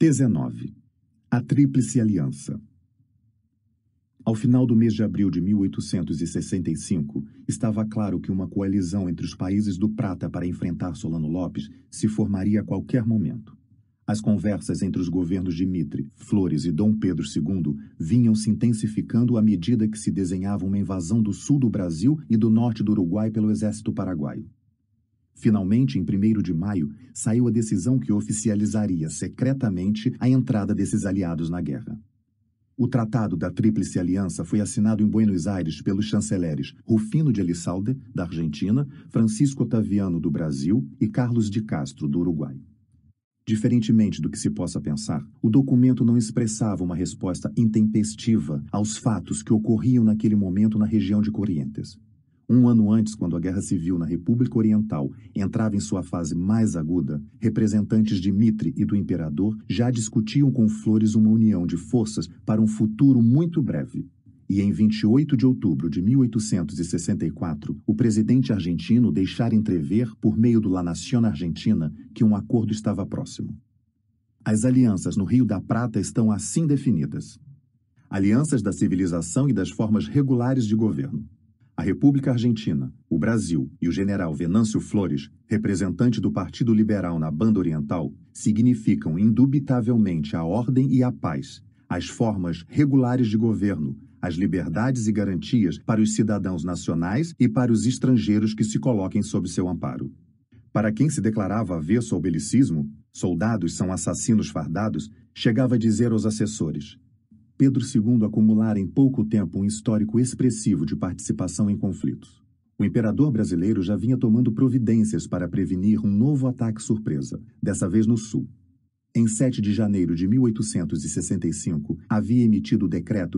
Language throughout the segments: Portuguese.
T19. A Tríplice Aliança. Ao final do mês de abril de 1865, estava claro que uma coalizão entre os países do Prata para enfrentar Solano Lopes se formaria a qualquer momento. As conversas entre os governos de Mitre, Flores e Dom Pedro II vinham se intensificando à medida que se desenhava uma invasão do sul do Brasil e do norte do Uruguai pelo exército paraguaio. Finalmente, em 1º de maio, saiu a decisão que oficializaria secretamente a entrada desses aliados na guerra. O Tratado da Tríplice Aliança foi assinado em Buenos Aires pelos chanceleres Rufino de Elizalde, da Argentina, Francisco Otaviano, do Brasil, e Carlos de Castro, do Uruguai. Diferentemente do que se possa pensar, o documento não expressava uma resposta intempestiva aos fatos que ocorriam naquele momento na região de Corrientes. Um ano antes, quando a Guerra Civil na República Oriental entrava em sua fase mais aguda, representantes de Mitre e do imperador já discutiam com Flores uma união de forças para um futuro muito breve. E em 28 de outubro de 1864, o presidente argentino deixara entrever, por meio do La Nación Argentina, que um acordo estava próximo. As alianças no Rio da Prata estão assim definidas: alianças da civilização e das formas regulares de governo. A República Argentina, o Brasil e o general Venâncio Flores, representante do Partido Liberal na Banda Oriental, significam indubitavelmente a ordem e a paz, as formas regulares de governo, as liberdades e garantias para os cidadãos nacionais e para os estrangeiros que se coloquem sob seu amparo. Para quem se declarava avesso ao belicismo, soldados são assassinos fardados, chegava a dizer aos assessores: Pedro II acumulara em pouco tempo um histórico expressivo de participação em conflitos. O imperador brasileiro já vinha tomando providências para prevenir um novo ataque surpresa, dessa vez no sul. Em 7 de janeiro de 1865, havia emitido o decreto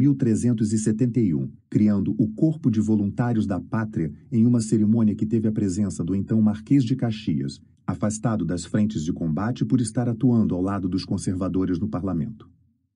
3.371, criando o Corpo de Voluntários da Pátria em uma cerimônia que teve a presença do então Marquês de Caxias, afastado das frentes de combate por estar atuando ao lado dos conservadores no parlamento.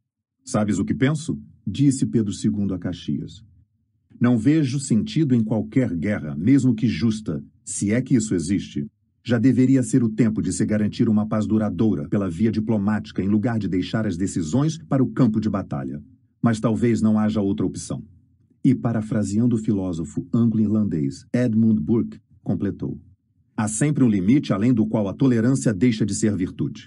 Sabes o que penso? Disse Pedro II a Caxias. Não vejo sentido em qualquer guerra, mesmo que justa, se é que isso existe. Já deveria ser o tempo de se garantir uma paz duradoura pela via diplomática em lugar de deixar as decisões para o campo de batalha. Mas talvez não haja outra opção. E, parafraseando o filósofo anglo-irlandês Edmund Burke, completou: há sempre um limite além do qual a tolerância deixa de ser virtude.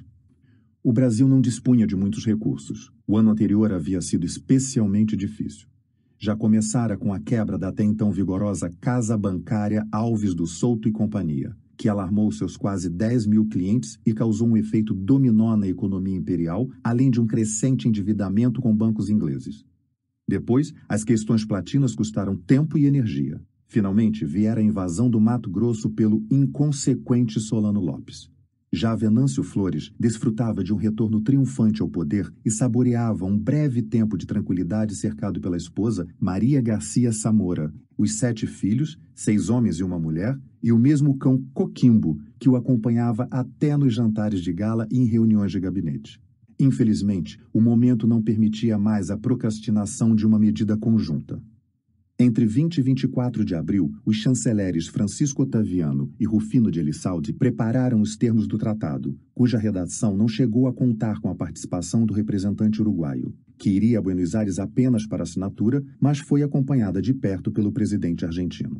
O Brasil não dispunha de muitos recursos. O ano anterior havia sido especialmente difícil. Já começara com a quebra da até então vigorosa Casa Bancária Alves do Souto e Companhia, que alarmou seus quase 10 mil clientes e causou um efeito dominó na economia imperial, além de um crescente endividamento com bancos ingleses. Depois, as questões platinas custaram tempo e energia. Finalmente, viera a invasão do Mato Grosso pelo inconsequente Solano Lopes. Já Venâncio Flores desfrutava de um retorno triunfante ao poder e saboreava um breve tempo de tranquilidade cercado pela esposa Maria Garcia Samora, os 7 filhos, 6 homens e uma mulher, e o mesmo cão Coquimbo, que o acompanhava até nos jantares de gala e em reuniões de gabinete. Infelizmente, o momento não permitia mais a procrastinação de uma medida conjunta. Entre 20 e 24 de abril, os chanceleres Francisco Otaviano e Rufino de Elizalde prepararam os termos do tratado, cuja redação não chegou a contar com a participação do representante uruguaio, que iria a Buenos Aires apenas para assinatura, mas foi acompanhada de perto pelo presidente argentino.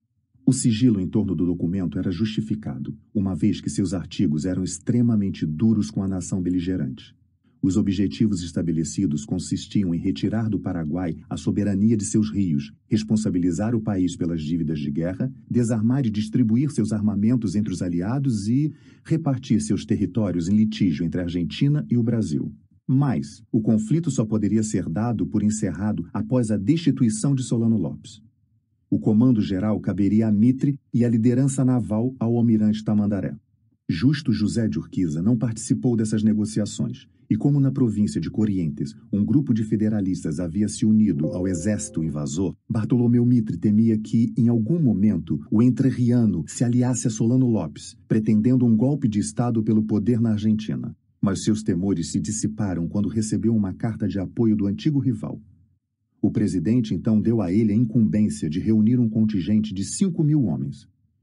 O sigilo em torno do documento era justificado, uma vez que seus artigos eram extremamente duros com a nação beligerante. Os objetivos estabelecidos consistiam em retirar do Paraguai a soberania de seus rios, responsabilizar o país pelas dívidas de guerra, desarmar e distribuir seus armamentos entre os aliados e repartir seus territórios em litígio entre a Argentina e o Brasil. Mas o conflito só poderia ser dado por encerrado após a destituição de Solano Lopes. O comando geral caberia a Mitre e a liderança naval ao almirante Tamandaré. Justo José de Urquiza não participou dessas negociações, e como na província de Corrientes um grupo de federalistas havia se unido ao exército invasor, Bartolomeu Mitre temia que, em algum momento, o entrerriano se aliasse a Solano Lopes, pretendendo um golpe de Estado pelo poder na Argentina. Mas seus temores se dissiparam quando recebeu uma carta de apoio do antigo rival. O presidente então deu a ele a incumbência de reunir um contingente de 5.000 homens.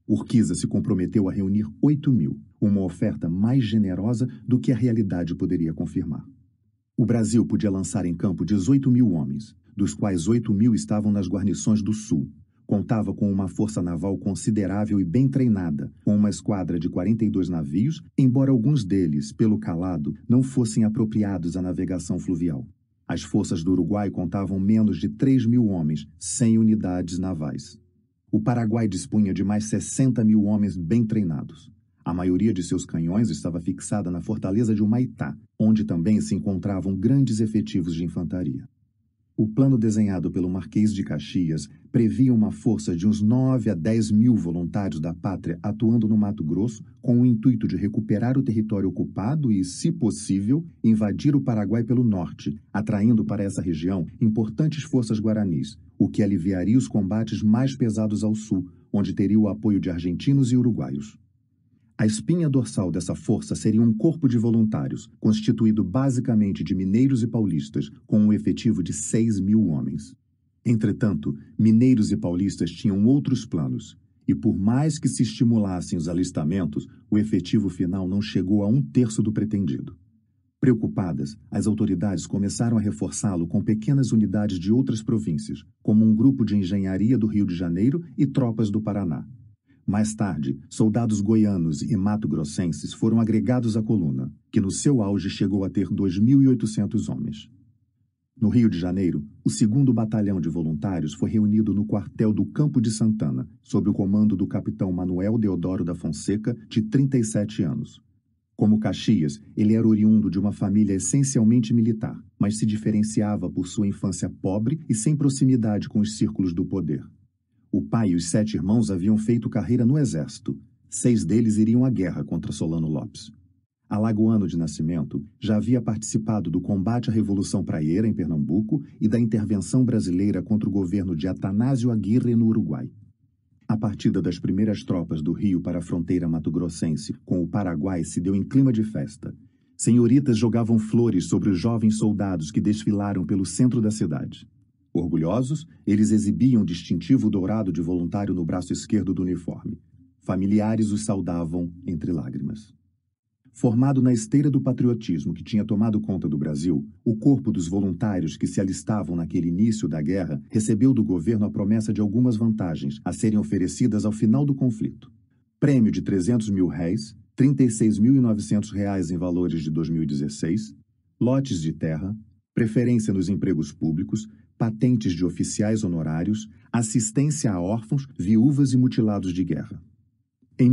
Urquiza se comprometeu a reunir 8.000, uma oferta mais generosa do que a realidade poderia confirmar. O Brasil podia lançar em campo 18.000 homens, dos quais 8.000 estavam nas guarnições do Sul. Contava com uma força naval considerável e bem treinada, com uma esquadra de 42 navios, embora alguns deles, pelo calado, não fossem apropriados à navegação fluvial. As forças do Uruguai contavam menos de 3.000 homens, 100 unidades navais. O Paraguai dispunha de mais 60.000 homens bem treinados. A maioria de seus canhões estava fixada na fortaleza de Humaitá, onde também se encontravam grandes efetivos de infantaria. O plano desenhado pelo Marquês de Caxias previa uma força de uns 9 a 10.000 voluntários da pátria atuando no Mato Grosso com o intuito de recuperar o território ocupado e, se possível, invadir o Paraguai pelo norte, atraindo para essa região importantes forças guaranis, o que aliviaria os combates mais pesados ao sul, onde teria o apoio de argentinos e uruguaios. A espinha dorsal dessa força seria um corpo de voluntários, constituído basicamente de mineiros e paulistas, com um efetivo de 6.000 homens. Entretanto, mineiros e paulistas tinham outros planos, e por mais que se estimulassem os alistamentos, o efetivo final não chegou a 1/3 do pretendido. Preocupadas, as autoridades começaram a reforçá-lo com pequenas unidades de outras províncias, como um grupo de engenharia do Rio de Janeiro e tropas do Paraná. Mais tarde, soldados goianos e mato-grossenses foram agregados à coluna, que no seu auge chegou a ter 2.800 homens. No Rio de Janeiro, o 2º Batalhão de Voluntários foi reunido no quartel do Campo de Santana, sob o comando do capitão Manuel Deodoro da Fonseca, de 37 anos. Como Caxias, ele era oriundo de uma família essencialmente militar, mas se diferenciava por sua infância pobre e sem proximidade com os círculos do poder. O pai e os 7 irmãos haviam feito carreira no exército. 6 deles iriam à guerra contra Solano Lopes. Alagoano de nascimento, já havia participado do combate à Revolução Praieira em Pernambuco e da intervenção brasileira contra o governo de Atanásio Aguirre no Uruguai. A partida das primeiras tropas do Rio para a fronteira mato-grossense com o Paraguai se deu em clima de festa. Senhoritas jogavam flores sobre os jovens soldados que desfilaram pelo centro da cidade. Orgulhosos, eles exibiam o distintivo dourado de voluntário no braço esquerdo do uniforme. Familiares os saudavam entre lágrimas. Formado na esteira do patriotismo que tinha tomado conta do Brasil, o corpo dos voluntários que se alistavam naquele início da guerra recebeu do governo a promessa de algumas vantagens a serem oferecidas ao final do conflito. Prêmio de R$300.000, R$36.900 em valores de 2016, lotes de terra, preferência nos empregos públicos, patentes de oficiais honorários, assistência a órfãos, viúvas e mutilados de guerra. Em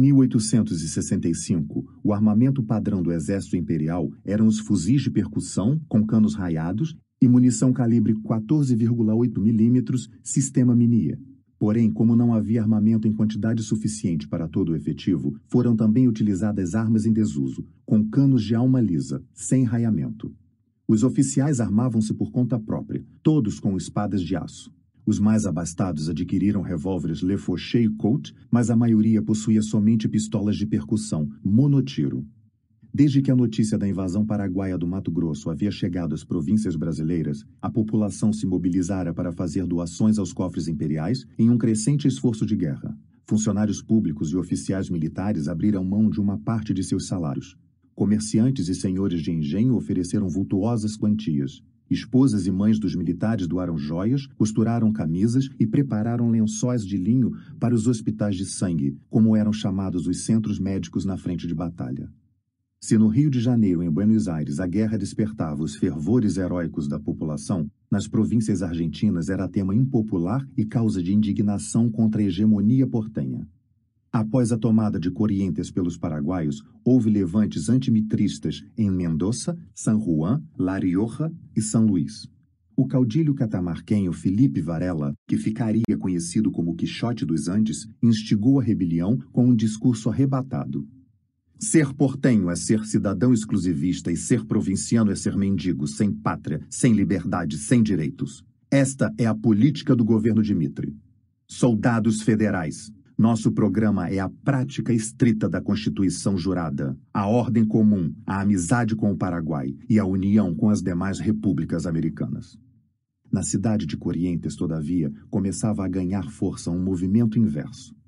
1865, o armamento padrão do Exército Imperial eram os fuzis de percussão com canos raiados e munição calibre 14,8 mm sistema Minié. Porém, como não havia armamento em quantidade suficiente para todo o efetivo, foram também utilizadas armas em desuso, com canos de alma lisa, sem raiamento. Os oficiais armavam-se por conta própria, todos com espadas de aço. Os mais abastados adquiriram revólveres Lefaucheux e Colt, mas a maioria possuía somente pistolas de percussão, monotiro. Desde que a notícia da invasão paraguaia do Mato Grosso havia chegado às províncias brasileiras, a população se mobilizara para fazer doações aos cofres imperiais em um crescente esforço de guerra. Funcionários públicos e oficiais militares abriram mão de uma parte de seus salários. Comerciantes e senhores de engenho ofereceram vultuosas quantias. Esposas e mães dos militares doaram joias, costuraram camisas e prepararam lençóis de linho para os hospitais de sangue, como eram chamados os centros médicos na frente de batalha. Se no Rio de Janeiro e em Buenos Aires a guerra despertava os fervores heróicos da população, nas províncias argentinas era tema impopular e causa de indignação contra a hegemonia portenha. Após a tomada de Corrientes pelos paraguaios, houve levantes antimitristas em Mendoza, San Juan, La Rioja e São Luís. O caudilho catamarquenho Felipe Varela, que ficaria conhecido como Quixote dos Andes, instigou a rebelião com um discurso arrebatado. Ser portenho é ser cidadão exclusivista e ser provinciano é ser mendigo, sem pátria, sem liberdade, sem direitos. Esta é a política do governo de Mitre. Soldados federais. Nosso programa é a prática estrita da Constituição jurada, a ordem comum, a amizade com o Paraguai e a união com as demais repúblicas americanas. Na cidade de Corrientes, todavia, começava a ganhar força um movimento inverso.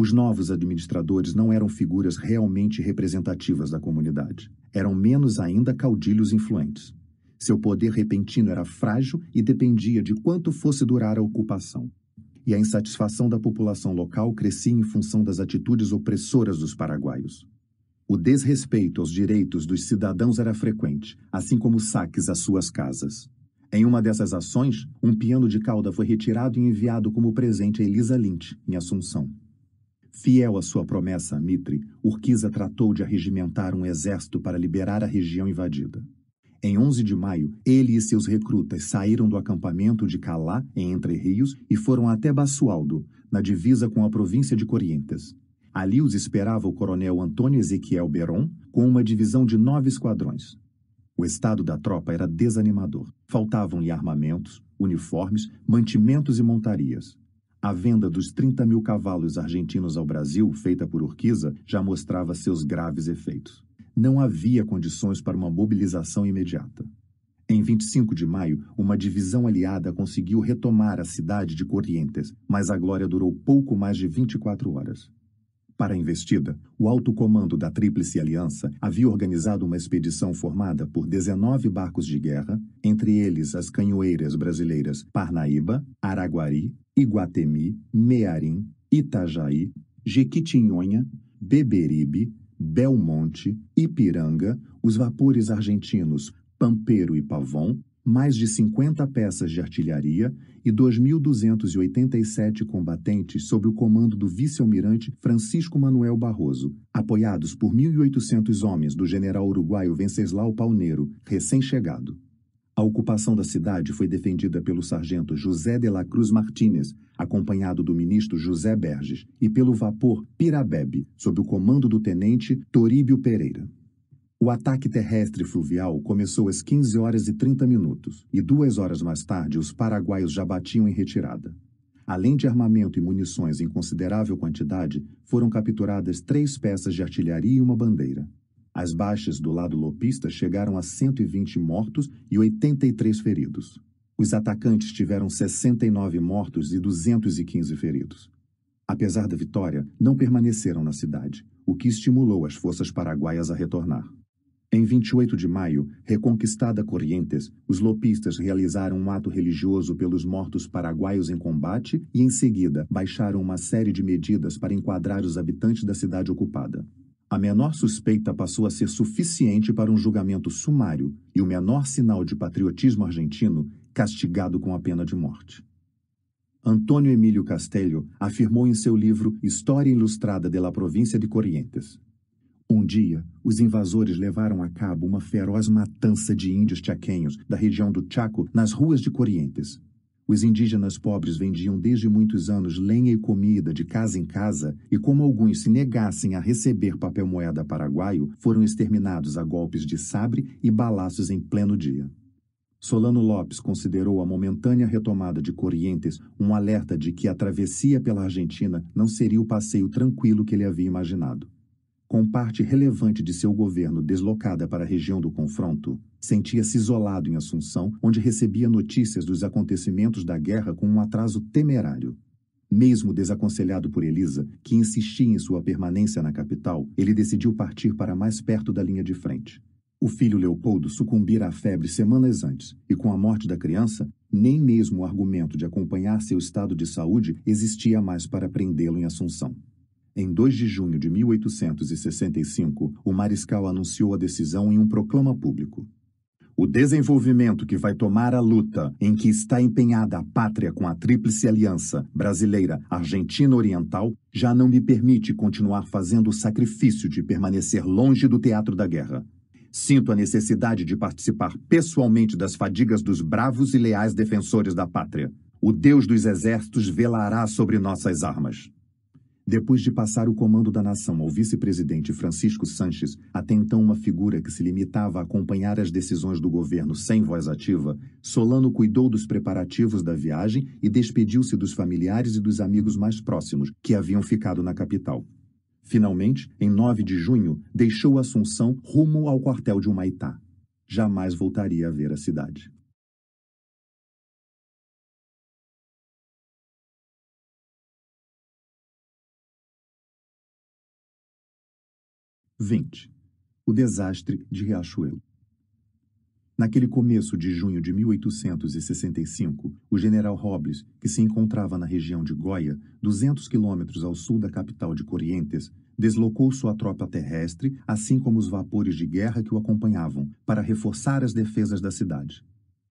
Os novos administradores não eram figuras realmente representativas da comunidade. Eram menos ainda caudilhos influentes. Seu poder repentino era frágil e dependia de quanto fosse durar a ocupação. E a insatisfação da população local crescia em função das atitudes opressoras dos paraguaios. O desrespeito aos direitos dos cidadãos era frequente, assim como saques às suas casas. Em uma dessas ações, um piano de cauda foi retirado e enviado como presente a Elisa Lynch, em Assunção. Fiel à sua promessa a Mitre, Urquiza tratou de arregimentar um exército para liberar a região invadida. Em 11 de maio, ele e seus recrutas saíram do acampamento de Calá, em Entre Rios, e foram até Basualdo, na divisa com a província de Corrientes. Ali os esperava o coronel Antônio Ezequiel Beron, com uma divisão de 9 esquadrões. O estado da tropa era desanimador. Faltavam-lhe armamentos, uniformes, mantimentos e montarias. A venda dos 30.000 cavalos argentinos ao Brasil, feita por Urquiza, já mostrava seus graves efeitos. Não havia condições para uma mobilização imediata. Em 25 de maio, uma divisão aliada conseguiu retomar a cidade de Corrientes, mas a glória durou pouco mais de 24 horas. Para a investida, o alto comando da Tríplice Aliança havia organizado uma expedição formada por 19 barcos de guerra, entre eles as canhoeiras brasileiras Parnaíba, Araguari, Iguatemi, Mearim, Itajaí, Jequitinhonha, Beberibe, Belmonte, Ipiranga, os vapores argentinos Pampero e Pavon, mais de 50 peças de artilharia e 2.287 combatentes sob o comando do vice-almirante Francisco Manuel Barroso, apoiados por 1.800 homens do general uruguaio Venceslau Palneiro, recém-chegado. A ocupação da cidade foi defendida pelo sargento José de la Cruz Martínez, acompanhado do ministro José Berges, e pelo vapor Pirabebe, sob o comando do tenente Toríbio Pereira. O ataque terrestre fluvial começou às 15 horas e 30 minutos, e 2 horas mais tarde os paraguaios já batiam em retirada. Além de armamento e munições em considerável quantidade, foram capturadas 3 peças de artilharia e uma bandeira. As baixas do lado lopista chegaram a 120 mortos e 83 feridos. Os atacantes tiveram 69 mortos e 215 feridos. Apesar da vitória, não permaneceram na cidade, o que estimulou as forças paraguaias a retornar. Em 28 de maio, reconquistada Corrientes, os lopistas realizaram um ato religioso pelos mortos paraguaios em combate e, em seguida, baixaram uma série de medidas para enquadrar os habitantes da cidade ocupada. A menor suspeita passou a ser suficiente para um julgamento sumário e o menor sinal de patriotismo argentino castigado com a pena de morte. Antônio Emílio Castelho afirmou em seu livro História Ilustrada de la Província de Corrientes: um dia, os invasores levaram a cabo uma feroz matança de índios chaqueños da região do Chaco nas ruas de Corrientes. Os indígenas pobres vendiam desde muitos anos lenha e comida de casa em casa e, como alguns se negassem a receber papel moeda paraguaio, foram exterminados a golpes de sabre e balaços em pleno dia. Solano Lopes considerou a momentânea retomada de Corrientes um alerta de que a travessia pela Argentina não seria o passeio tranquilo que ele havia imaginado. Com parte relevante de seu governo deslocada para a região do confronto, sentia-se isolado em Assunção, onde recebia notícias dos acontecimentos da guerra com um atraso temerário. Mesmo desaconselhado por Elisa, que insistia em sua permanência na capital, ele decidiu partir para mais perto da linha de frente. O filho Leopoldo sucumbira à febre semanas antes, e com a morte da criança, nem mesmo o argumento de acompanhar seu estado de saúde existia mais para prendê-lo em Assunção. Em 2 de junho de 1865, o mariscal anunciou a decisão em um proclama público. O desenvolvimento que vai tomar a luta em que está empenhada a pátria com a Tríplice Aliança brasileira, Argentina Oriental, já não me permite continuar fazendo o sacrifício de permanecer longe do teatro da guerra. Sinto a necessidade de participar pessoalmente das fadigas dos bravos e leais defensores da pátria. O Deus dos exércitos velará sobre nossas armas. Depois de passar o comando da nação ao vice-presidente Francisco Sanches, até então uma figura que se limitava a acompanhar as decisões do governo sem voz ativa, Solano cuidou dos preparativos da viagem e despediu-se dos familiares e dos amigos mais próximos, que haviam ficado na capital. Finalmente, em 9 de junho, deixou Assunção rumo ao quartel de Humaitá. Jamais voltaria a ver a cidade. 20. O desastre de Riachuelo. Naquele começo de junho de 1865, o general Robles, que se encontrava na região de Goya, 200 quilômetros ao sul da capital de Corrientes, deslocou sua tropa terrestre, assim como os vapores de guerra que o acompanhavam, para reforçar as defesas da cidade.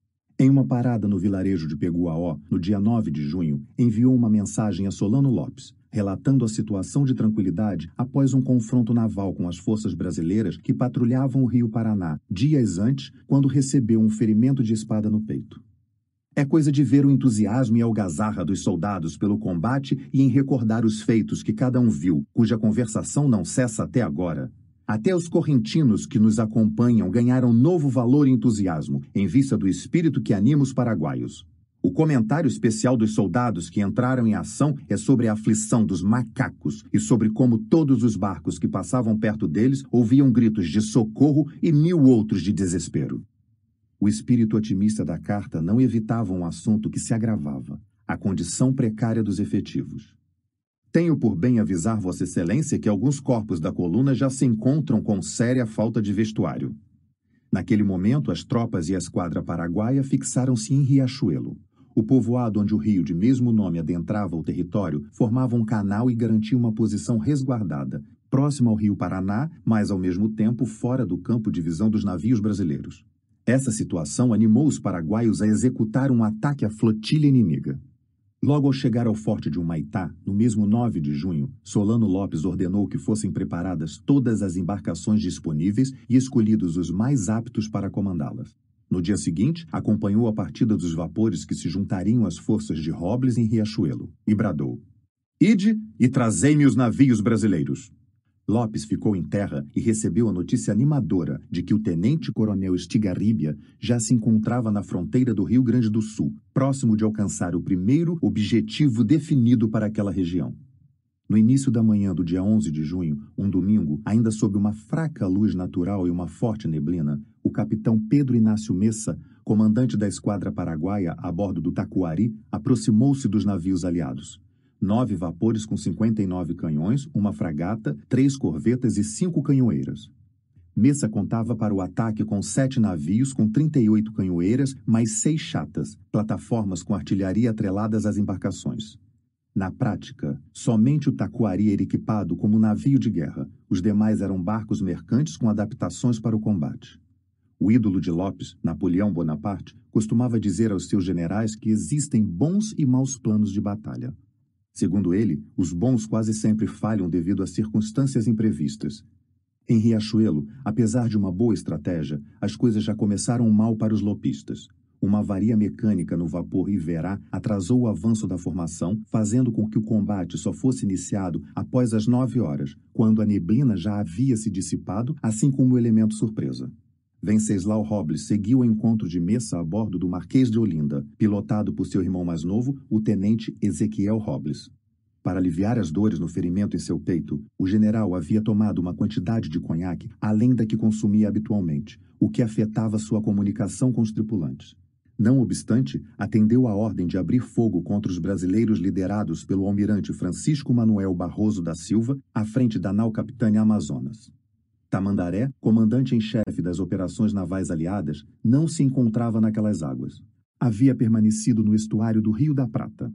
Em uma parada no vilarejo de Peguaó, no dia 9 de junho, enviou uma mensagem a Solano Lopes, relatando a situação de tranquilidade após um confronto naval com as forças brasileiras que patrulhavam o Rio Paraná, dias antes, quando recebeu um ferimento de espada no peito. É coisa de ver o entusiasmo e a algazarra dos soldados pelo combate e em recordar os feitos que cada um viu, cuja conversação não cessa até agora. Até os correntinos que nos acompanham ganharam novo valor e entusiasmo, em vista do espírito que anima os paraguaios. O comentário especial dos soldados que entraram em ação é sobre a aflição dos macacos e sobre como todos os barcos que passavam perto deles ouviam gritos de socorro e 1000 outros de desespero. O espírito otimista da carta não evitava um assunto que se agravava: a condição precária dos efetivos. Tenho por bem avisar Vossa Excelência que alguns corpos da coluna já se encontram com séria falta de vestuário. Naquele momento, as tropas e a esquadra paraguaia fixaram-se em Riachuelo. O povoado onde o rio de mesmo nome adentrava o território formava um canal e garantia uma posição resguardada, próximo ao rio Paraná, mas ao mesmo tempo fora do campo de visão dos navios brasileiros. Essa situação animou os paraguaios a executar um ataque à flotilha inimiga. Logo ao chegar ao forte de Humaitá, no mesmo 9 de junho, Solano Lopes ordenou que fossem preparadas todas as embarcações disponíveis e escolhidos os mais aptos para comandá-las. No dia seguinte, acompanhou a partida dos vapores que se juntariam às forças de Robles em Riachuelo, e bradou: "Ide e trazei-me os navios brasileiros." Lopes ficou em terra e recebeu a notícia animadora de que o tenente-coronel Estigarribia já se encontrava na fronteira do Rio Grande do Sul, próximo de alcançar o primeiro objetivo definido para aquela região. No início da manhã do dia 11 de junho, um domingo, ainda sob uma fraca luz natural e uma forte neblina, o capitão Pedro Inácio Messa, comandante da esquadra paraguaia a bordo do Taquari, aproximou-se dos navios aliados. 9 vapores com 59 canhões, uma fragata, 3 corvetas e 5 canhoeiras. Messa contava para o ataque com 7 navios com 38 canhoeiras, mais 6 chatas, plataformas com artilharia atreladas às embarcações. Na prática, somente o Taquari era equipado como navio de guerra. Os demais eram barcos mercantes com adaptações para o combate. O ídolo de Lopes, Napoleão Bonaparte, costumava dizer aos seus generais que existem bons e maus planos de batalha. Segundo ele, os bons quase sempre falham devido a circunstâncias imprevistas. Em Riachuelo, apesar de uma boa estratégia, as coisas já começaram mal para os lopistas. Uma avaria mecânica no vapor Iverá atrasou o avanço da formação, fazendo com que o combate só fosse iniciado após as 9 horas, quando a neblina já havia se dissipado, assim como o elemento surpresa. Venceslau Robles seguiu ao encontro de Messa a bordo do Marquês de Olinda, pilotado por seu irmão mais novo, o tenente Ezequiel Robles. Para aliviar as dores no ferimento em seu peito, o general havia tomado uma quantidade de conhaque além da que consumia habitualmente, o que afetava sua comunicação com os tripulantes. Não obstante, atendeu à ordem de abrir fogo contra os brasileiros liderados pelo almirante Francisco Manuel Barroso da Silva, à frente da nau Capitânia Amazonas. Tamandaré, comandante em chefe das operações navais aliadas, não se encontrava naquelas águas. Havia permanecido no estuário do Rio da Prata.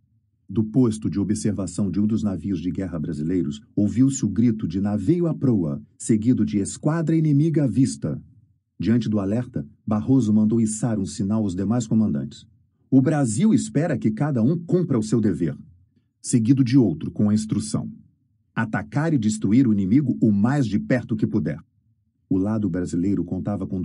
Do posto de observação de um dos navios de guerra brasileiros, ouviu-se o grito de navio à proa, seguido de esquadra inimiga à vista. Diante do alerta, Barroso mandou içar um sinal aos demais comandantes. O Brasil espera que cada um cumpra o seu dever. Seguido de outro, com a instrução: atacar e destruir o inimigo o mais de perto que puder. O lado brasileiro contava com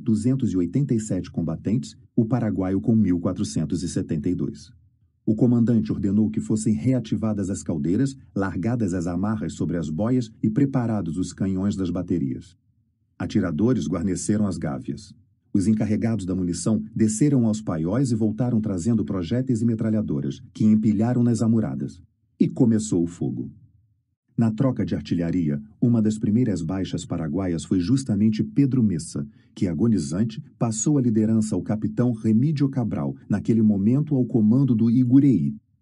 2.287 combatentes, o paraguaio com 1.472. O comandante ordenou que fossem reativadas as caldeiras, largadas as amarras sobre as boias e preparados os canhões das baterias. Atiradores guarneceram as gávias. Os encarregados da munição desceram aos paióis e voltaram trazendo projéteis e metralhadoras, que empilharam nas amuradas. E começou o fogo. Na troca de artilharia, uma das primeiras baixas paraguaias foi justamente Pedro Messa, que, agonizante, passou a liderança ao capitão Remídio Cabral, naquele momento ao comando do Igureí.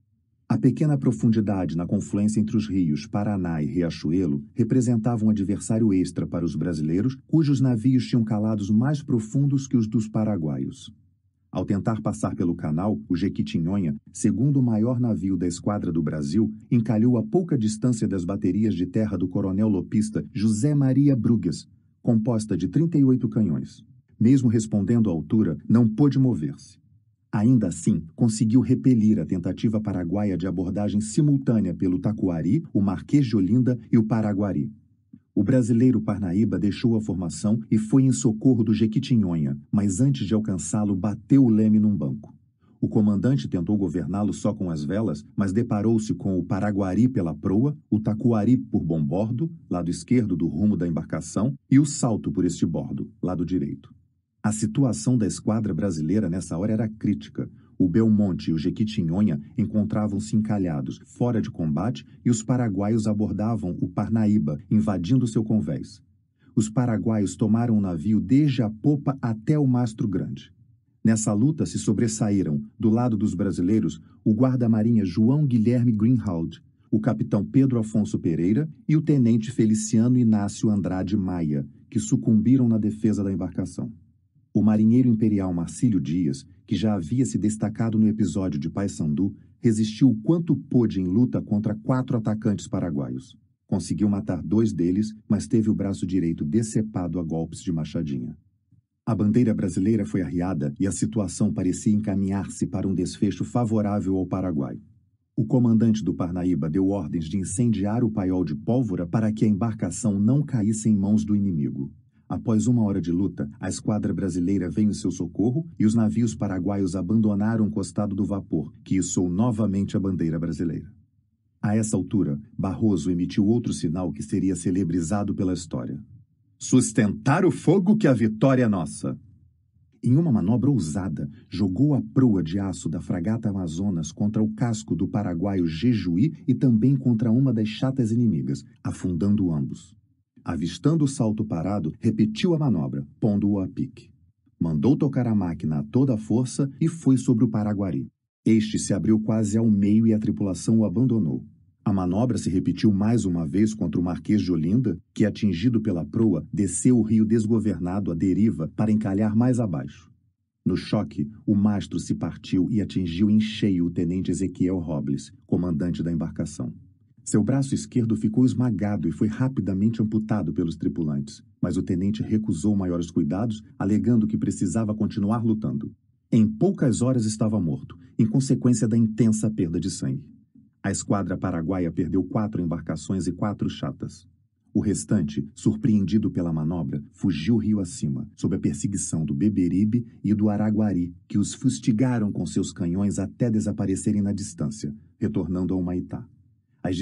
A pequena profundidade na confluência entre os rios Paraná e Riachuelo representava um adversário extra para os brasileiros, cujos navios tinham calados mais profundos que os dos paraguaios. Ao tentar passar pelo canal, o Jequitinhonha, segundo o maior navio da Esquadra do Brasil, encalhou a pouca distância das baterias de terra do coronel lopista José Maria Brugas, composta de 38 canhões. Mesmo respondendo à altura, não pôde mover-se. Ainda assim, conseguiu repelir a tentativa paraguaia de abordagem simultânea pelo Taquari, o Marquês de Olinda e o Paraguari. O brasileiro Parnaíba deixou a formação e foi em socorro do Jequitinhonha, mas antes de alcançá-lo, bateu o leme num banco. O comandante tentou governá-lo só com as velas, mas deparou-se com o Paraguari pela proa, o Taquari por bombordo, lado esquerdo do rumo da embarcação, e o Salto por este bordo, lado direito. A situação da esquadra brasileira nessa hora era crítica. O Belmonte e o Jequitinhonha encontravam-se encalhados, fora de combate, e os paraguaios abordavam o Parnaíba, invadindo seu convés. Os paraguaios tomaram o navio desde a popa até o mastro grande. Nessa luta se sobressaíram, do lado dos brasileiros, o guarda-marinha João Guilherme Greenhalgh, o capitão Pedro Afonso Pereira e o tenente Feliciano Inácio Andrade Maia, que sucumbiram na defesa da embarcação. O marinheiro imperial Marcílio Dias, que já havia se destacado no episódio de Paissandu, resistiu o quanto pôde em luta contra 4 atacantes paraguaios. Conseguiu matar 2 deles, mas teve o braço direito decepado a golpes de machadinha. A bandeira brasileira foi arriada e a situação parecia encaminhar-se para um desfecho favorável ao Paraguai. O comandante do Parnaíba deu ordens de incendiar o paiol de pólvora para que a embarcação não caísse em mãos do inimigo. Após 1 hora de luta, a esquadra brasileira veio em seu socorro e os navios paraguaios abandonaram o costado do vapor, que içou novamente a bandeira brasileira. A essa altura, Barroso emitiu outro sinal que seria celebrizado pela história. Sustentar o fogo que a vitória é nossa! Em uma manobra ousada, jogou a proa de aço da fragata Amazonas contra o casco do paraguaio Jejuí e também contra uma das chatas inimigas, afundando ambos. Avistando o salto parado, repetiu a manobra, pondo-o a pique. Mandou tocar a máquina a toda a força e foi sobre o Paraguari. Este se abriu quase ao meio e a tripulação o abandonou. A manobra se repetiu mais uma vez contra o Marquês de Olinda, que, atingido pela proa, desceu o rio desgovernado à deriva para encalhar mais abaixo. No choque, o mastro se partiu e atingiu em cheio o tenente Ezequiel Robles, comandante da embarcação. Seu braço esquerdo ficou esmagado e foi rapidamente amputado pelos tripulantes, mas o tenente recusou maiores cuidados, alegando que precisava continuar lutando. Em poucas horas estava morto, em consequência da intensa perda de sangue. A esquadra paraguaia perdeu 4 embarcações e 4 chatas. O restante, surpreendido pela manobra, fugiu rio acima, sob a perseguição do Beberibe e do Araguari, que os fustigaram com seus canhões até desaparecerem na distância, retornando a Humaitá. Às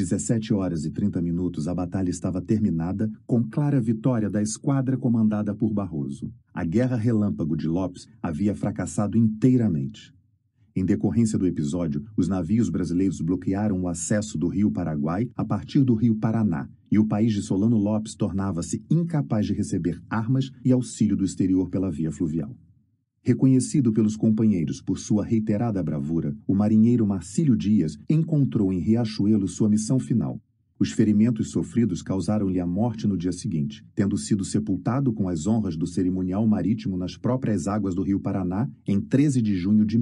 17h30, a batalha estava terminada, com clara vitória da esquadra comandada por Barroso. A Guerra Relâmpago de Lopes havia fracassado inteiramente. Em decorrência do episódio, os navios brasileiros bloquearam o acesso do rio Paraguai a partir do rio Paraná, e o país de Solano Lopes tornava-se incapaz de receber armas e auxílio do exterior pela via fluvial. Reconhecido pelos companheiros por sua reiterada bravura, o marinheiro Marcílio Dias encontrou em Riachuelo sua missão final. Os ferimentos sofridos causaram-lhe a morte no dia seguinte, tendo sido sepultado com as honras do cerimonial marítimo nas próprias águas do rio Paraná em 13 de junho de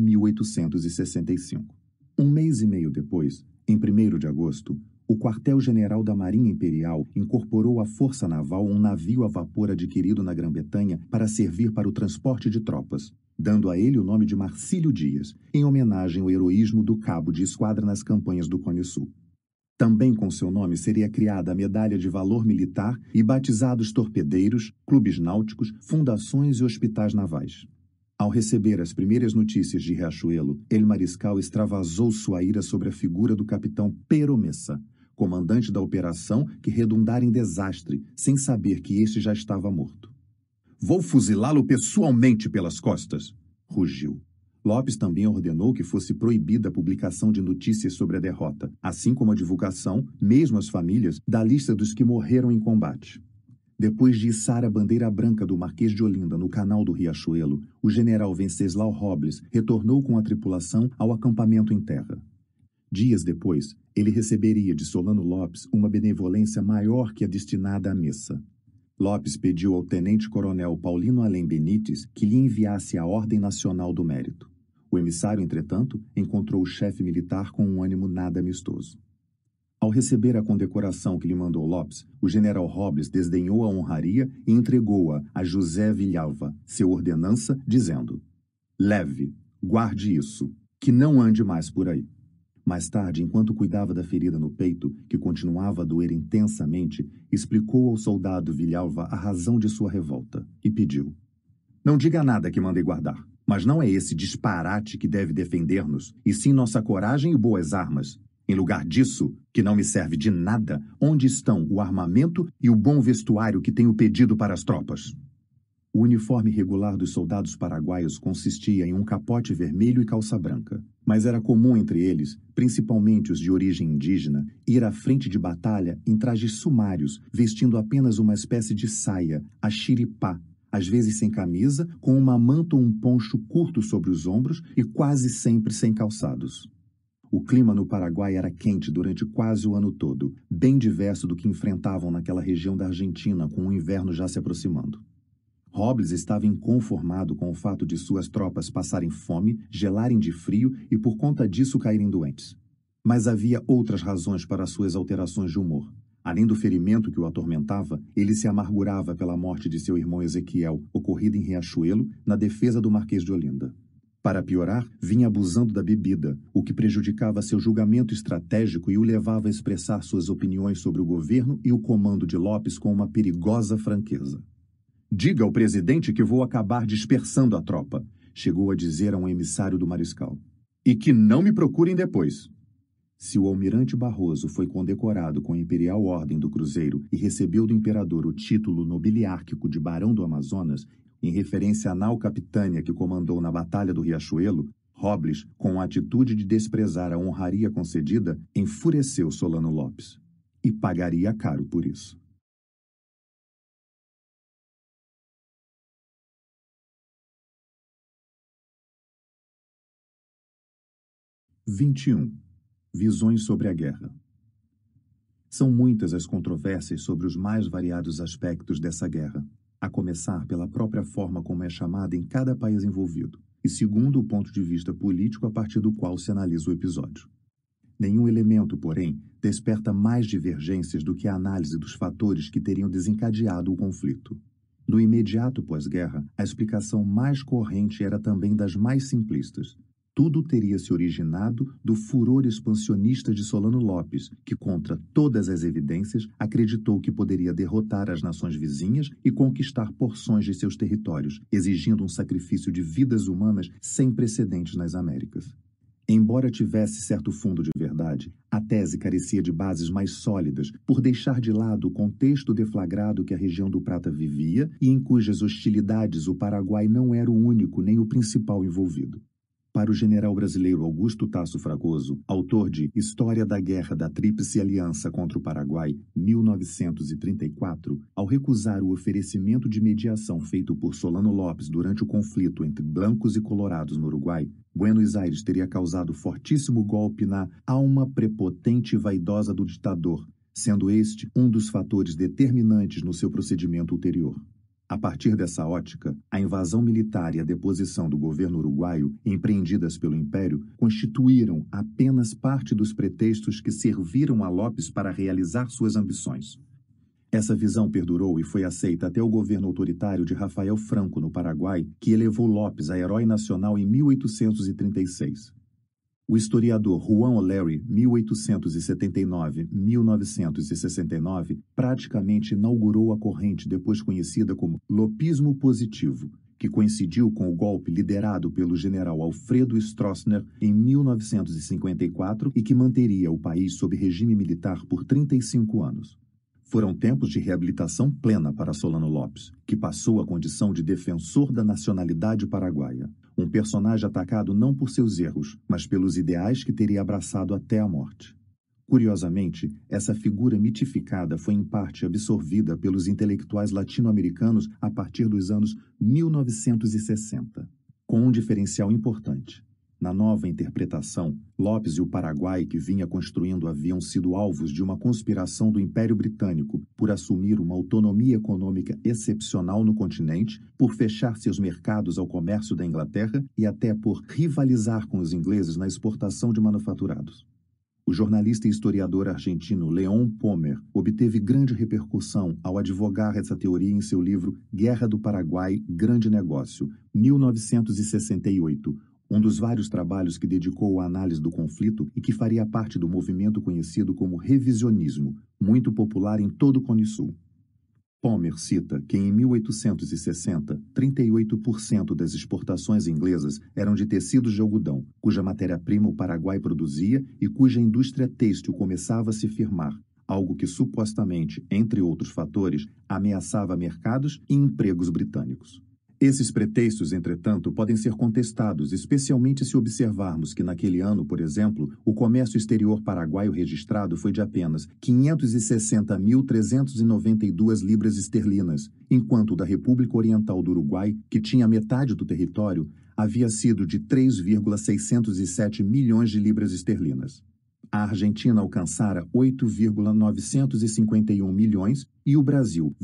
1865. 1 mês e meio depois, em 1º de agosto, o quartel-general da Marinha Imperial incorporou à Força Naval um navio a vapor adquirido na Grã-Bretanha para servir para o transporte de tropas, dando a ele o nome de Marcílio Dias, em homenagem ao heroísmo do cabo de esquadra nas campanhas do Cone Sul. Também com seu nome seria criada a Medalha de Valor Militar e batizados torpedeiros, clubes náuticos, fundações e hospitais navais. Ao receber as primeiras notícias de Riachuelo, El Mariscal extravasou sua ira sobre a figura do capitão Pero Messa, comandante da operação que redundara em desastre, sem saber que este já estava morto. "Vou fuzilá-lo pessoalmente pelas costas", rugiu. Lopes também ordenou que fosse proibida a publicação de notícias sobre a derrota, assim como a divulgação, mesmo às famílias, da lista dos que morreram em combate. Depois de içar a bandeira branca do Marquês de Olinda no canal do Riachuelo, o general Venceslau Robles retornou com a tripulação ao acampamento em terra. Dias depois, ele receberia de Solano Lopes uma benevolência maior que a destinada à missa. Lopes pediu ao tenente-coronel Paulino Além Benites que lhe enviasse a Ordem Nacional do Mérito. O emissário, entretanto, encontrou o chefe militar com um ânimo nada amistoso. Ao receber a condecoração que lhe mandou Lopes, o general Robles desdenhou a honraria e entregou-a a José Villalva, seu ordenança, dizendo: "Leve, guarde isso, que não ande mais por aí." Mais tarde, enquanto cuidava da ferida no peito, que continuava a doer intensamente, explicou ao soldado Villalva a razão de sua revolta e pediu: "Não diga nada que mandei guardar, mas não é esse disparate que deve defender-nos, e sim nossa coragem e boas armas. Em lugar disso, que não me serve de nada, onde estão o armamento e o bom vestuário que tenho pedido para as tropas?" O uniforme regular dos soldados paraguaios consistia em um capote vermelho e calça branca, mas era comum entre eles, principalmente os de origem indígena, ir à frente de batalha em trajes sumários, vestindo apenas uma espécie de saia, a xiripá, às vezes sem camisa, com uma manta ou um poncho curto sobre os ombros e quase sempre sem calçados. O clima no Paraguai era quente durante quase o ano todo, bem diverso do que enfrentavam naquela região da Argentina com o inverno já se aproximando. Robles estava inconformado com o fato de suas tropas passarem fome, gelarem de frio e por conta disso caírem doentes. Mas havia outras razões para suas alterações de humor. Além do ferimento que o atormentava, ele se amargurava pela morte de seu irmão Ezequiel, ocorrida em Riachuelo, na defesa do Marquês de Olinda. Para piorar, vinha abusando da bebida, o que prejudicava seu julgamento estratégico e o levava a expressar suas opiniões sobre o governo e o comando de Lopes com uma perigosa franqueza. "Diga ao presidente que vou acabar dispersando a tropa", chegou a dizer a um emissário do mariscal. "E que não me procurem depois." Se o almirante Barroso foi condecorado com a Imperial Ordem do Cruzeiro e recebeu do imperador o título nobiliárquico de Barão do Amazonas, em referência à nau capitânia que comandou na Batalha do Riachuelo, Robles, com a atitude de desprezar a honraria concedida, enfureceu Solano Lopes. E pagaria caro por isso. Visões sobre a guerra. São muitas as controvérsias sobre os mais variados aspectos dessa guerra, a começar pela própria forma como é chamada em cada país envolvido, e segundo o ponto de vista político a partir do qual se analisa o episódio. Nenhum elemento, porém, desperta mais divergências do que a análise dos fatores que teriam desencadeado o conflito. No imediato pós-guerra, a explicação mais corrente era também das mais simplistas. Tudo teria se originado do furor expansionista de Solano Lopes, que, contra todas as evidências, acreditou que poderia derrotar as nações vizinhas e conquistar porções de seus territórios, exigindo um sacrifício de vidas humanas sem precedentes nas Américas. Embora tivesse certo fundo de verdade, a tese carecia de bases mais sólidas por deixar de lado o contexto deflagrado que a região do Prata vivia e em cujas hostilidades o Paraguai não era o único nem o principal envolvido. Para o general brasileiro Augusto Tasso Fragoso, autor de História da Guerra da Tríplice Aliança contra o Paraguai, 1934, ao recusar o oferecimento de mediação feito por Solano Lopes durante o conflito entre brancos e colorados no Uruguai, Buenos Aires teria causado fortíssimo golpe na alma prepotente e vaidosa do ditador, sendo este um dos fatores determinantes no seu procedimento ulterior. A partir dessa ótica, a invasão militar e a deposição do governo uruguaio, empreendidas pelo Império, constituíram apenas parte dos pretextos que serviram a Lopes para realizar suas ambições. Essa visão perdurou e foi aceita até o governo autoritário de Rafael Franco, no Paraguai, que elevou Lopes a herói nacional em 1836. O historiador Juan O'Leary, 1879-1969, praticamente inaugurou a corrente depois conhecida como Lopismo Positivo, que coincidiu com o golpe liderado pelo general Alfredo Stroessner em 1954 e que manteria o país sob regime militar por 35 anos. Foram tempos de reabilitação plena para Solano Lopes, que passou a condição de defensor da nacionalidade paraguaia. Um personagem atacado não por seus erros, mas pelos ideais que teria abraçado até a morte. Curiosamente, essa figura mitificada foi em parte absorvida pelos intelectuais latino-americanos a partir dos anos 1960, com um diferencial importante. Na nova interpretação, Lopes e o Paraguai que vinha construindo haviam sido alvos de uma conspiração do Império Britânico por assumir uma autonomia econômica excepcional no continente, por fechar seus mercados ao comércio da Inglaterra e até por rivalizar com os ingleses na exportação de manufaturados. O jornalista e historiador argentino León Pommer obteve grande repercussão ao advogar essa teoria em seu livro Guerra do Paraguai, Grande Negócio, 1968, um dos vários trabalhos que dedicou à análise do conflito e que faria parte do movimento conhecido como revisionismo, muito popular em todo o Cone Sul. Pommer cita que em 1860, 38% das exportações inglesas eram de tecidos de algodão, cuja matéria-prima o Paraguai produzia e cuja indústria têxtil começava a se firmar, algo que supostamente, entre outros fatores, ameaçava mercados e empregos britânicos. Esses pretextos, entretanto, podem ser contestados, especialmente se observarmos que naquele ano, por exemplo, o comércio exterior paraguaio registrado foi de apenas 560.392 libras esterlinas, enquanto o da República Oriental do Uruguai, que tinha metade do território, havia sido de 3,607 milhões de libras esterlinas. A Argentina alcançara 8,951 milhões e o Brasil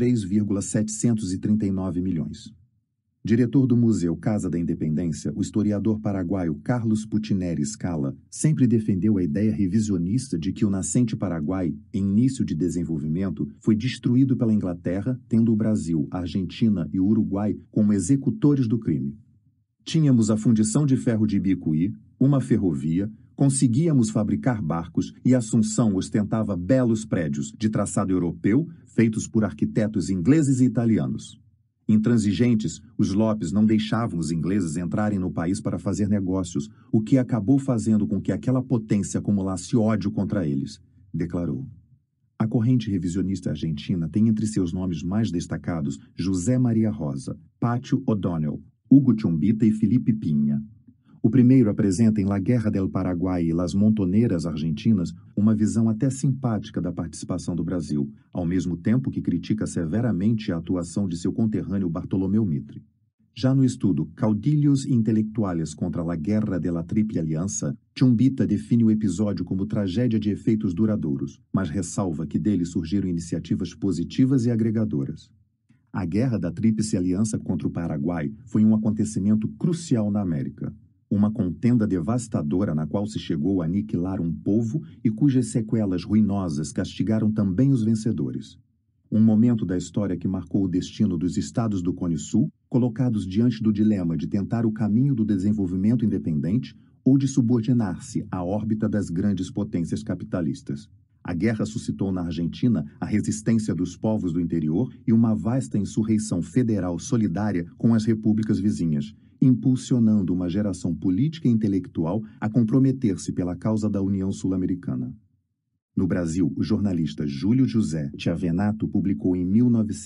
23,739 milhões. Diretor do Museu Casa da Independência, o historiador paraguaio Carlos Putineri Scala sempre defendeu a ideia revisionista de que o nascente Paraguai, em início de desenvolvimento, foi destruído pela Inglaterra, tendo o Brasil, a Argentina e o Uruguai como executores do crime. Tínhamos a fundição de ferro de Ibicuí, uma ferrovia, conseguíamos fabricar barcos e Assunção ostentava belos prédios de traçado europeu, feitos por arquitetos ingleses e italianos. Intransigentes, os Lopes não deixavam os ingleses entrarem no país para fazer negócios, o que acabou fazendo com que aquela potência acumulasse ódio contra eles, declarou. A corrente revisionista argentina tem entre seus nomes mais destacados José Maria Rosa, Pátio O'Donnell, Hugo Chumbita e Felipe Pinha. O primeiro apresenta em La Guerra del Paraguay e Las Montoneras Argentinas uma visão até simpática da participação do Brasil, ao mesmo tempo que critica severamente a atuação de seu conterrâneo Bartolomeu Mitre. Já no estudo Caudillos Intelectuales contra la Guerra de la Triple Aliança, Chumbita define o episódio como tragédia de efeitos duradouros, mas ressalva que dele surgiram iniciativas positivas e agregadoras. A Guerra da Tríplice Aliança contra o Paraguai foi um acontecimento crucial na América. Uma contenda devastadora na qual se chegou a aniquilar um povo e cujas sequelas ruinosas castigaram também os vencedores. Um momento da história que marcou o destino dos estados do Cone Sul, colocados diante do dilema de tentar o caminho do desenvolvimento independente ou de subordinar-se à órbita das grandes potências capitalistas. A guerra suscitou na Argentina a resistência dos povos do interior e uma vasta insurreição federal solidária com as repúblicas vizinhas, impulsionando uma geração política e intelectual a comprometer-se pela causa da União Sul-Americana. No Brasil, o jornalista Júlio José Chiavenato publicou em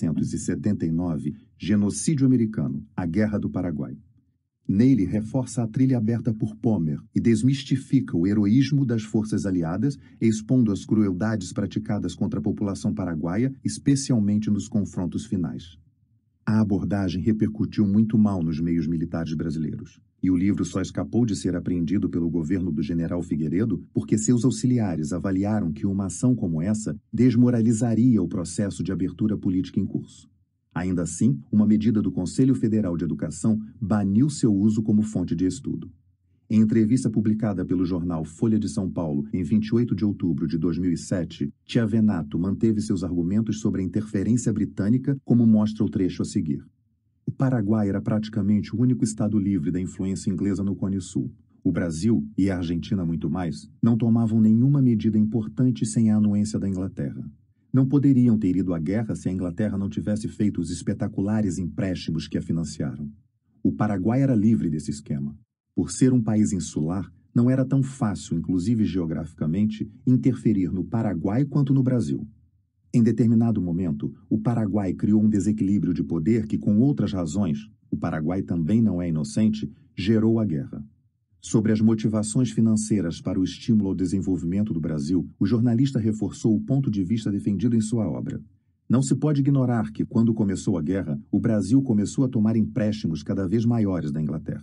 1979 Genocídio Americano, a Guerra do Paraguai. Nele, reforça a trilha aberta por Pommer e desmistifica o heroísmo das forças aliadas, expondo as crueldades praticadas contra a população paraguaia, especialmente nos confrontos finais. A abordagem repercutiu muito mal nos meios militares brasileiros, e o livro só escapou de ser apreendido pelo governo do general Figueiredo porque seus auxiliares avaliaram que uma ação como essa desmoralizaria o processo de abertura política em curso. Ainda assim, uma medida do Conselho Federal de Educação baniu seu uso como fonte de estudo. Em entrevista publicada pelo jornal Folha de São Paulo em 28 de outubro de 2007, Chiavenato manteve seus argumentos sobre a interferência britânica, como mostra o trecho a seguir. O Paraguai era praticamente o único estado livre da influência inglesa no Cone Sul. O Brasil, e a Argentina muito mais, não tomavam nenhuma medida importante sem a anuência da Inglaterra. Não poderiam ter ido à guerra se a Inglaterra não tivesse feito os espetaculares empréstimos que a financiaram. O Paraguai era livre desse esquema. Por ser um país insular, não era tão fácil, inclusive geograficamente, interferir no Paraguai quanto no Brasil. Em determinado momento, o Paraguai criou um desequilíbrio de poder que, com outras razões, o Paraguai também não é inocente, gerou a guerra. Sobre as motivações financeiras para o estímulo ao desenvolvimento do Brasil, o jornalista reforçou o ponto de vista defendido em sua obra. Não se pode ignorar que, quando começou a guerra, o Brasil começou a tomar empréstimos cada vez maiores da Inglaterra.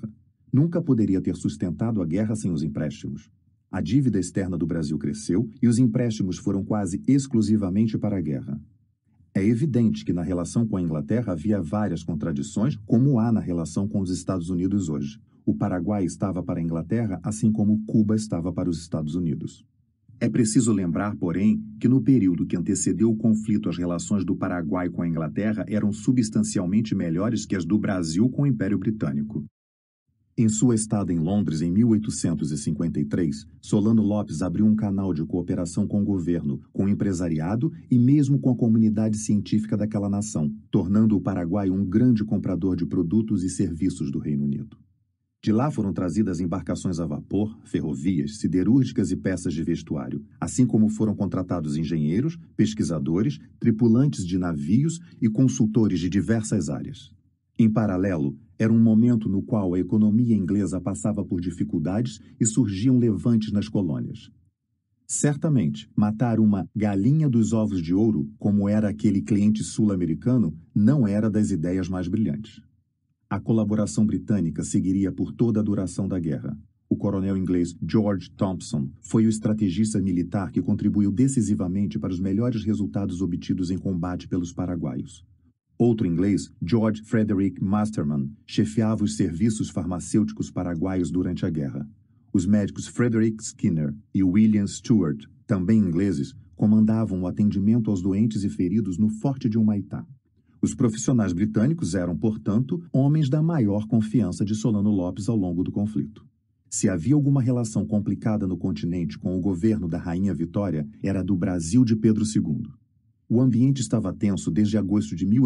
nunca poderia ter sustentado a guerra sem os empréstimos. A dívida externa do Brasil cresceu e os empréstimos foram quase exclusivamente para a guerra. É evidente que na relação com a Inglaterra havia várias contradições, como há na relação com os Estados Unidos hoje. O Paraguai estava para a Inglaterra, assim como Cuba estava para os Estados Unidos. É preciso lembrar, porém, que no período que antecedeu o conflito, as relações do Paraguai com a Inglaterra eram substancialmente melhores que as do Brasil com o Império Britânico. Em sua estada em Londres, em 1853, Solano Lopes abriu um canal de cooperação com o governo, com o empresariado e mesmo com a comunidade científica daquela nação, tornando o Paraguai um grande comprador de produtos e serviços do Reino Unido. De lá foram trazidas embarcações a vapor, ferrovias, siderúrgicas e peças de vestuário, assim como foram contratados engenheiros, pesquisadores, tripulantes de navios e consultores de diversas áreas. Em paralelo, era um momento no qual a economia inglesa passava por dificuldades e surgiam levantes nas colônias. Certamente, matar uma galinha dos ovos de ouro, como era aquele cliente sul-americano, não era das ideias mais brilhantes. A colaboração britânica seguiria por toda a duração da guerra. O coronel inglês George Thompson foi o estrategista militar que contribuiu decisivamente para os melhores resultados obtidos em combate pelos paraguaios. Outro inglês, George Frederick Masterman, chefiava os serviços farmacêuticos paraguaios durante a guerra. Os médicos Frederick Skinner e William Stewart, também ingleses, comandavam o atendimento aos doentes e feridos no Forte de Humaitá. Os profissionais britânicos eram, portanto, homens da maior confiança de Solano Lopes ao longo do conflito. Se havia alguma relação complicada no continente com o governo da Rainha Vitória, era a do Brasil de Pedro II. O ambiente estava tenso desde agosto de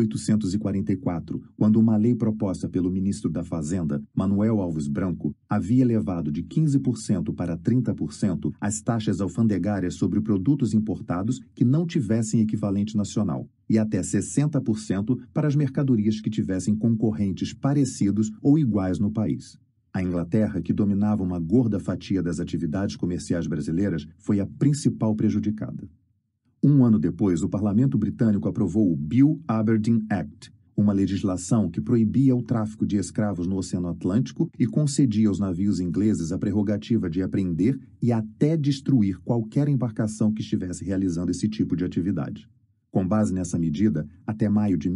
1844, quando uma lei proposta pelo ministro da Fazenda, Manuel Alves Branco, havia elevado de 15% para 30% as taxas alfandegárias sobre produtos importados que não tivessem equivalente nacional, e até 60% para as mercadorias que tivessem concorrentes parecidos ou iguais no país. A Inglaterra, que dominava uma gorda fatia das atividades comerciais brasileiras, foi a principal prejudicada. Um ano depois, o parlamento britânico aprovou o Bill Aberdeen Act, uma legislação que proibia o tráfico de escravos no Oceano Atlântico e concedia aos navios ingleses a prerrogativa de apreender e até destruir qualquer embarcação que estivesse realizando esse tipo de atividade. Com base nessa medida, até maio de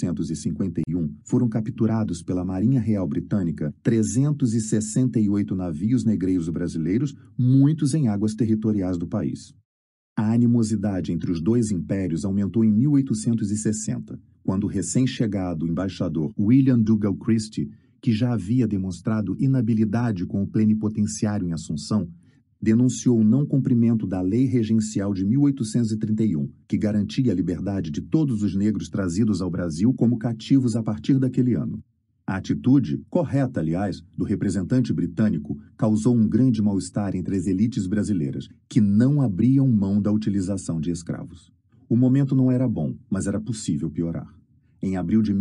1851, foram capturados pela Marinha Real Britânica 368 navios negreiros brasileiros, muitos em águas territoriais do país. A animosidade entre os dois impérios aumentou em 1860, quando o recém-chegado embaixador William Dougal Christie, que já havia demonstrado inabilidade com o plenipotenciário em Assunção, denunciou o não cumprimento da Lei Regencial de 1831, que garantia a liberdade de todos os negros trazidos ao Brasil como cativos a partir daquele ano. A atitude, correta aliás, do representante britânico causou um grande mal-estar entre as elites brasileiras, que não abriam mão da utilização de escravos. O momento não era bom, mas era possível piorar. Em abril de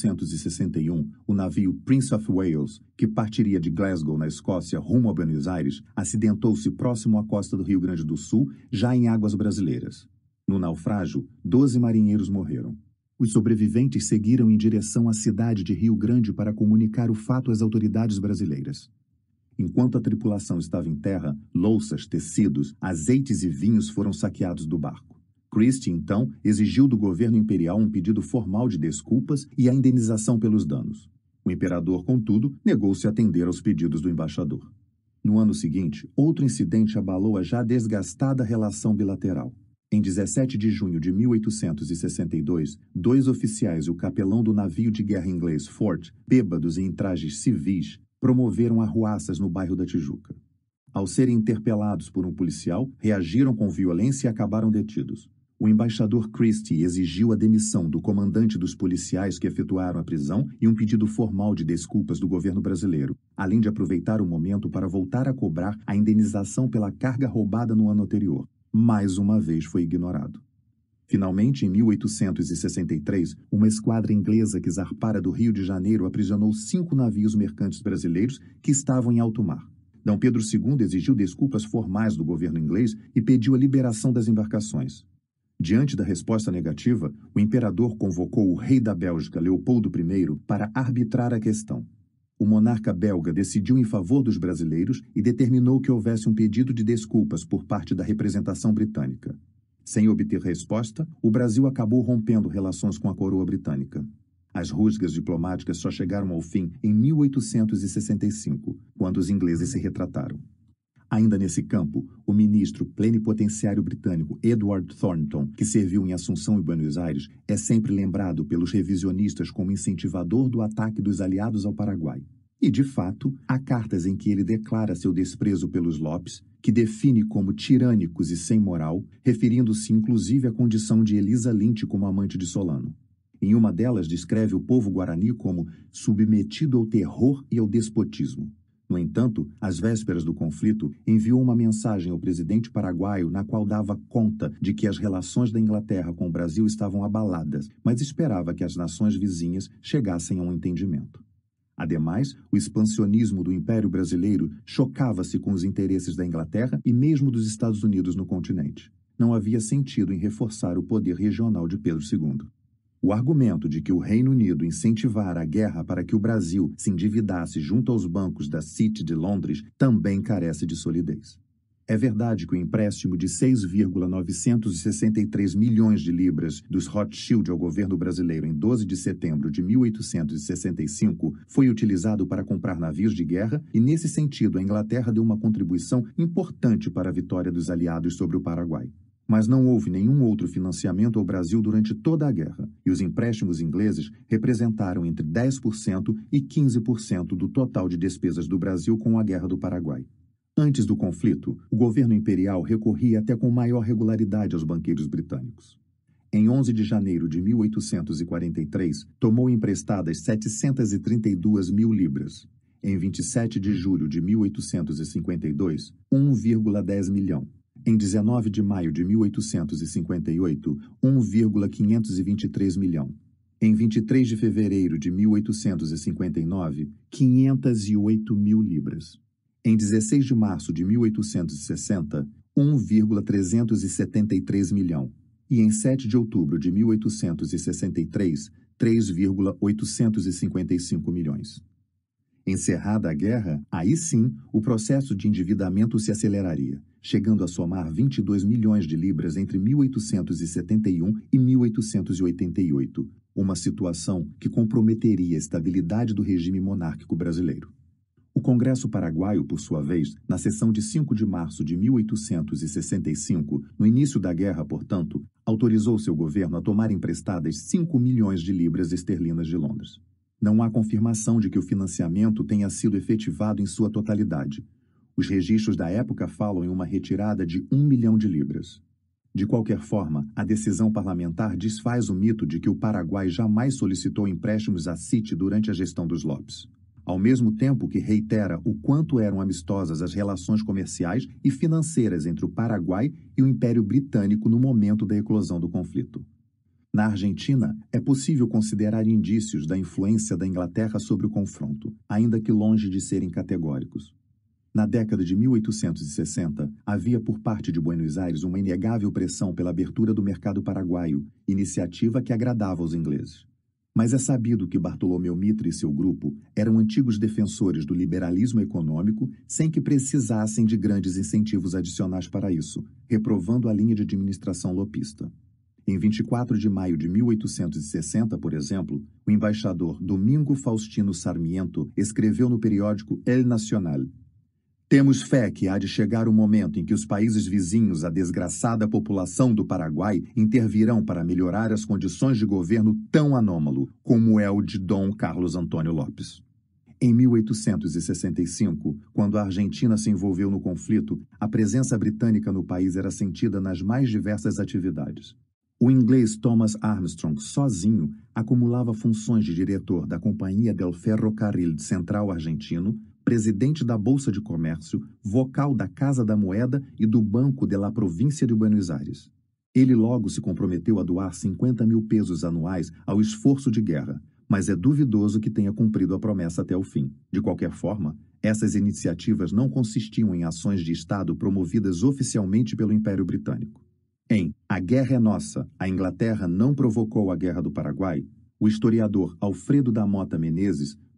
1861, o navio Prince of Wales, que partiria de Glasgow, na Escócia, rumo a Buenos Aires, acidentou-se próximo à costa do Rio Grande do Sul, já em águas brasileiras. No naufrágio, 12 marinheiros morreram. Os sobreviventes seguiram em direção à cidade de Rio Grande para comunicar o fato às autoridades brasileiras. Enquanto a tripulação estava em terra, louças, tecidos, azeites e vinhos foram saqueados do barco. Christie, então, exigiu do governo imperial um pedido formal de desculpas e a indenização pelos danos. O imperador, contudo, negou-se a atender aos pedidos do embaixador. No ano seguinte, outro incidente abalou a já desgastada relação bilateral. Em 17 de junho de 1862, 2 oficiais e o capelão do navio de guerra inglês Fort, bêbados e em trajes civis, promoveram arruaças no bairro da Tijuca. Ao serem interpelados por um policial, reagiram com violência e acabaram detidos. O embaixador Christie exigiu a demissão do comandante dos policiais que efetuaram a prisão e um pedido formal de desculpas do governo brasileiro, além de aproveitar o momento para voltar a cobrar a indenização pela carga roubada no ano anterior. Mais uma vez foi ignorado. Finalmente, em 1863, uma esquadra inglesa que zarpara do Rio de Janeiro aprisionou 5 navios mercantes brasileiros que estavam em alto mar. D. Pedro II exigiu desculpas formais do governo inglês e pediu a liberação das embarcações. Diante da resposta negativa, o imperador convocou o rei da Bélgica, Leopoldo I, para arbitrar a questão. o monarca belga decidiu em favor dos brasileiros e determinou que houvesse um pedido de desculpas por parte da representação britânica. Sem obter resposta, o Brasil acabou rompendo relações com a coroa britânica. As rusgas diplomáticas só chegaram ao fim em 1865, quando os ingleses se retrataram. Ainda nesse campo, o ministro plenipotenciário britânico Edward Thornton, que serviu em Assunção e Buenos Aires, é sempre lembrado pelos revisionistas como incentivador do ataque dos aliados ao Paraguai. E, de fato, há cartas em que ele declara seu desprezo pelos Lopes, que define como tirânicos e sem moral, referindo-se inclusive à condição de Elisa Lynch como amante de Solano. Em uma delas, descreve o povo guarani como submetido ao terror e ao despotismo. No entanto, às vésperas do conflito, enviou uma mensagem ao presidente paraguaio na qual dava conta de que as relações da Inglaterra com o Brasil estavam abaladas, mas esperava que as nações vizinhas chegassem a um entendimento. Ademais, o expansionismo do Império Brasileiro chocava-se com os interesses da Inglaterra e mesmo dos Estados Unidos no continente. Não havia sentido em reforçar o poder regional de Pedro II. O argumento de que o Reino Unido incentivara a guerra para que o Brasil se endividasse junto aos bancos da City de Londres também carece de solidez. É verdade que o empréstimo de 6,963 milhões de libras dos Rothschild ao governo brasileiro em 12 de setembro de 1865 foi utilizado para comprar navios de guerra e, nesse sentido, a Inglaterra deu uma contribuição importante para a vitória dos aliados sobre o Paraguai. Mas não houve nenhum outro financiamento ao Brasil durante toda a guerra, e os empréstimos ingleses representaram entre 10% e 15% do total de despesas do Brasil com a Guerra do Paraguai. Antes do conflito, o governo imperial recorria até com maior regularidade aos banqueiros britânicos. Em 11 de janeiro de 1843, tomou emprestadas 732 mil libras. Em 27 de julho de 1852, 1,10 milhão. Em 19 de maio de 1858, 1,523 milhão. Em 23 de fevereiro de 1859, 508 mil libras. Em 16 de março de 1860, 1,373 milhão. E em 7 de outubro de 1863, 3,855 milhões. Encerrada a guerra, aí sim, o processo de endividamento se aceleraria, chegando a somar 22 milhões de libras entre 1871 e 1888, uma situação que comprometeria a estabilidade do regime monárquico brasileiro. O Congresso Paraguaio, por sua vez, na sessão de 5 de março de 1865, no início da guerra, portanto, autorizou seu governo a tomar emprestadas 5 milhões de libras esterlinas de Londres. Não há confirmação de que o financiamento tenha sido efetivado em sua totalidade. Os registros da época falam em uma retirada de 1 milhão de libras. De qualquer forma, a decisão parlamentar desfaz o mito de que o Paraguai jamais solicitou empréstimos à City durante a gestão dos Lopes, ao mesmo tempo que reitera o quanto eram amistosas as relações comerciais e financeiras entre o Paraguai e o Império Britânico no momento da eclosão do conflito. Na Argentina, é possível considerar indícios da influência da Inglaterra sobre o confronto, ainda que longe de serem categóricos. Na década de 1860, havia por parte de Buenos Aires uma inegável pressão pela abertura do mercado paraguaio, iniciativa que agradava aos ingleses. Mas é sabido que Bartolomeu Mitre e seu grupo eram antigos defensores do liberalismo econômico sem que precisassem de grandes incentivos adicionais para isso, reprovando a linha de administração lopista. Em 24 de maio de 1860, por exemplo, o embaixador Domingo Faustino Sarmiento escreveu no periódico El Nacional: "Temos fé que há de chegar o momento em que os países vizinhos à desgraçada população do Paraguai intervirão para melhorar as condições de governo tão anômalo como é o de Dom Carlos Antônio Lopes." Em 1865, quando a Argentina se envolveu no conflito, a presença britânica no país era sentida nas mais diversas atividades. O inglês Thomas Armstrong, sozinho, acumulava funções de diretor da Companhia del Ferrocarril Central Argentino, presidente da Bolsa de Comércio, vocal da Casa da Moeda e do Banco de la Província de Buenos Aires. Ele logo se comprometeu a doar 50 mil pesos anuais ao esforço de guerra, mas é duvidoso que tenha cumprido a promessa até o fim. De qualquer forma, essas iniciativas não consistiam em ações de Estado promovidas oficialmente pelo Império Britânico. Em A Guerra é Nossa, a Inglaterra não provocou a Guerra do Paraguai, o historiador Alfredo da Mota Menezes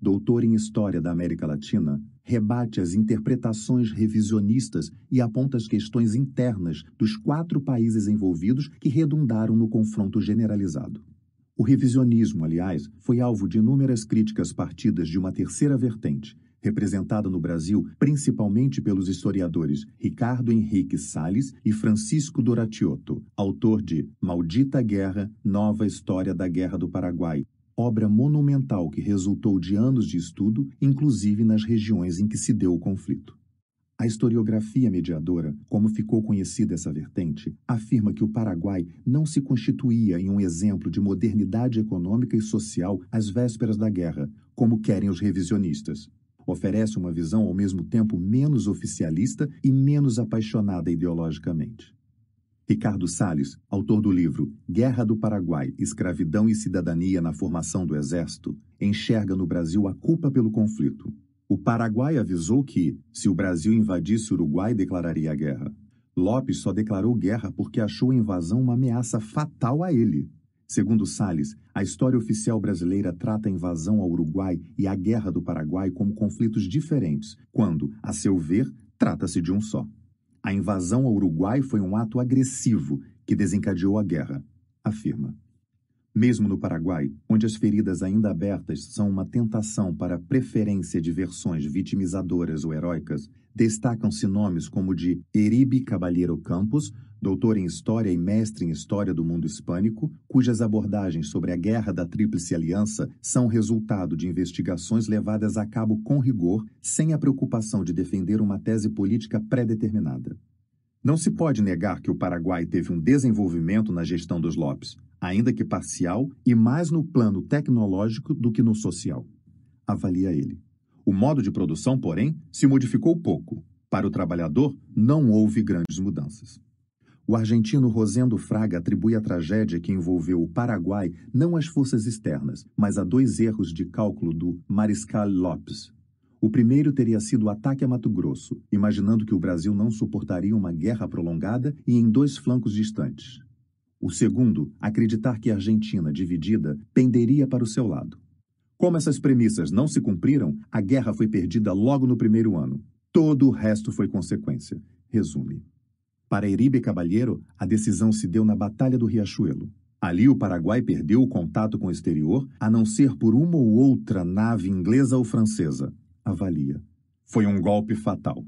doutor em História da América Latina, rebate as interpretações revisionistas e aponta as questões internas dos 4 países envolvidos que redundaram no confronto generalizado. O revisionismo, aliás, foi alvo de inúmeras críticas partidas de uma terceira vertente, representada no Brasil principalmente pelos historiadores Ricardo Henrique Salles e Francisco Doratiotto, autor de Maldita Guerra, Nova História da Guerra do Paraguai, obra monumental que resultou de anos de estudo, inclusive nas regiões em que se deu o conflito. A historiografia mediadora, como ficou conhecida essa vertente, afirma que o Paraguai não se constituía em um exemplo de modernidade econômica e social às vésperas da guerra, como querem os revisionistas. Oferece uma visão ao mesmo tempo menos oficialista e menos apaixonada ideologicamente. Ricardo Salles, autor do livro Guerra do Paraguai, Escravidão e Cidadania na Formação do Exército, enxerga no Brasil a culpa pelo conflito. O Paraguai avisou que, se o Brasil invadisse o Uruguai, declararia a guerra. Lopes só declarou guerra porque achou a invasão uma ameaça fatal a ele. Segundo Salles, a história oficial brasileira trata a invasão ao Uruguai e a Guerra do Paraguai como conflitos diferentes, quando, a seu ver, trata-se de um só. A invasão ao Uruguai foi um ato agressivo que desencadeou a guerra, afirma. Mesmo no Paraguai, onde as feridas ainda abertas são uma tentação para a preferência de versões vitimizadoras ou heróicas, destacam-se nomes como o de Eribe Caballero Campos, doutor em História e mestre em História do Mundo Hispânico, cujas abordagens sobre a Guerra da Tríplice Aliança são resultado de investigações levadas a cabo com rigor, sem a preocupação de defender uma tese política pré-determinada. Não se pode negar que o Paraguai teve um desenvolvimento na gestão dos Lopes, ainda que parcial e mais no plano tecnológico do que no social. Avalia ele. O modo de produção, porém, se modificou pouco. Para o trabalhador, não houve grandes mudanças. O argentino Rosendo Fraga atribui a tragédia que envolveu o Paraguai não às forças externas, mas a 2 erros de cálculo do Mariscal Lopes. O primeiro teria sido o ataque a Mato Grosso, imaginando que o Brasil não suportaria uma guerra prolongada e em 2 flancos distantes. O segundo, acreditar que a Argentina, dividida, penderia para o seu lado. Como essas premissas não se cumpriram, a guerra foi perdida logo no primeiro ano. Todo o resto foi consequência, resume. Para Eribe Caballero, a decisão se deu na Batalha do Riachuelo. Ali o Paraguai perdeu o contato com o exterior, a não ser por uma ou outra nave inglesa ou francesa. Avalia. Foi um golpe fatal.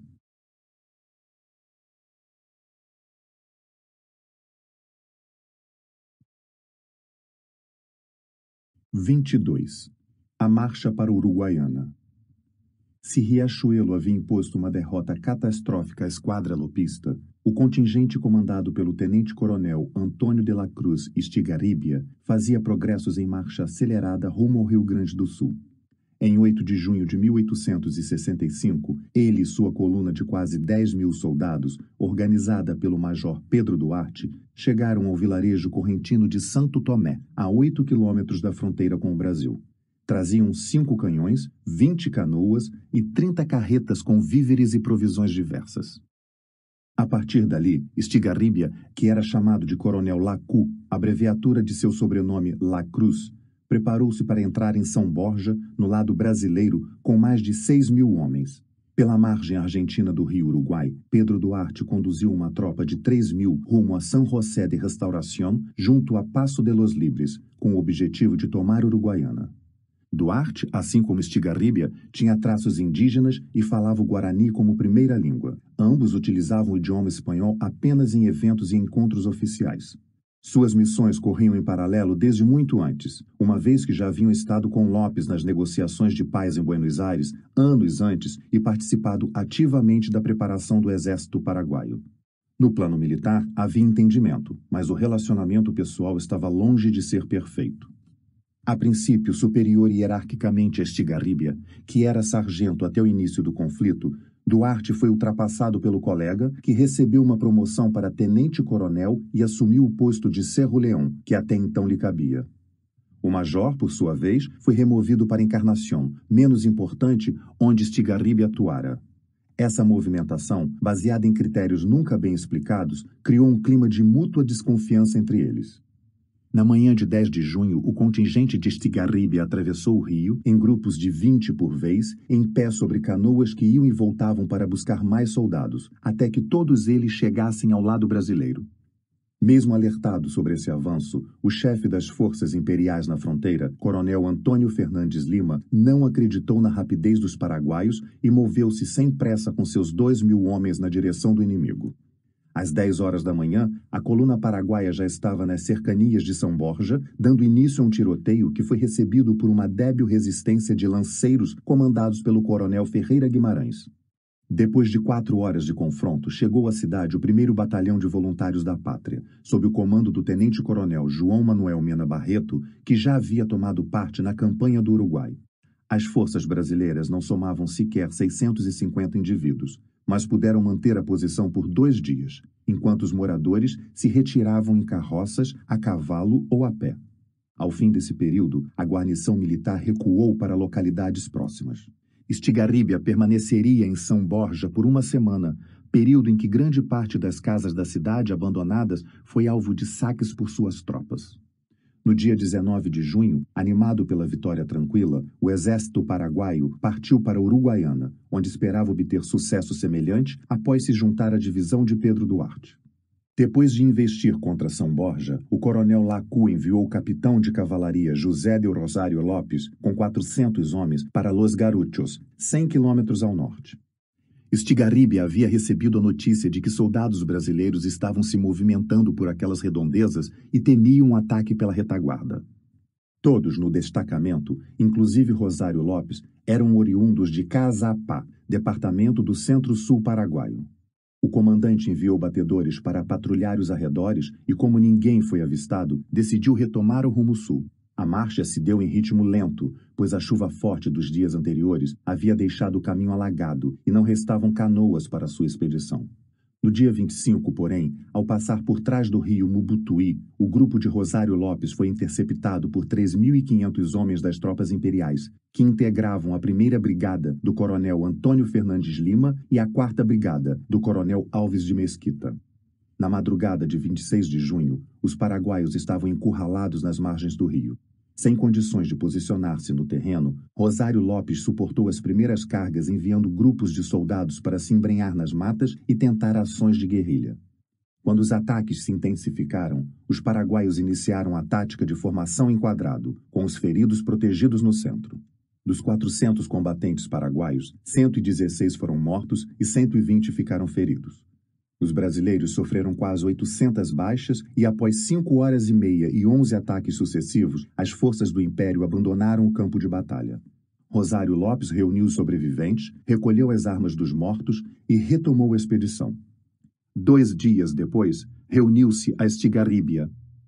(22) A marcha para Uruguaiana. Se Riachuelo havia imposto uma derrota catastrófica à esquadra lopista, o contingente comandado pelo tenente-coronel Antônio de la Cruz Estigarribia fazia progressos em marcha acelerada rumo ao Rio Grande do Sul. Em 8 de junho de 1865, ele e sua coluna de quase 10.000 soldados, organizada pelo major Pedro Duarte, chegaram ao vilarejo correntino de Santo Tomé, a 8 quilômetros da fronteira com o Brasil. Traziam 5 canhões, 20 canoas e 30 carretas com víveres e provisões diversas. A partir dali, Estigarribia, que era chamado de Coronel Lacu, abreviatura de seu sobrenome La Cruz, preparou-se para entrar em São Borja, no lado brasileiro, com mais de 6.000 homens. Pela margem argentina do rio Uruguai, Pedro Duarte conduziu uma tropa de 3.000 rumo a São José de Restauración, junto a Passo de los Libres, com o objetivo de tomar Uruguaiana. Duarte, assim como Estigarribia, tinha traços indígenas e falava o guarani como primeira língua. Ambos utilizavam o idioma espanhol apenas em eventos e encontros oficiais. Suas missões corriam em paralelo desde muito antes, uma vez que já haviam estado com Lopes nas negociações de paz em Buenos Aires anos antes e participado ativamente da preparação do exército paraguaio. No plano militar, havia entendimento, mas o relacionamento pessoal estava longe de ser perfeito. A princípio superior hierarquicamente a Estigarribia, que era sargento até o início do conflito, Duarte foi ultrapassado pelo colega, que recebeu uma promoção para tenente-coronel e assumiu o posto de Cerro Leão, que até então lhe cabia. O major, por sua vez, foi removido para Encarnación, menos importante, onde Estigarribia atuara. Essa movimentação, baseada em critérios nunca bem explicados, criou um clima de mútua desconfiança entre eles. Na manhã de 10 de junho, o contingente de Estigarribia atravessou o rio, em grupos de 20 por vez, em pé sobre canoas que iam e voltavam para buscar mais soldados, até que todos eles chegassem ao lado brasileiro. Mesmo alertado sobre esse avanço, o chefe das forças imperiais na fronteira, coronel Antônio Fernandes Lima, não acreditou na rapidez dos paraguaios e moveu-se sem pressa com seus 2.000 homens na direção do inimigo. Às 10 horas da manhã, a coluna paraguaia já estava nas cercanias de São Borja, dando início a um tiroteio que foi recebido por uma débil resistência de lanceiros comandados pelo coronel Ferreira Guimarães. Depois de 4 horas de confronto, chegou à cidade o 1º Batalhão de Voluntários da Pátria, sob o comando do tenente-coronel João Manuel Mena Barreto, que já havia tomado parte na campanha do Uruguai. As forças brasileiras não somavam sequer 650 indivíduos, mas puderam manter a posição por 2 dias, enquanto os moradores se retiravam em carroças, a cavalo ou a pé. Ao fim desse período, a guarnição militar recuou para localidades próximas. Estigarribia permaneceria em São Borja por 1 semana, período em que grande parte das casas da cidade abandonadas foi alvo de saques por suas tropas. No dia 19 de junho, animado pela vitória tranquila, o exército paraguaio partiu para Uruguaiana, onde esperava obter sucesso semelhante após se juntar à divisão de Pedro Duarte. Depois de investir contra São Borja, o coronel Lacu enviou o capitão de cavalaria José de Rosário Lopes com 400 homens para Los Garuchos, 100 quilômetros ao norte. Estigarribia havia recebido a notícia de que soldados brasileiros estavam se movimentando por aquelas redondezas e temiam um ataque pela retaguarda. Todos no destacamento, inclusive Rosário Lopes, eram oriundos de Caazapá, departamento do centro-sul paraguaio. O comandante enviou batedores para patrulhar os arredores e, como ninguém foi avistado, decidiu retomar o rumo sul. A marcha se deu em ritmo lento, pois a chuva forte dos dias anteriores havia deixado o caminho alagado e não restavam canoas para sua expedição. No dia 25, porém, ao passar por trás do rio Mubutuí, o grupo de Rosário Lopes foi interceptado por 3.500 homens das tropas imperiais, que integravam a 1ª Brigada do coronel Antônio Fernandes Lima e a 4ª Brigada do coronel Alves de Mesquita. Na madrugada de 26 de junho, os paraguaios estavam encurralados nas margens do rio. Sem condições de posicionar-se no terreno, Rosário Lopes suportou as primeiras cargas enviando grupos de soldados para se embrenhar nas matas e tentar ações de guerrilha. Quando os ataques se intensificaram, os paraguaios iniciaram a tática de formação em quadrado, com os feridos protegidos no centro. Dos 400 combatentes paraguaios, 116 foram mortos e 120 ficaram feridos. Os brasileiros sofreram quase 800 baixas e, após 5 horas e meia e 11 ataques sucessivos, as forças do Império abandonaram o campo de batalha. Rosário Lopes reuniu os sobreviventes, recolheu as armas dos mortos e retomou a expedição. 2 dias depois, reuniu-se a Estigarribia.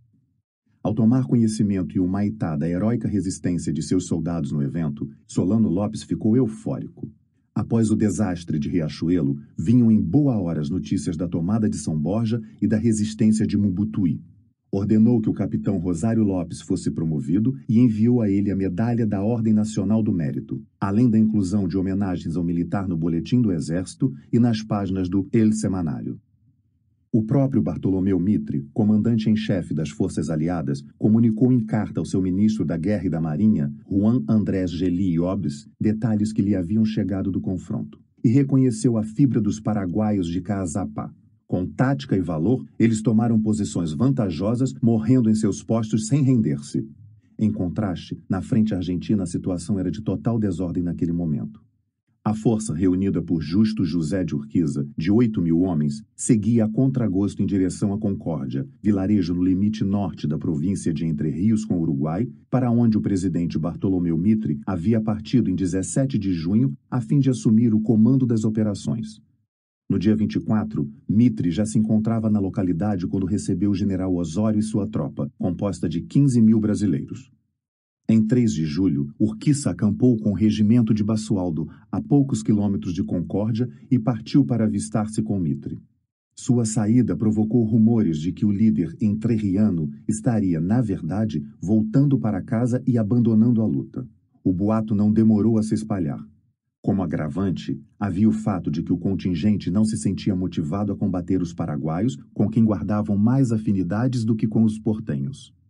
Ao tomar conhecimento em Humaitá da heróica resistência de seus soldados no evento, Solano Lopes ficou eufórico. Após o desastre de Riachuelo, vinham em boa hora as notícias da tomada de São Borja e da resistência de Mubutuí. Ordenou que o capitão Rosário Lopes fosse promovido e enviou a ele a medalha da Ordem Nacional do Mérito, além da inclusão de homenagens ao militar no Boletim do Exército e nas páginas do El Semanário. O próprio Bartolomeu Mitre, comandante em chefe das forças aliadas, comunicou em carta ao seu ministro da Guerra e da Marinha, Juan Andrés Geli Obes, detalhes que lhe haviam chegado do confronto, e reconheceu a fibra dos paraguaios de Caazapá. Com tática e valor, eles tomaram posições vantajosas, morrendo em seus postos sem render-se. Em contraste, na frente argentina a situação era de total desordem naquele momento. A força reunida por Justo José de Urquiza, de 8.000 homens, seguia a contragosto em direção à Concórdia, vilarejo no limite norte da província de Entre Rios com o Uruguai, para onde o presidente Bartolomeu Mitre havia partido em 17 de junho a fim de assumir o comando das operações. No dia 24, Mitre já se encontrava na localidade quando recebeu o general Osório e sua tropa, composta de 15.000 brasileiros. Em 3 de julho, Urquiza acampou com o regimento de Basualdo, a poucos quilômetros de Concórdia, e partiu para avistar-se com Mitre. Sua saída provocou rumores de que o líder entrerriano estaria, na verdade, voltando para casa e abandonando a luta. O boato não demorou a se espalhar. Como agravante, havia o fato de que o contingente não se sentia motivado a combater os paraguaios, com quem guardavam mais afinidades do que com os portenhos.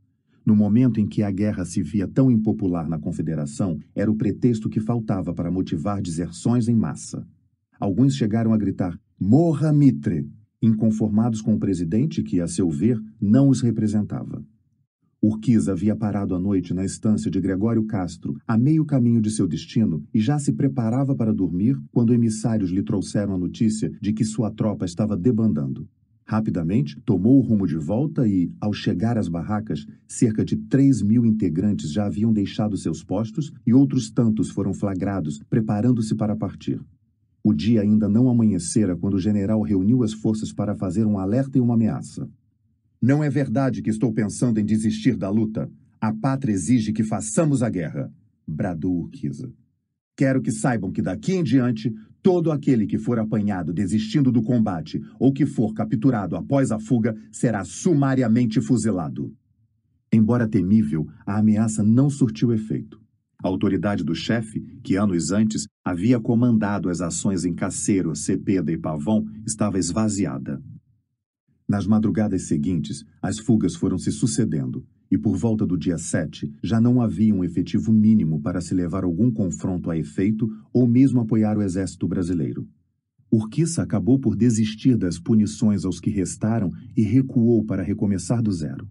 No momento em que a guerra se via tão impopular na Confederação, era o pretexto que faltava para motivar deserções em massa. Alguns chegaram a gritar, "Morra Mitre!", inconformados com o presidente que, a seu ver, não os representava. Urquiza havia parado à noite na estância de Gregório Castro, a meio caminho de seu destino, e já se preparava para dormir quando emissários lhe trouxeram a notícia de que sua tropa estava debandando. Rapidamente, tomou o rumo de volta e, ao chegar às barracas, cerca de 3.000 integrantes já haviam deixado seus postos e outros tantos foram flagrados, preparando-se para partir. O dia ainda não amanhecera quando o general reuniu as forças para fazer um alerta e uma ameaça. "Não é verdade que estou pensando em desistir da luta. A pátria exige que façamos a guerra", bradou Urquiza. "Quero que saibam que daqui em diante, todo aquele que for apanhado desistindo do combate ou que for capturado após a fuga será sumariamente fuzilado." Embora temível, a ameaça não surtiu efeito. A autoridade do chefe, que anos antes havia comandado as ações em Caceiro, Cepeda e Pavão, estava esvaziada. Nas madrugadas seguintes, as fugas foram se sucedendo, e por volta do dia 7, já não havia um efetivo mínimo para se levar algum confronto a efeito ou mesmo apoiar o exército brasileiro. Urquiza acabou por desistir das punições aos que restaram e recuou para recomeçar do zero.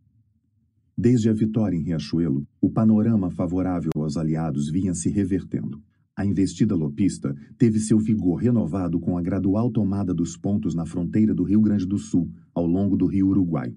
Desde a vitória em Riachuelo, o panorama favorável aos aliados vinha se revertendo. A investida lopista teve seu vigor renovado com a gradual tomada dos pontos na fronteira do Rio Grande do Sul, ao longo do rio Uruguai.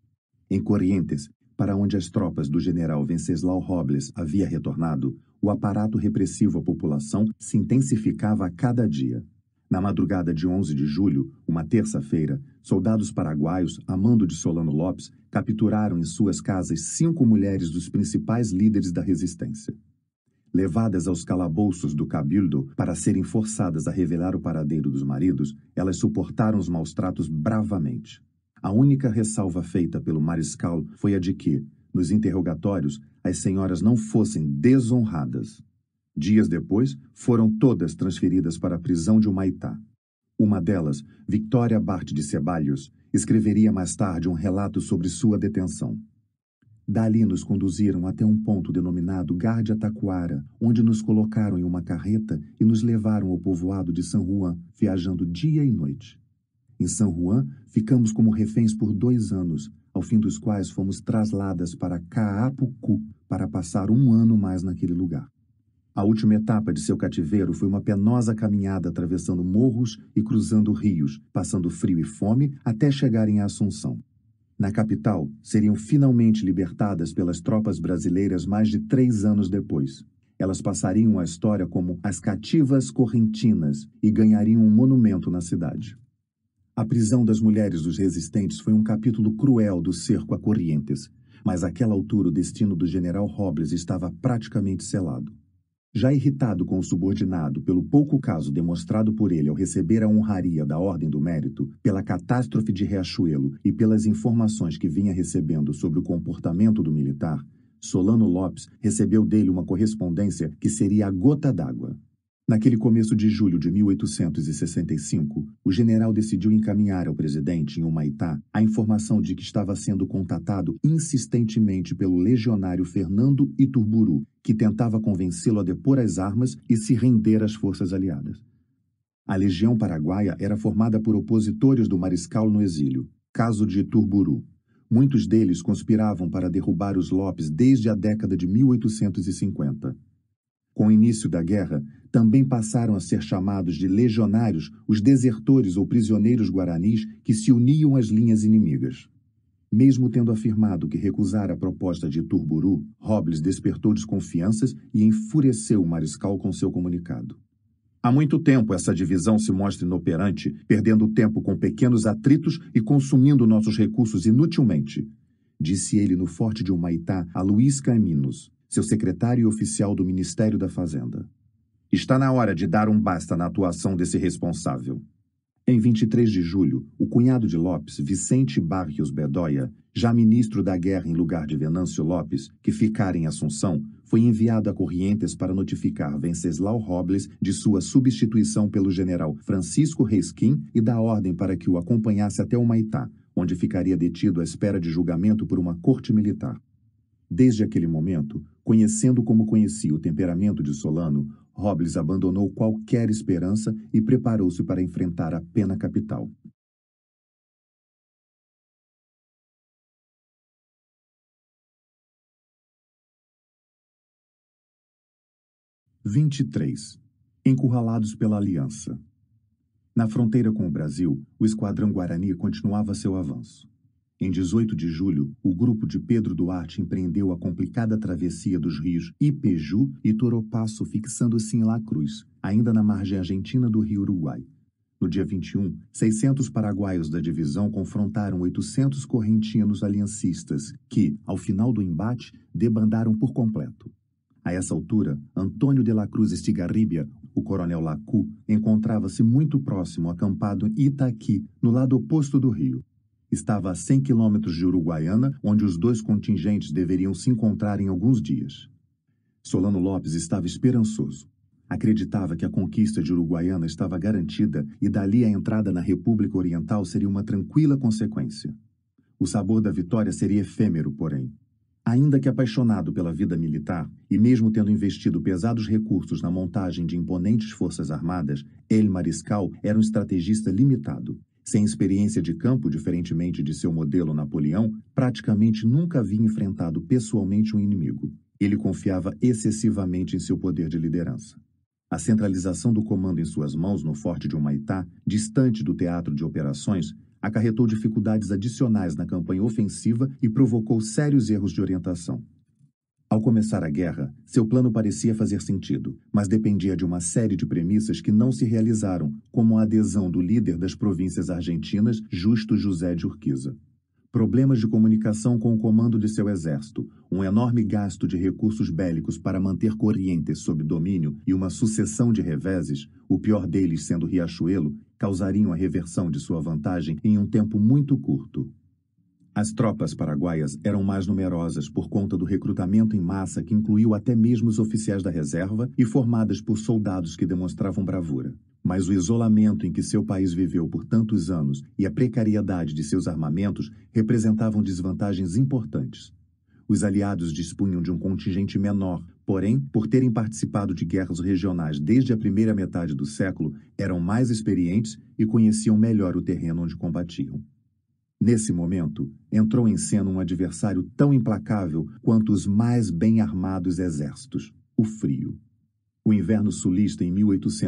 Em Corrientes, para onde as tropas do general Venceslau Robles havia retornado, o aparato repressivo à população se intensificava a cada dia. Na madrugada de 11 de julho, uma terça-feira, soldados paraguaios, a mando de Solano Lopes, capturaram em suas casas 5 mulheres dos principais líderes da resistência. Levadas aos calabouços do Cabildo para serem forçadas a revelar o paradeiro dos maridos, elas suportaram os maus-tratos bravamente. A única ressalva feita pelo mariscal foi a de que, nos interrogatórios, as senhoras não fossem desonradas. Dias depois, foram todas transferidas para a prisão de Humaitá. Uma delas, Victoria Bart de Ceballos, escreveria mais tarde um relato sobre sua detenção. Dali nos conduziram até um ponto denominado Garde Taquara, onde nos colocaram em uma carreta e nos levaram ao povoado de San Juan, viajando dia e noite. Em San Juan, ficamos como reféns por 2 anos, ao fim dos quais fomos trasladadas para Caapucu para passar 1 ano mais naquele lugar. A última etapa de seu cativeiro foi uma penosa caminhada atravessando morros e cruzando rios, passando frio e fome até chegarem à Assunção. Na capital, seriam finalmente libertadas pelas tropas brasileiras mais de 3 anos depois. Elas passariam a história como as cativas correntinas e ganhariam um monumento na cidade. A prisão das mulheres dos resistentes foi um capítulo cruel do cerco a Corrientes, mas àquela altura o destino do general Robles estava praticamente selado. Já irritado com o subordinado pelo pouco caso demonstrado por ele ao receber a honraria da Ordem do Mérito, pela catástrofe de Riachuelo e pelas informações que vinha recebendo sobre o comportamento do militar, Solano Lopes recebeu dele uma correspondência que seria a gota d'água. Naquele começo de julho de 1865, o general decidiu encaminhar ao presidente, em Humaitá, a informação de que estava sendo contatado insistentemente pelo legionário Fernando Iturburu, que tentava convencê-lo a depor as armas e se render às forças aliadas. A Legião Paraguaia era formada por opositores do mariscal no exílio, caso de Iturburu. Muitos deles conspiravam para derrubar os Lopes desde a década de 1850. Com o início da guerra, também passaram a ser chamados de legionários os desertores ou prisioneiros guaranis que se uniam às linhas inimigas. Mesmo tendo afirmado que recusara a proposta de Iturburu, Robles despertou desconfianças e enfureceu o mariscal com seu comunicado. Há muito tempo essa divisão se mostra inoperante, perdendo tempo com pequenos atritos e consumindo nossos recursos inutilmente, disse ele no forte de Humaitá a Luiz Caminos, seu secretário e oficial do Ministério da Fazenda. Está na hora de dar um basta na atuação desse responsável. Em 23 de julho, o cunhado de Lopes, Vicente Barrios Bedoya, já ministro da guerra em lugar de Venâncio Lopes, que ficara em Assunção, foi enviado a Corrientes para notificar Venceslau Robles de sua substituição pelo general Francisco Reisquim e dar ordem para que o acompanhasse até Humaitá, onde ficaria detido à espera de julgamento por uma corte militar. Desde aquele momento, conhecendo como conhecia o temperamento de Solano, Robles abandonou qualquer esperança e preparou-se para enfrentar a pena capital. (23) Encurralados pela Aliança. Na fronteira com o Brasil, o Esquadrão Guarani continuava seu avanço. Em 18 de julho, o grupo de Pedro Duarte empreendeu a complicada travessia dos rios Ipeju e Toropaço, fixando-se em La Cruz, ainda na margem argentina do rio Uruguai. No dia 21, 600 paraguaios da divisão confrontaram 800 correntinos aliancistas, que, ao final do embate, debandaram por completo. A essa altura, Antônio de la Cruz Estigarribia, o coronel Lacu, encontrava-se muito próximo, acampado em Itaqui, no lado oposto do rio. Estava a 100 quilômetros de Uruguaiana, onde os dois contingentes deveriam se encontrar em alguns dias. Solano Lopes estava esperançoso. Acreditava que a conquista de Uruguaiana estava garantida e dali a entrada na República Oriental seria uma tranquila consequência. O sabor da vitória seria efêmero, porém. Ainda que apaixonado pela vida militar, e mesmo tendo investido pesados recursos na montagem de imponentes forças armadas, El Mariscal era um estrategista limitado. Sem experiência de campo, diferentemente de seu modelo Napoleão, praticamente nunca havia enfrentado pessoalmente um inimigo. Ele confiava excessivamente em seu poder de liderança. A centralização do comando em suas mãos no forte de Humaitá, distante do teatro de operações, acarretou dificuldades adicionais na campanha ofensiva e provocou sérios erros de orientação. Ao começar a guerra, seu plano parecia fazer sentido, mas dependia de uma série de premissas que não se realizaram, como a adesão do líder das províncias argentinas, Justo José de Urquiza. Problemas de comunicação com o comando de seu exército, um enorme gasto de recursos bélicos para manter Corrientes sob domínio e uma sucessão de reveses, o pior deles sendo Riachuelo, causariam a reversão de sua vantagem em um tempo muito curto. As tropas paraguaias eram mais numerosas por conta do recrutamento em massa que incluiu até mesmo os oficiais da reserva e formadas por soldados que demonstravam bravura. Mas o isolamento em que seu país viveu por tantos anos e a precariedade de seus armamentos representavam desvantagens importantes. Os aliados dispunham de um contingente menor, porém, por terem participado de guerras regionais desde a primeira metade do século, eram mais experientes e conheciam melhor o terreno onde combatiam. Nesse momento, entrou em cena um adversário tão implacável quanto os mais bem armados exércitos: o frio. O inverno sulista em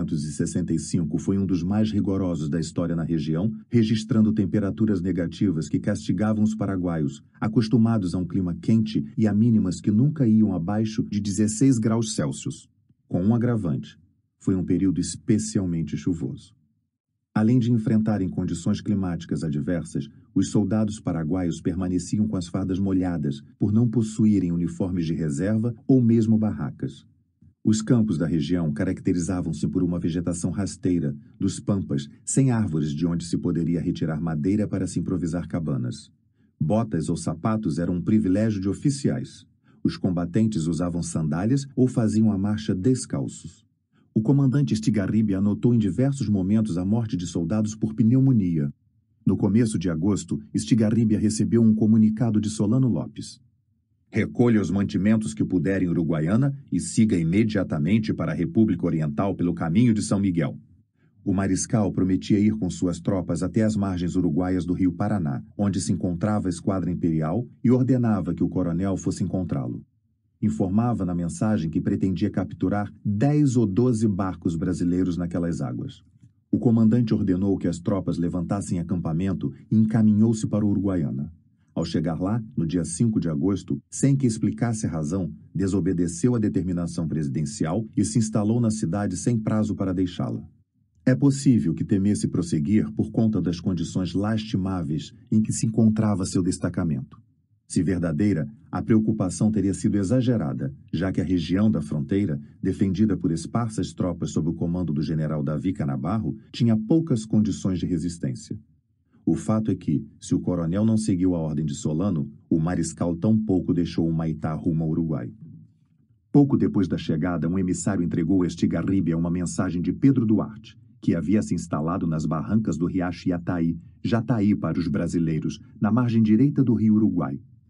1865 foi um dos mais rigorosos da história na região, registrando temperaturas negativas que castigavam os paraguaios, acostumados a um clima quente e a mínimas que nunca iam abaixo de 16 graus Celsius. Com um agravante: foi um período especialmente chuvoso. Além de enfrentarem condições climáticas adversas, os soldados paraguaios permaneciam com as fardas molhadas por não possuírem uniformes de reserva ou mesmo barracas. Os campos da região caracterizavam-se por uma vegetação rasteira, dos pampas, sem árvores de onde se poderia retirar madeira para se improvisar cabanas. Botas ou sapatos eram um privilégio de oficiais. Os combatentes usavam sandálias ou faziam a marcha descalços. O comandante Estigarribia anotou em diversos momentos a morte de soldados por pneumonia. No começo de agosto, Estigarribia recebeu um comunicado de Solano Lopes. Recolha os mantimentos que puder em Uruguaiana e siga imediatamente para a República Oriental pelo caminho de São Miguel. O mariscal prometia ir com suas tropas até as margens uruguaias do rio Paraná, onde se encontrava a esquadra imperial, e ordenava que o coronel fosse encontrá-lo. Informava na mensagem que pretendia capturar 10 ou 12 barcos brasileiros naquelas águas. O comandante ordenou que as tropas levantassem acampamento e encaminhou-se para o Uruguaiana. Ao chegar lá, no dia 5 de agosto, sem que explicasse a razão, desobedeceu a determinação presidencial e se instalou na cidade sem prazo para deixá-la. É possível que temesse prosseguir por conta das condições lastimáveis em que se encontrava seu destacamento. Se verdadeira, a preocupação teria sido exagerada, já que a região da fronteira, defendida por esparsas tropas sob o comando do general Davi Canabarro, tinha poucas condições de resistência. O fato é que, se o coronel não seguiu a ordem de Solano, o mariscal tampouco deixou Humaitá rumo ao Uruguai. Pouco depois da chegada, um emissário entregou a Estigarribia uma mensagem de Pedro Duarte, que havia se instalado nas barrancas do riacho Iataí, Jataí para os brasileiros, na margem direita do rio Uruguai.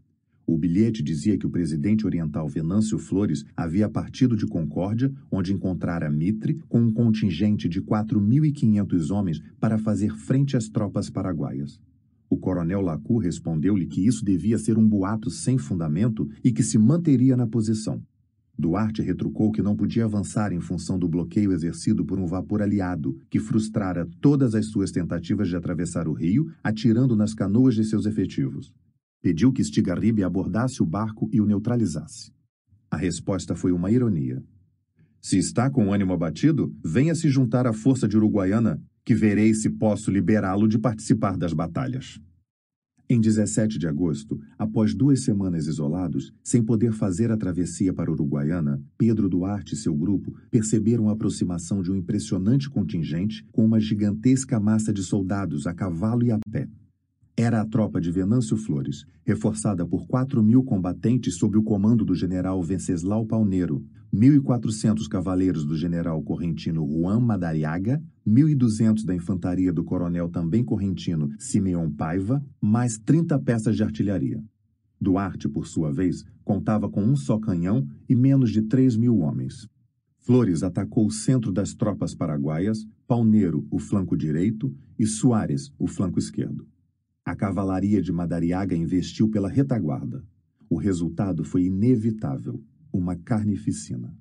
O bilhete dizia que o presidente oriental Venâncio Flores havia partido de Concórdia, onde encontrara Mitre, com um contingente de 4.500 homens para fazer frente às tropas paraguaias. O coronel Lacour respondeu-lhe que isso devia ser um boato sem fundamento e que se manteria na posição. Duarte retrucou que não podia avançar em função do bloqueio exercido por um vapor aliado, que frustrara todas as suas tentativas de atravessar o rio, atirando nas canoas de seus efetivos. Pediu que Estigarribia abordasse o barco e o neutralizasse. A resposta foi uma ironia. Se está com o ânimo abatido, venha se juntar à força de Uruguaiana, que verei se posso liberá-lo de participar das batalhas. Em 17 de agosto, após 2 semanas isolados, sem poder fazer a travessia para Uruguaiana, Pedro Duarte e seu grupo perceberam a aproximação de um impressionante contingente com uma gigantesca massa de soldados a cavalo e a pé. Era a tropa de Venâncio Flores, reforçada por 4.000 combatentes sob o comando do general Venceslau Palneiro, 1.400 cavaleiros do general correntino Juan Madariaga, 1.200 da infantaria do coronel também correntino Simeão Paiva, mais 30 peças de artilharia. Duarte, por sua vez, contava com um só canhão e menos de 3.000 homens. Flores atacou o centro das tropas paraguaias, Palneiro, o flanco direito, e Soares, o flanco esquerdo. A cavalaria de Madariaga investiu pela retaguarda. O resultado foi inevitável, uma carnificina.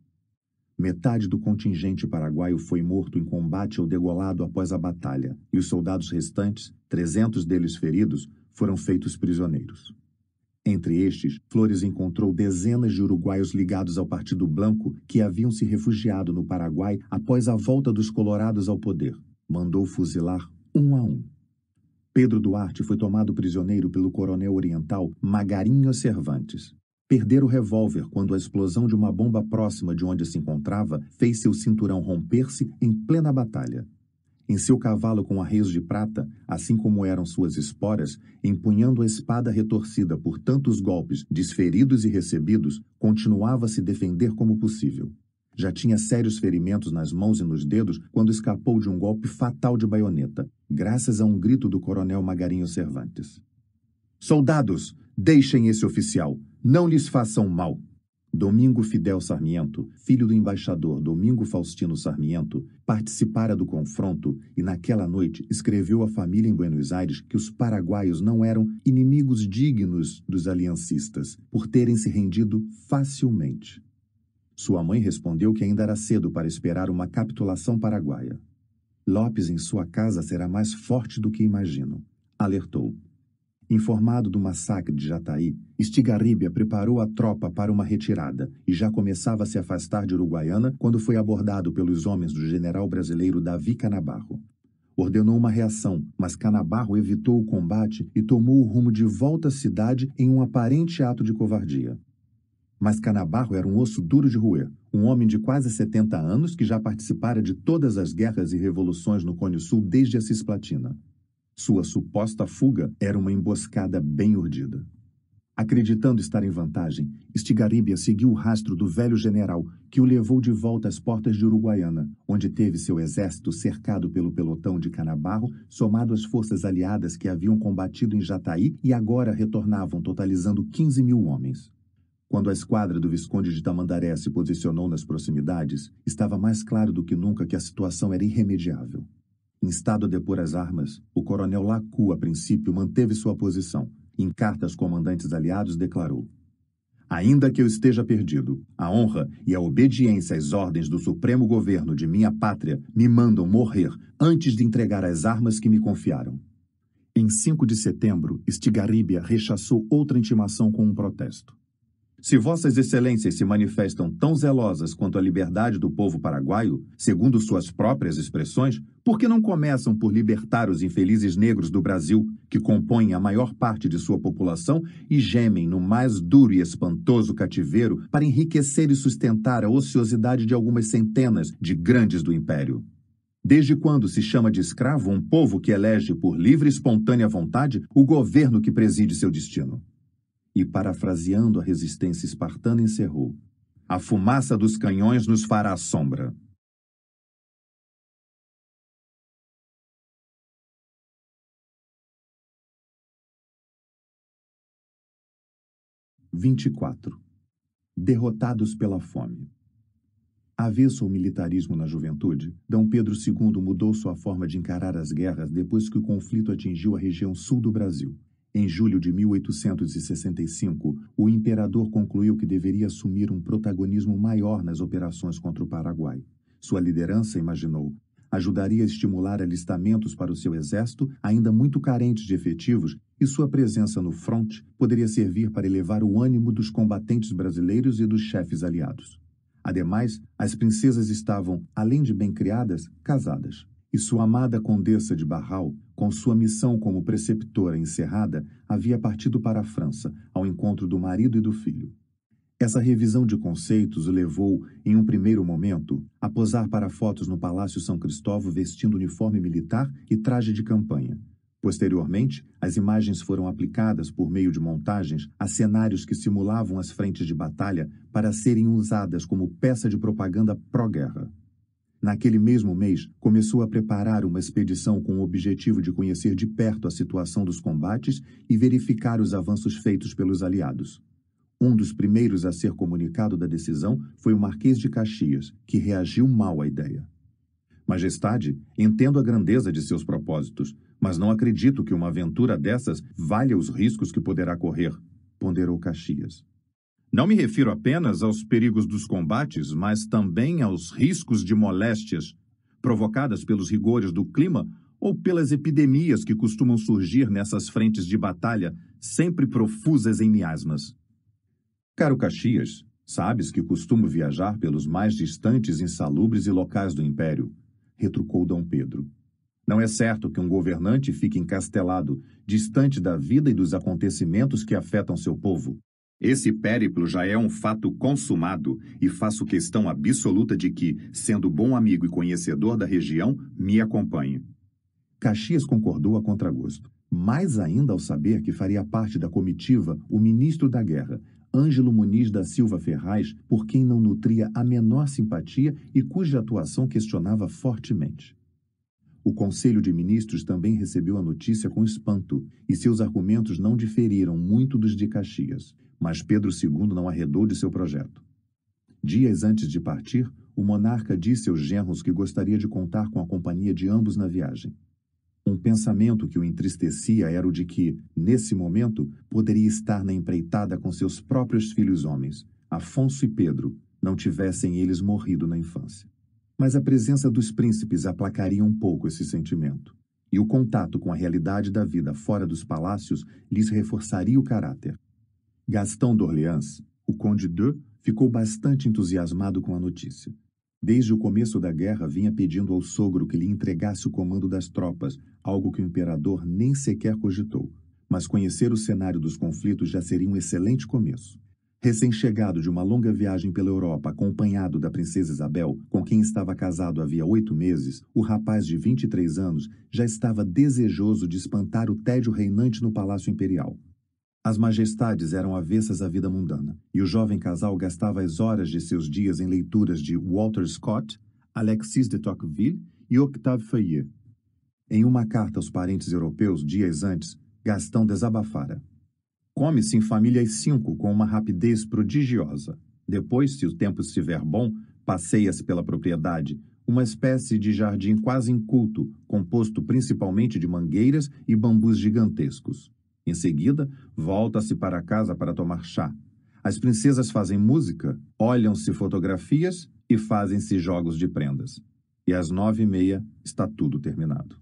Metade do contingente paraguaio foi morto em combate ou degolado após a batalha, e os soldados restantes, 300 deles feridos, foram feitos prisioneiros. Entre estes, Flores encontrou dezenas de uruguaios ligados ao Partido Blanco que haviam se refugiado no Paraguai após a volta dos colorados ao poder. Mandou fuzilar um a um. Pedro Duarte foi tomado prisioneiro pelo coronel oriental Magarinho Cervantes. Perdera o revólver quando a explosão de uma bomba próxima de onde se encontrava fez seu cinturão romper-se em plena batalha. Em seu cavalo com arreios de prata, assim como eram suas esporas, empunhando a espada retorcida por tantos golpes desferidos e recebidos, continuava a se defender como possível. Já tinha sérios ferimentos nas mãos e nos dedos quando escapou de um golpe fatal de baioneta, graças a um grito do coronel Magarinho Cervantes. Soldados, deixem esse oficial, não lhes façam mal. Domingo Fidel Sarmiento, filho do embaixador Domingo Faustino Sarmiento, participara do confronto e naquela noite escreveu à família em Buenos Aires que os paraguaios não eram inimigos dignos dos aliancistas, por terem se rendido facilmente. Sua mãe respondeu que ainda era cedo para esperar uma capitulação paraguaia. Lopes em sua casa será mais forte do que imaginam, alertou. Informado do massacre de Jataí, Estigarribia preparou a tropa para uma retirada e já começava a se afastar de Uruguaiana quando foi abordado pelos homens do general brasileiro Davi Canabarro. Ordenou uma reação, mas Canabarro evitou o combate e tomou o rumo de volta à cidade em um aparente ato de covardia. Mas Canabarro era um osso duro de roer, um homem de quase 70 anos que já participara de todas as guerras e revoluções no Cone Sul desde a Cisplatina. Sua suposta fuga era uma emboscada bem urdida. Acreditando estar em vantagem, Estigarribia seguiu o rastro do velho general, que o levou de volta às portas de Uruguaiana, onde teve seu exército cercado pelo pelotão de Canabarro, somado às forças aliadas que haviam combatido em Jataí e agora retornavam, totalizando 15.000 homens. Quando a esquadra do Visconde de Tamandaré se posicionou nas proximidades, estava mais claro do que nunca que a situação era irremediável. Instado a depor as armas, o coronel Lacour, a princípio, manteve sua posição. Em carta aos comandantes aliados, declarou: ainda que eu esteja perdido, a honra e a obediência às ordens do supremo governo de minha pátria me mandam morrer antes de entregar as armas que me confiaram. Em 5 de setembro, Estigarribia rechaçou outra intimação com um protesto. Se vossas excelências se manifestam tão zelosas quanto a liberdade do povo paraguaio, segundo suas próprias expressões, por que não começam por libertar os infelizes negros do Brasil, que compõem a maior parte de sua população e gemem no mais duro e espantoso cativeiro para enriquecer e sustentar a ociosidade de algumas centenas de grandes do império? Desde quando se chama de escravo um povo que elege por livre e espontânea vontade o governo que preside seu destino? E, parafraseando a resistência espartana, encerrou: a fumaça dos canhões nos fará sombra. 24. Derrotados pela fome. Avesso ao militarismo na juventude, D. Pedro II mudou sua forma de encarar as guerras depois que o conflito atingiu a região sul do Brasil. Em julho de 1865, o imperador concluiu que deveria assumir um protagonismo maior nas operações contra o Paraguai. Sua liderança, imaginou, ajudaria a estimular alistamentos para o seu exército, ainda muito carente de efetivos, e sua presença no fronte poderia servir para elevar o ânimo dos combatentes brasileiros e dos chefes aliados. Ademais, as princesas estavam, além de bem criadas, casadas. E sua amada condessa de Barral, com sua missão como preceptora encerrada, havia partido para a França, ao encontro do marido e do filho. Essa revisão de conceitos o levou, em um primeiro momento, a posar para fotos no Palácio São Cristóvão vestindo uniforme militar e traje de campanha. Posteriormente, as imagens foram aplicadas por meio de montagens a cenários que simulavam as frentes de batalha para serem usadas como peça de propaganda pró-guerra. Naquele mesmo mês, começou a preparar uma expedição com o objetivo de conhecer de perto a situação dos combates e verificar os avanços feitos pelos aliados. Um dos primeiros a ser comunicado da decisão foi o Marquês de Caxias, que reagiu mal à ideia. Majestade, entendo a grandeza de seus propósitos, mas não acredito que uma aventura dessas valha os riscos que poderá correr, ponderou Caxias. Não me refiro apenas aos perigos dos combates, mas também aos riscos de moléstias provocadas pelos rigores do clima ou pelas epidemias que costumam surgir nessas frentes de batalha, sempre profusas em miasmas. Caro Caxias, sabes que costumo viajar pelos mais distantes, insalubres e locais do Império, retrucou D. Pedro. Não é certo que um governante fique encastelado, distante da vida e dos acontecimentos que afetam seu povo. Esse périplo já é um fato consumado e faço questão absoluta de que, sendo bom amigo e conhecedor da região, me acompanhe. Caxias concordou a contragosto, mais ainda ao saber que faria parte da comitiva o ministro da Guerra, Ângelo Muniz da Silva Ferraz, por quem não nutria a menor simpatia e cuja atuação questionava fortemente. O Conselho de Ministros também recebeu a notícia com espanto, e seus argumentos não diferiram muito dos de Caxias. Mas Pedro II não arredou de seu projeto. Dias antes de partir, o monarca disse aos genros que gostaria de contar com a companhia de ambos na viagem. Um pensamento que o entristecia era o de que, nesse momento, poderia estar na empreitada com seus próprios filhos homens, Afonso e Pedro, não tivessem eles morrido na infância. Mas a presença dos príncipes aplacaria um pouco esse sentimento, e o contato com a realidade da vida fora dos palácios lhes reforçaria o caráter. Gaston d'Orléans, o Conde de, ficou bastante entusiasmado com a notícia. Desde o começo da guerra vinha pedindo ao sogro que lhe entregasse o comando das tropas, algo que o imperador nem sequer cogitou. Mas conhecer o cenário dos conflitos já seria um excelente começo. Recém-chegado de uma longa viagem pela Europa, acompanhado da princesa Isabel, com quem estava casado havia 8 meses, o rapaz de 23 anos já estava desejoso de espantar o tédio reinante no Palácio Imperial. As majestades eram avessas à vida mundana, e o jovem casal gastava as horas de seus dias em leituras de Walter Scott, Alexis de Tocqueville e Octave Feuillet. Em uma carta aos parentes europeus, dias antes, Gaston desabafara. Come-se em famílias 5 com uma rapidez prodigiosa. Depois, se o tempo estiver bom, passeia-se pela propriedade, uma espécie de jardim quase inculto, composto principalmente de mangueiras e bambus gigantescos. Em seguida, volta-se para casa para tomar chá. As princesas fazem música, olham-se fotografias e fazem-se jogos de prendas. E às 9h30 está tudo terminado.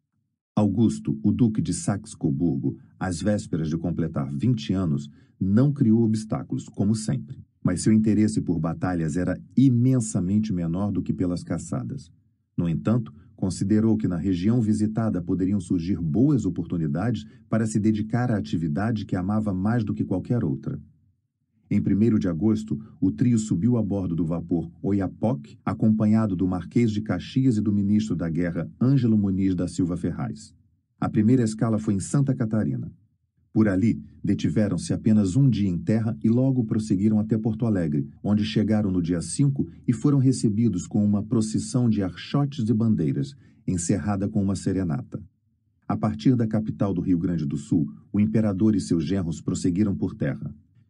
Augusto, o duque de Saxe-Coburgo, às vésperas de completar 20 anos, não criou obstáculos, como sempre. Mas seu interesse por batalhas era imensamente menor do que pelas caçadas. No entanto, considerou que na região visitada poderiam surgir boas oportunidades para se dedicar à atividade que amava mais do que qualquer outra. Em 1º de agosto, o trio subiu a bordo do vapor Oiapoque, acompanhado do Marquês de Caxias e do ministro da Guerra Ângelo Muniz da Silva Ferraz. A primeira escala foi em Santa Catarina. Por ali, detiveram-se apenas um dia em terra e logo prosseguiram até Porto Alegre, onde chegaram no dia 5 e foram recebidos com uma procissão de archotes e bandeiras, encerrada com uma serenata. A partir da capital do Rio Grande do Sul, o imperador e seus genros prosseguiram por terra.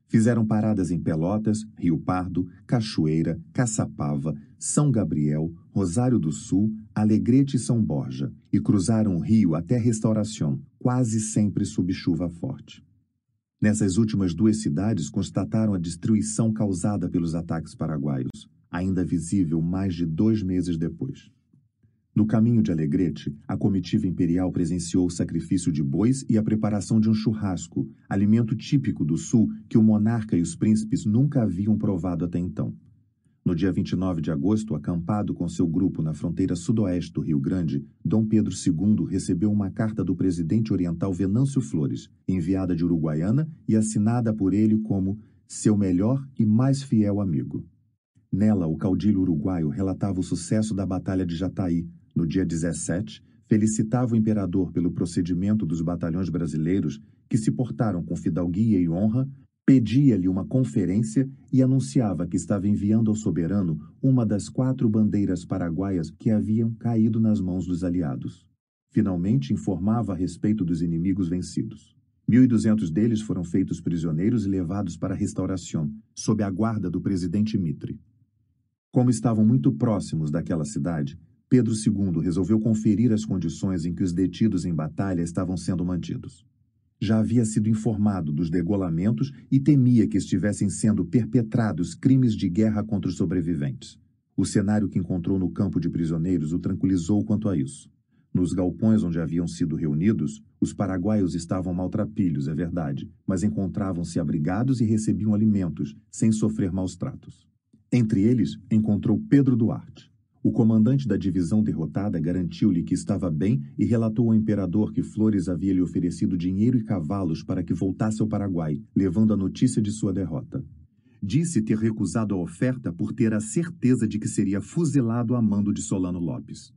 Fizeram paradas em Pelotas, Rio Pardo, Cachoeira, Caçapava, São Gabriel, Rosário do Sul, Alegrete e São Borja, e cruzaram o rio até Restauração, quase sempre sob chuva forte. Nessas últimas duas cidades constataram a destruição causada pelos ataques paraguaios, ainda visível mais de 2 meses depois. No caminho de Alegrete, a comitiva imperial presenciou o sacrifício de bois e a preparação de um churrasco, alimento típico do sul que o monarca e os príncipes nunca haviam provado até então. No dia 29 de agosto, acampado com seu grupo na fronteira sudoeste do Rio Grande, Dom Pedro II recebeu uma carta do presidente oriental Venâncio Flores, enviada de Uruguaiana e assinada por ele como seu melhor e mais fiel amigo. Nela, o caudilho uruguaio relatava o sucesso da Batalha de Jataí. No dia 17, felicitava o imperador pelo procedimento dos batalhões brasileiros que se portaram com fidalguia e honra, pedia-lhe uma conferência e anunciava que estava enviando ao soberano uma das 4 bandeiras paraguaias que haviam caído nas mãos dos aliados. Finalmente, informava a respeito dos inimigos vencidos. 1.200 deles foram feitos prisioneiros e levados para a Restauração, sob a guarda do presidente Mitre. Como estavam muito próximos daquela cidade, Pedro II resolveu conferir as condições em que os detidos em batalha estavam sendo mantidos. Já havia sido informado dos degolamentos e temia que estivessem sendo perpetrados crimes de guerra contra os sobreviventes. O cenário que encontrou no campo de prisioneiros o tranquilizou quanto a isso. Nos galpões onde haviam sido reunidos, os paraguaios estavam maltrapilhos, é verdade, mas encontravam-se abrigados e recebiam alimentos, sem sofrer maus tratos. Entre eles, encontrou Pedro Duarte. O comandante da divisão derrotada garantiu-lhe que estava bem e relatou ao imperador que Flores havia lhe oferecido dinheiro e cavalos para que voltasse ao Paraguai, levando a notícia de sua derrota. Disse ter recusado a oferta por ter a certeza de que seria fuzilado a mando de Solano Lopes.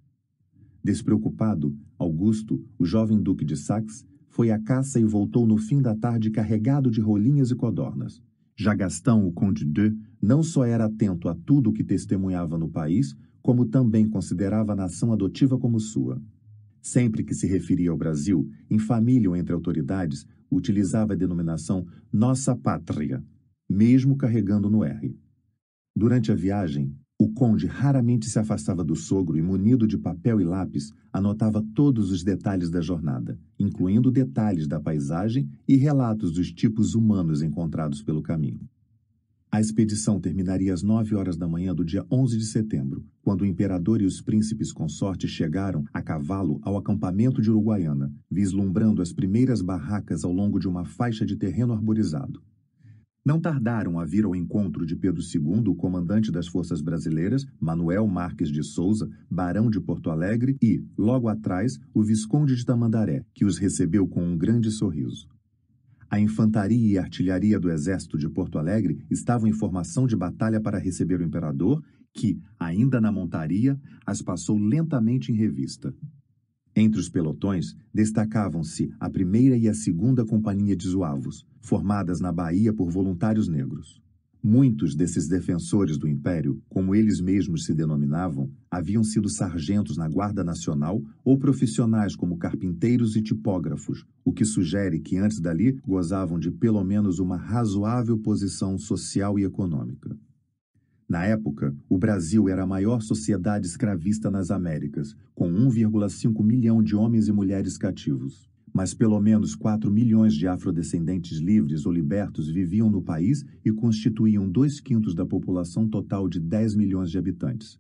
Despreocupado, Augusto, o jovem duque de Saxe, foi à caça e voltou no fim da tarde carregado de rolinhas e codornas. Já Gastão, o Conde de, não só era atento a tudo o que testemunhava no país, como também considerava a nação adotiva como sua. Sempre que se referia ao Brasil, em família ou entre autoridades, utilizava a denominação Nossa Pátria, mesmo carregando no R. Durante a viagem, o conde raramente se afastava do sogro e, munido de papel e lápis, anotava todos os detalhes da jornada, incluindo detalhes da paisagem e relatos dos tipos humanos encontrados pelo caminho. A expedição terminaria às 9 horas da manhã do dia 11 de setembro, quando o imperador e os príncipes consortes chegaram a cavalo ao acampamento de Uruguaiana, vislumbrando as primeiras barracas ao longo de uma faixa de terreno arborizado. Não tardaram a vir ao encontro de Pedro II, o comandante das forças brasileiras, Manuel Marques de Souza, barão de Porto Alegre, e, logo atrás, o Visconde de Tamandaré, que os recebeu com um grande sorriso. A infantaria e artilharia do exército de Porto Alegre estavam em formação de batalha para receber o imperador, que, ainda na montaria, as passou lentamente em revista. Entre os pelotões, destacavam-se a 1ª e a 2ª Companhia de Zuavos, formadas na Bahia por voluntários negros. Muitos desses defensores do Império, como eles mesmos se denominavam, haviam sido sargentos na Guarda Nacional ou profissionais como carpinteiros e tipógrafos, o que sugere que antes dali gozavam de pelo menos uma razoável posição social e econômica. Na época, o Brasil era a maior sociedade escravista nas Américas, com 1,5 milhão de homens e mulheres cativos. Mas pelo menos 4 milhões de afrodescendentes livres ou libertos viviam no país e constituíam 2/5 da população total de 10 milhões de habitantes.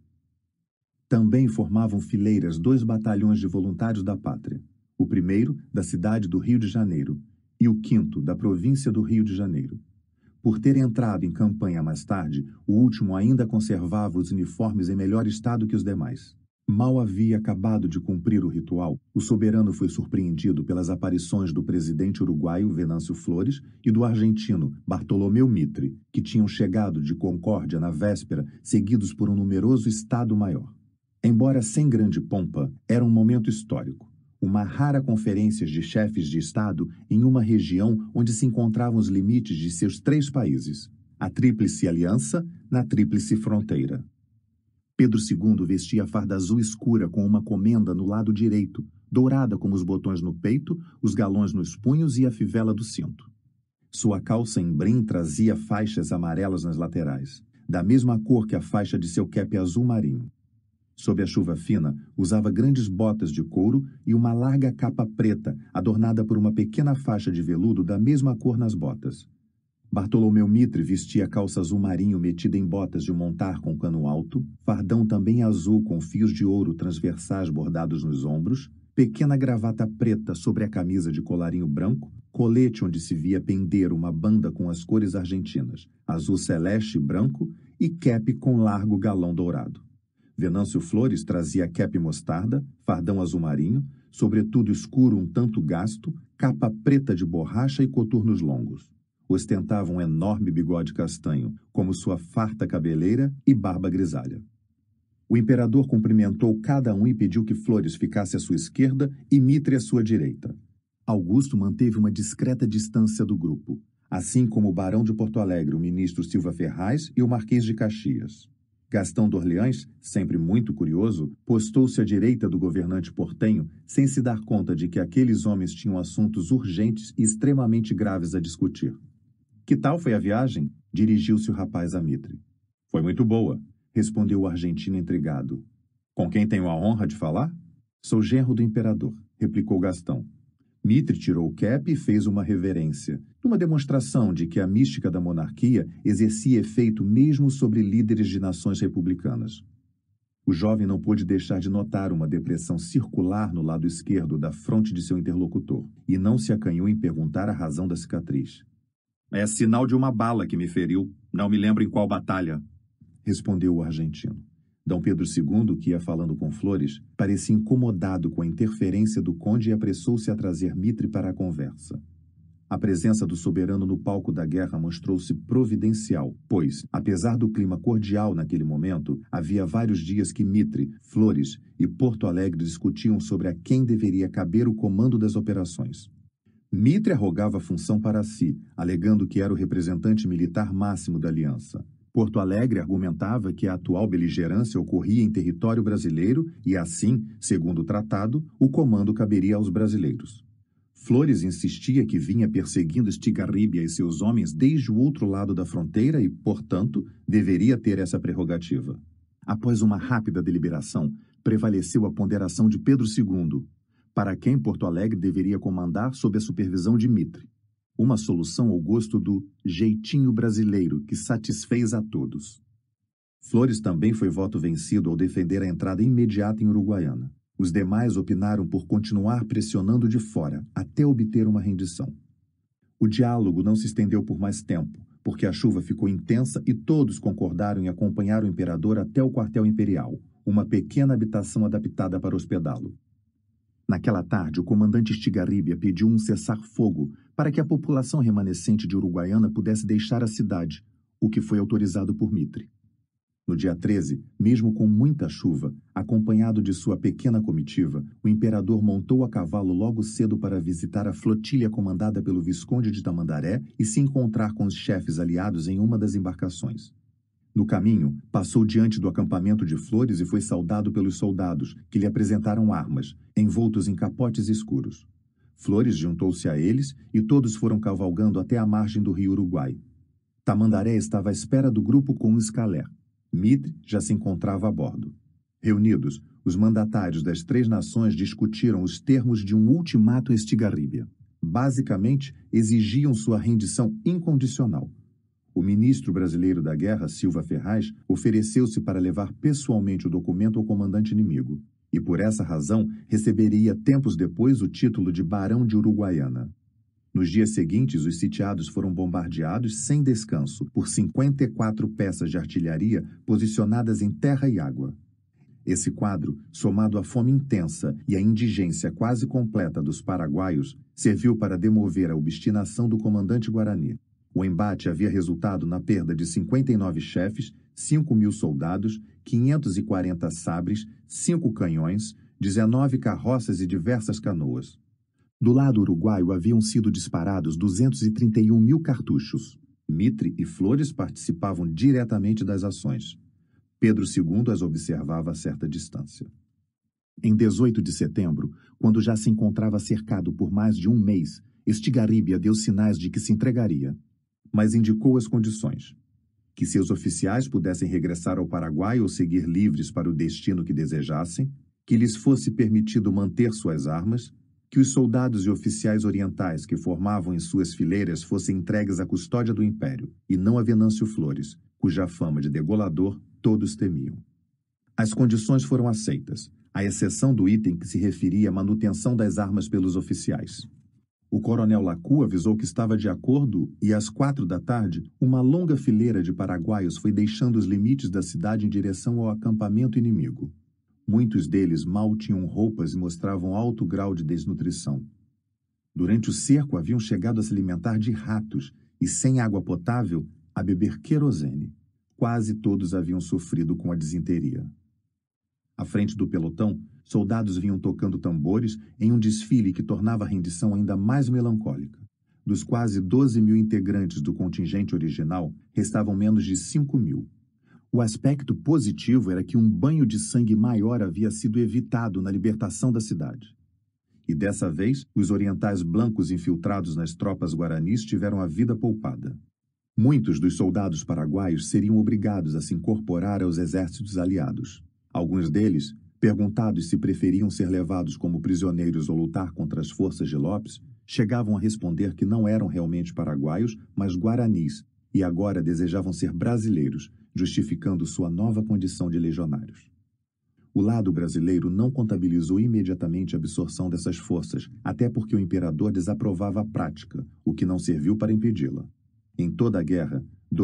Também formavam fileiras 2 batalhões de voluntários da pátria, o primeiro da cidade do Rio de Janeiro e o 5º da província do Rio de Janeiro. Por ter entrado em campanha mais tarde, o último ainda conservava os uniformes em melhor estado que os demais. Mal havia acabado de cumprir o ritual, o soberano foi surpreendido pelas aparições do presidente uruguaio Venâncio Flores e do argentino Bartolomeu Mitre, que tinham chegado de Concórdia na véspera, seguidos por um numeroso Estado-Maior. Embora sem grande pompa, era um momento histórico. Uma rara conferência de chefes de Estado em uma região onde se encontravam os limites de seus 3 países, a Tríplice Aliança na Tríplice Fronteira. Pedro II vestia a farda azul escura com uma comenda no lado direito, dourada como os botões no peito, os galões nos punhos e a fivela do cinto. Sua calça em brim trazia faixas amarelas nas laterais, da mesma cor que a faixa de seu cap azul marinho. Sob a chuva fina, usava grandes botas de couro e uma larga capa preta, adornada por uma pequena faixa de veludo da mesma cor nas botas. Bartolomeu Mitre vestia calça azul marinho metida em botas de montar com cano alto, fardão também azul com fios de ouro transversais bordados nos ombros, pequena gravata preta sobre a camisa de colarinho branco, colete onde se via pender uma banda com as cores argentinas, azul celeste e branco, e cap com largo galão dourado. Venâncio Flores trazia cap mostarda, fardão azul marinho, sobretudo escuro um tanto gasto, capa preta de borracha e coturnos longos. Ostentava um enorme bigode castanho, como sua farta cabeleira e barba grisalha. O imperador cumprimentou cada um e pediu que Flores ficasse à sua esquerda e Mitre à sua direita. Augusto manteve uma discreta distância do grupo, assim como o barão de Porto Alegre, o ministro Silva Ferraz e o marquês de Caxias. Gastão d'Orleans, sempre muito curioso, postou-se à direita do governante portenho, sem se dar conta de que aqueles homens tinham assuntos urgentes e extremamente graves a discutir. "Que tal foi a viagem?" dirigiu-se o rapaz a Mitre. "Foi muito boa", respondeu o argentino intrigado. "Com quem tenho a honra de falar?" "Sou genro do imperador", replicou Gastão. Mitre tirou o cap e fez uma reverência, numa demonstração de que a mística da monarquia exercia efeito mesmo sobre líderes de nações republicanas. O jovem não pôde deixar de notar uma depressão circular no lado esquerdo da fronte de seu interlocutor, e não se acanhou em perguntar a razão da cicatriz. "É sinal de uma bala que me feriu. Não me lembro em qual batalha", respondeu o argentino. D. Pedro II, que ia falando com Flores, parecia incomodado com a interferência do conde e apressou-se a trazer Mitre para a conversa. A presença do soberano no palco da guerra mostrou-se providencial, pois, apesar do clima cordial naquele momento, havia vários dias que Mitre, Flores e Porto Alegre discutiam sobre a quem deveria caber o comando das operações. Mitre arrogava a função para si, alegando que era o representante militar máximo da aliança. Porto Alegre argumentava que a atual beligerância ocorria em território brasileiro e, assim, segundo o tratado, o comando caberia aos brasileiros. Flores insistia que vinha perseguindo Estigarribia e seus homens desde o outro lado da fronteira e, portanto, deveria ter essa prerrogativa. Após uma rápida deliberação, prevaleceu a ponderação de Pedro II, para quem Porto Alegre deveria comandar sob a supervisão de Mitre. Uma solução ao gosto do jeitinho brasileiro que satisfez a todos. Flores também foi voto vencido ao defender a entrada imediata em Uruguaiana. Os demais opinaram por continuar pressionando de fora, até obter uma rendição. O diálogo não se estendeu por mais tempo, porque a chuva ficou intensa e todos concordaram em acompanhar o imperador até o quartel imperial, uma pequena habitação adaptada para hospedá-lo. Naquela tarde, o comandante Estigarribia pediu um cessar-fogo para que a população remanescente de Uruguaiana pudesse deixar a cidade, o que foi autorizado por Mitre. No dia 13, mesmo com muita chuva, acompanhado de sua pequena comitiva, o imperador montou a cavalo logo cedo para visitar a flotilha comandada pelo Visconde de Tamandaré e se encontrar com os chefes aliados em uma das embarcações. No caminho, passou diante do acampamento de Flores e foi saudado pelos soldados, que lhe apresentaram armas, envoltos em capotes escuros. Flores juntou-se a eles e todos foram cavalgando até a margem do rio Uruguai. Tamandaré estava à espera do grupo com um escalé. Mitre já se encontrava a bordo. Reunidos, os mandatários das três nações discutiram os termos de um ultimato a Estigarribia. Basicamente, exigiam sua rendição incondicional. O ministro brasileiro da guerra, Silva Ferraz, ofereceu-se para levar pessoalmente o documento ao comandante inimigo, e por essa razão receberia tempos depois o título de Barão de Uruguaiana. Nos dias seguintes, os sitiados foram bombardeados sem descanso por 54 peças de artilharia posicionadas em terra e água. Esse quadro, somado à fome intensa e à indigência quase completa dos paraguaios, serviu para demover a obstinação do comandante Guarani. O embate havia resultado na perda de 59 chefes, 5.000 soldados, 540 sabres, 5 canhões, 19 carroças e diversas canoas. Do lado uruguaio haviam sido disparados 231.000 cartuchos. Mitre e Flores participavam diretamente das ações. Pedro II as observava a certa distância. Em 18 de setembro, quando já se encontrava cercado por mais de um mês, Estigarribia deu sinais de que se entregaria, mas indicou as condições: que seus oficiais pudessem regressar ao Paraguai ou seguir livres para o destino que desejassem, que lhes fosse permitido manter suas armas, que os soldados e oficiais orientais que formavam em suas fileiras fossem entregues à custódia do Império, e não a Venâncio Flores, cuja fama de degolador todos temiam. As condições foram aceitas, à exceção do item que se referia à manutenção das armas pelos oficiais. O coronel Lacu avisou que estava de acordo e, às 4 da tarde, uma longa fileira de paraguaios foi deixando os limites da cidade em direção ao acampamento inimigo. Muitos deles mal tinham roupas e mostravam alto grau de desnutrição. Durante o cerco haviam chegado a se alimentar de ratos e, sem água potável, a beber querosene. Quase todos haviam sofrido com a disenteria. À frente do pelotão, soldados vinham tocando tambores em um desfile que tornava a rendição ainda mais melancólica. Dos quase 12.000 integrantes do contingente original, restavam menos de 5.000. O aspecto positivo era que um banho de sangue maior havia sido evitado na libertação da cidade. E dessa vez, os orientais blancos infiltrados nas tropas guaranis tiveram a vida poupada. Muitos dos soldados paraguaios seriam obrigados a se incorporar aos exércitos aliados. Alguns deles, perguntados se preferiam ser levados como prisioneiros ou lutar contra as forças de Lopes, chegavam a responder que não eram realmente paraguaios, mas guaranis, e agora desejavam ser brasileiros, justificando sua nova condição de legionários. O lado brasileiro não contabilizou imediatamente a absorção dessas forças, até porque o imperador desaprovava a prática, o que não serviu para impedi-la. Em toda a guerra,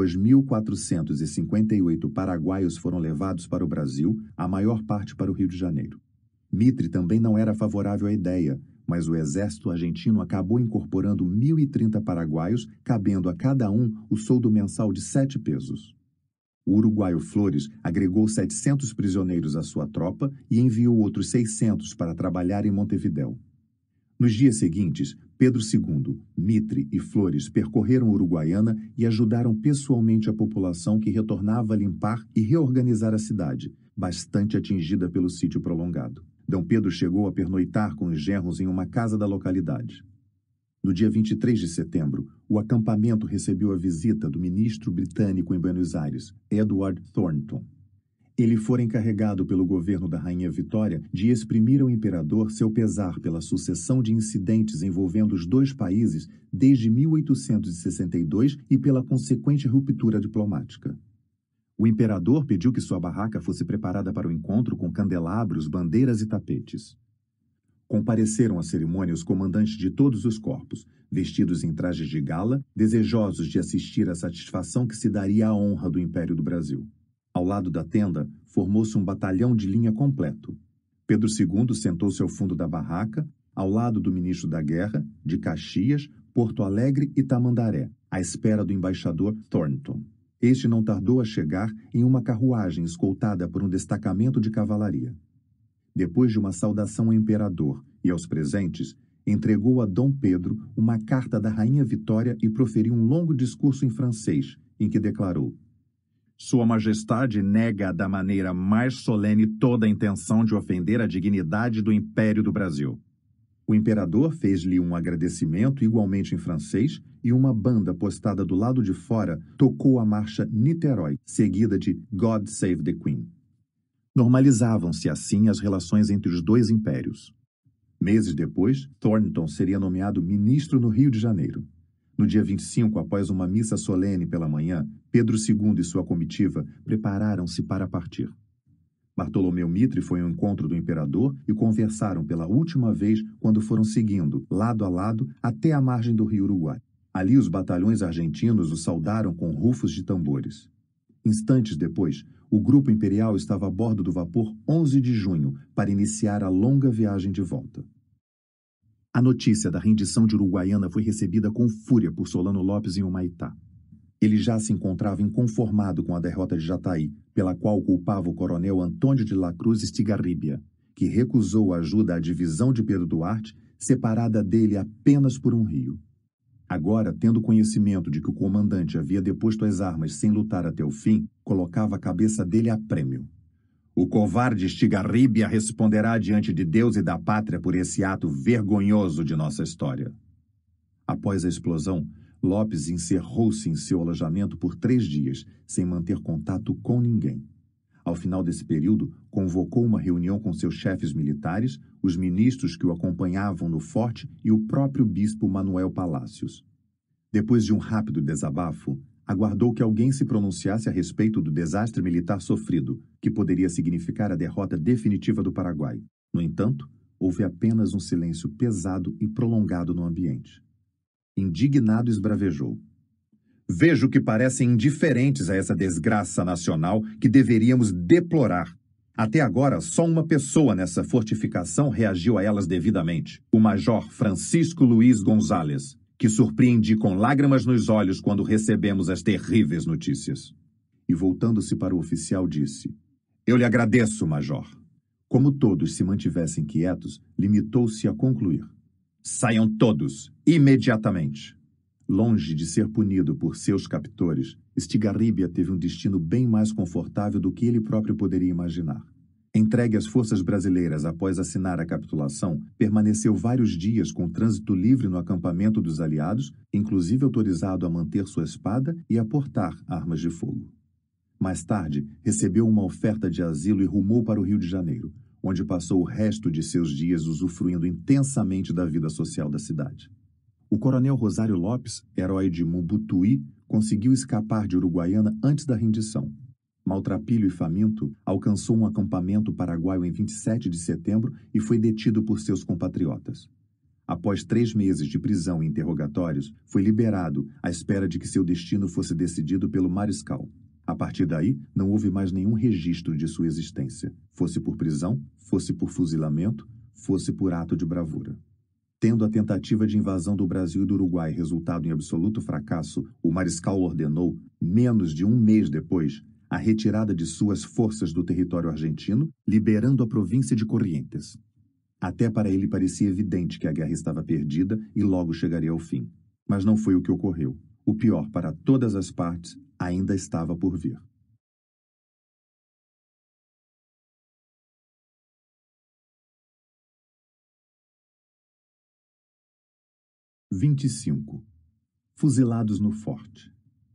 2.458 paraguaios foram levados para o Brasil, a maior parte para o Rio de Janeiro. Mitre também não era favorável à ideia, mas o exército argentino acabou incorporando 1.030 paraguaios, cabendo a cada um o soldo mensal de 7 pesos. O uruguaio Flores agregou 700 prisioneiros à sua tropa e enviou outros 600 para trabalhar em Montevidéu. Nos dias seguintes, Pedro II, Mitre e Flores percorreram Uruguaiana e ajudaram pessoalmente a população que retornava a limpar e reorganizar a cidade, bastante atingida pelo sítio prolongado. D. Pedro chegou a pernoitar com os genros em uma casa da localidade. No dia 23 de setembro, o acampamento recebeu a visita do ministro britânico em Buenos Aires, Edward Thornton. Ele fora encarregado pelo governo da Rainha Vitória de exprimir ao imperador seu pesar pela sucessão de incidentes envolvendo os dois países desde 1862 e pela consequente ruptura diplomática. O imperador pediu que sua barraca fosse preparada para o encontro com candelabros, bandeiras e tapetes. Compareceram à cerimônia os comandantes de todos os corpos, vestidos em trajes de gala, desejosos de assistir à satisfação que se daria à honra do Império do Brasil. Ao lado da tenda, formou-se um batalhão de linha completo. Pedro II sentou-se ao fundo da barraca, ao lado do ministro da Guerra, de Caxias, Porto Alegre e Tamandaré, à espera do embaixador Thornton. Este não tardou a chegar em uma carruagem escoltada por um destacamento de cavalaria. Depois de uma saudação ao imperador e aos presentes, entregou a Dom Pedro uma carta da Rainha Vitória e proferiu um longo discurso em francês, em que declarou: Sua Majestade nega da maneira mais solene toda a intenção de ofender a dignidade do Império do Brasil. O imperador fez-lhe um agradecimento igualmente em francês e uma banda postada do lado de fora tocou a marcha Niterói, seguida de God Save the Queen. Normalizavam-se assim as relações entre os dois impérios. Meses depois, Thornton seria nomeado ministro no Rio de Janeiro. No dia 25, após uma missa solene pela manhã, Pedro II e sua comitiva prepararam-se para partir. Bartolomeu Mitre foi ao encontro do imperador e conversaram pela última vez quando foram seguindo, lado a lado, até a margem do rio Uruguai. Ali os batalhões argentinos o saudaram com rufos de tambores. Instantes depois, o grupo imperial estava a bordo do vapor 11 de junho para iniciar a longa viagem de volta. A notícia da rendição de Uruguaiana foi recebida com fúria por Solano Lopes em Humaitá. Ele já se encontrava inconformado com a derrota de Jataí, pela qual culpava o coronel Antônio de la Cruz Estigarribia, que recusou ajuda à divisão de Pedro Duarte, separada dele apenas por um rio. Agora, tendo conhecimento de que o comandante havia deposto as armas sem lutar até o fim, colocava a cabeça dele a prêmio. O covarde Estigarribia responderá diante de Deus e da pátria por esse ato vergonhoso de nossa história. Após a explosão, Lopes encerrou-se em seu alojamento por 3 dias, sem manter contato com ninguém. Ao final desse período, convocou uma reunião com seus chefes militares, os ministros que o acompanhavam no forte e o próprio bispo Manuel Palacios. Depois de um rápido desabafo, aguardou que alguém se pronunciasse a respeito do desastre militar sofrido, que poderia significar a derrota definitiva do Paraguai. No entanto, houve apenas um silêncio pesado e prolongado no ambiente. Indignado, esbravejou: "Vejo que parecem indiferentes a essa desgraça nacional que deveríamos deplorar. Até agora, só uma pessoa nessa fortificação reagiu a elas devidamente: o Major Francisco Luiz Gonzalez, que surpreendi com lágrimas nos olhos quando recebemos as terríveis notícias." E voltando-se para o oficial, disse: "Eu lhe agradeço, Major." Como todos se mantivessem quietos, limitou-se a concluir: "Saiam todos, imediatamente." Longe de ser punido por seus captores, Estigarribia teve um destino bem mais confortável do que ele próprio poderia imaginar. Entregue às forças brasileiras após assinar a capitulação, permaneceu vários dias com trânsito livre no acampamento dos aliados, inclusive autorizado a manter sua espada e a portar armas de fogo. Mais tarde, recebeu uma oferta de asilo e rumou para o Rio de Janeiro, onde passou o resto de seus dias usufruindo intensamente da vida social da cidade. O coronel Rosário Lopes, herói de Mumbutuí, conseguiu escapar de Uruguaiana antes da rendição. Maltrapilho e faminto, alcançou um acampamento paraguaio em 27 de setembro e foi detido por seus compatriotas. Após 3 meses de prisão e interrogatórios, foi liberado à espera de que seu destino fosse decidido pelo mariscal. A partir daí, não houve mais nenhum registro de sua existência, fosse por prisão, fosse por fuzilamento, fosse por ato de bravura. Tendo a tentativa de invasão do Brasil e do Uruguai resultado em absoluto fracasso, o mariscal ordenou, menos de 1 mês depois, a retirada de suas forças do território argentino, liberando a província de Corrientes. Até para ele parecia evidente que a guerra estava perdida e logo chegaria ao fim. Mas não foi o que ocorreu. O pior para todas as partes ainda estava por vir. (25) Fuzilados no forte.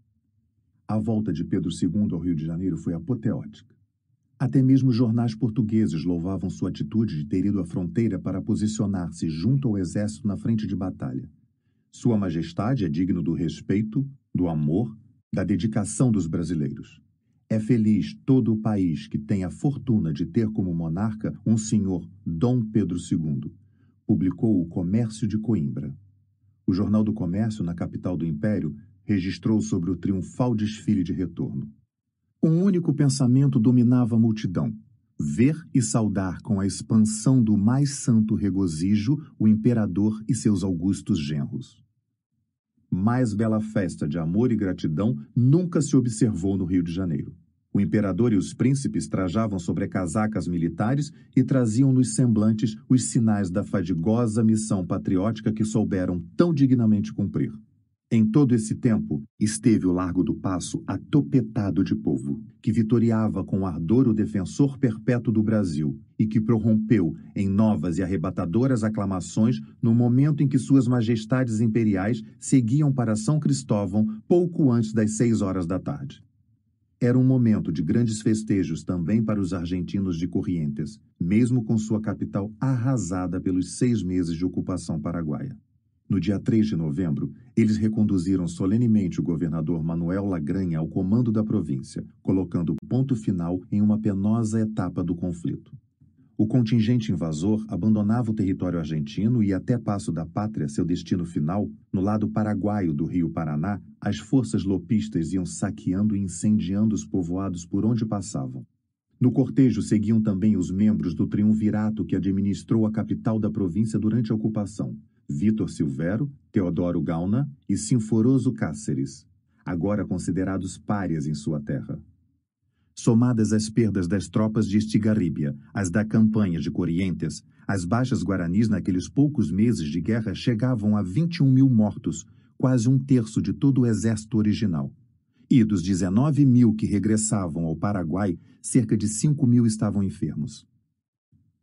A volta de Pedro II ao Rio de Janeiro foi apoteótica. Até mesmo jornais portugueses louvavam sua atitude de ter ido à fronteira para posicionar-se junto ao exército na frente de batalha. Sua Majestade é digno do respeito, do amor, da dedicação dos brasileiros. É feliz todo o país que tem a fortuna de ter como monarca um senhor Dom Pedro II, publicou o Comércio de Coimbra. O Jornal do Comércio, na capital do Império, registrou sobre o triunfal desfile de retorno. Um único pensamento dominava a multidão: ver e saudar com a expansão do mais santo regozijo o imperador e seus augustos genros. Mais bela festa de amor e gratidão nunca se observou no Rio de Janeiro. O imperador e os príncipes trajavam sobrecasacas militares e traziam nos semblantes os sinais da fadigosa missão patriótica que souberam tão dignamente cumprir. Em todo esse tempo, esteve o Largo do Paço atopetado de povo, que vitoriava com ardor o defensor perpétuo do Brasil e que prorrompeu em novas e arrebatadoras aclamações no momento em que suas majestades imperiais seguiam para São Cristóvão pouco antes das 6 horas da tarde. Era um momento de grandes festejos também para os argentinos de Corrientes, mesmo com sua capital arrasada pelos 6 meses de ocupação paraguaia. No dia 3 de novembro, eles reconduziram solenemente o governador Manuel Lagranha ao comando da província, colocando ponto final em uma penosa etapa do conflito. O contingente invasor abandonava o território argentino e, até Passo da Pátria, seu destino final, no lado paraguaio do rio Paraná, as forças lopistas iam saqueando e incendiando os povoados por onde passavam. No cortejo seguiam também os membros do triunvirato que administrou a capital da província durante a ocupação: Vítor Silvero, Teodoro Gauna e Sinforoso Cáceres, agora considerados párias em sua terra. Somadas as perdas das tropas de Estigarribia, as da campanha de Corrientes, as baixas guaranis naqueles poucos meses de guerra chegavam a 21.000 mortos, quase 1/3 de todo o exército original. E dos 19.000 que regressavam ao Paraguai, cerca de 5.000 estavam enfermos.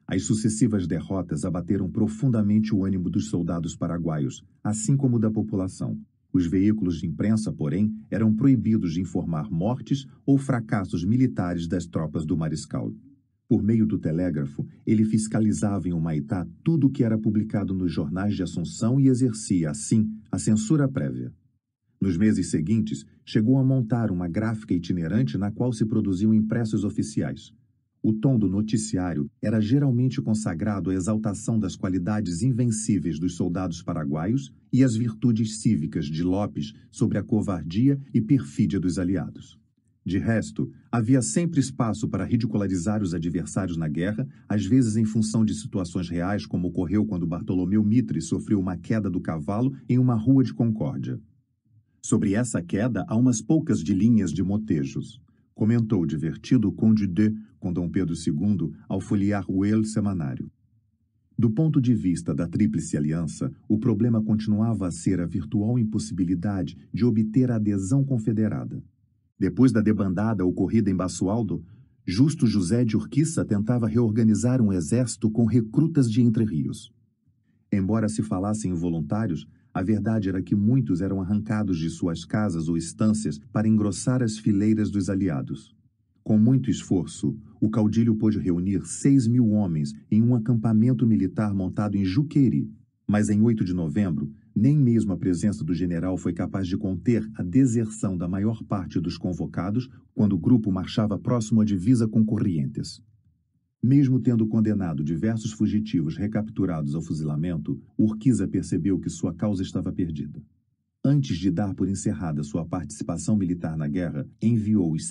As sucessivas derrotas abateram profundamente o ânimo dos soldados paraguaios, assim como da população. Os veículos de imprensa, porém, eram proibidos de informar mortes ou fracassos militares das tropas do mariscal. Por meio do telégrafo, ele fiscalizava em Humaitá tudo o que era publicado nos jornais de Assunção e exercia, assim, a censura prévia. Nos meses seguintes, chegou a montar uma gráfica itinerante na qual se produziam impressos oficiais. O tom do noticiário era geralmente consagrado à exaltação das qualidades invencíveis dos soldados paraguaios e às virtudes cívicas de Lopes sobre a covardia e perfídia dos aliados. De resto, havia sempre espaço para ridicularizar os adversários na guerra, às vezes em função de situações reais, como ocorreu quando Bartolomeu Mitre sofreu uma queda do cavalo em uma rua de Concórdia. Sobre essa queda, há umas poucas de linhas de motejos, comentou o divertido Conde de com Dom Pedro II ao folhear o El Semanário. Do ponto de vista da Tríplice Aliança, o problema continuava a ser a virtual impossibilidade de obter a adesão confederada. Depois da debandada ocorrida em Basualdo, Justo José de Urquiza tentava reorganizar um exército com recrutas de Entre Rios. Embora se falasse em voluntários, a verdade era que muitos eram arrancados de suas casas ou estâncias para engrossar as fileiras dos aliados. Com muito esforço, o caudilho pôde reunir 6.000 homens em um acampamento militar montado em Juqueri, mas em 8 de novembro, nem mesmo a presença do general foi capaz de conter a deserção da maior parte dos convocados quando o grupo marchava próximo à divisa com Corrientes. Mesmo tendo condenado diversos fugitivos recapturados ao fuzilamento, Urquiza percebeu que sua causa estava perdida. Antes de dar por encerrada sua participação militar na guerra, enviou os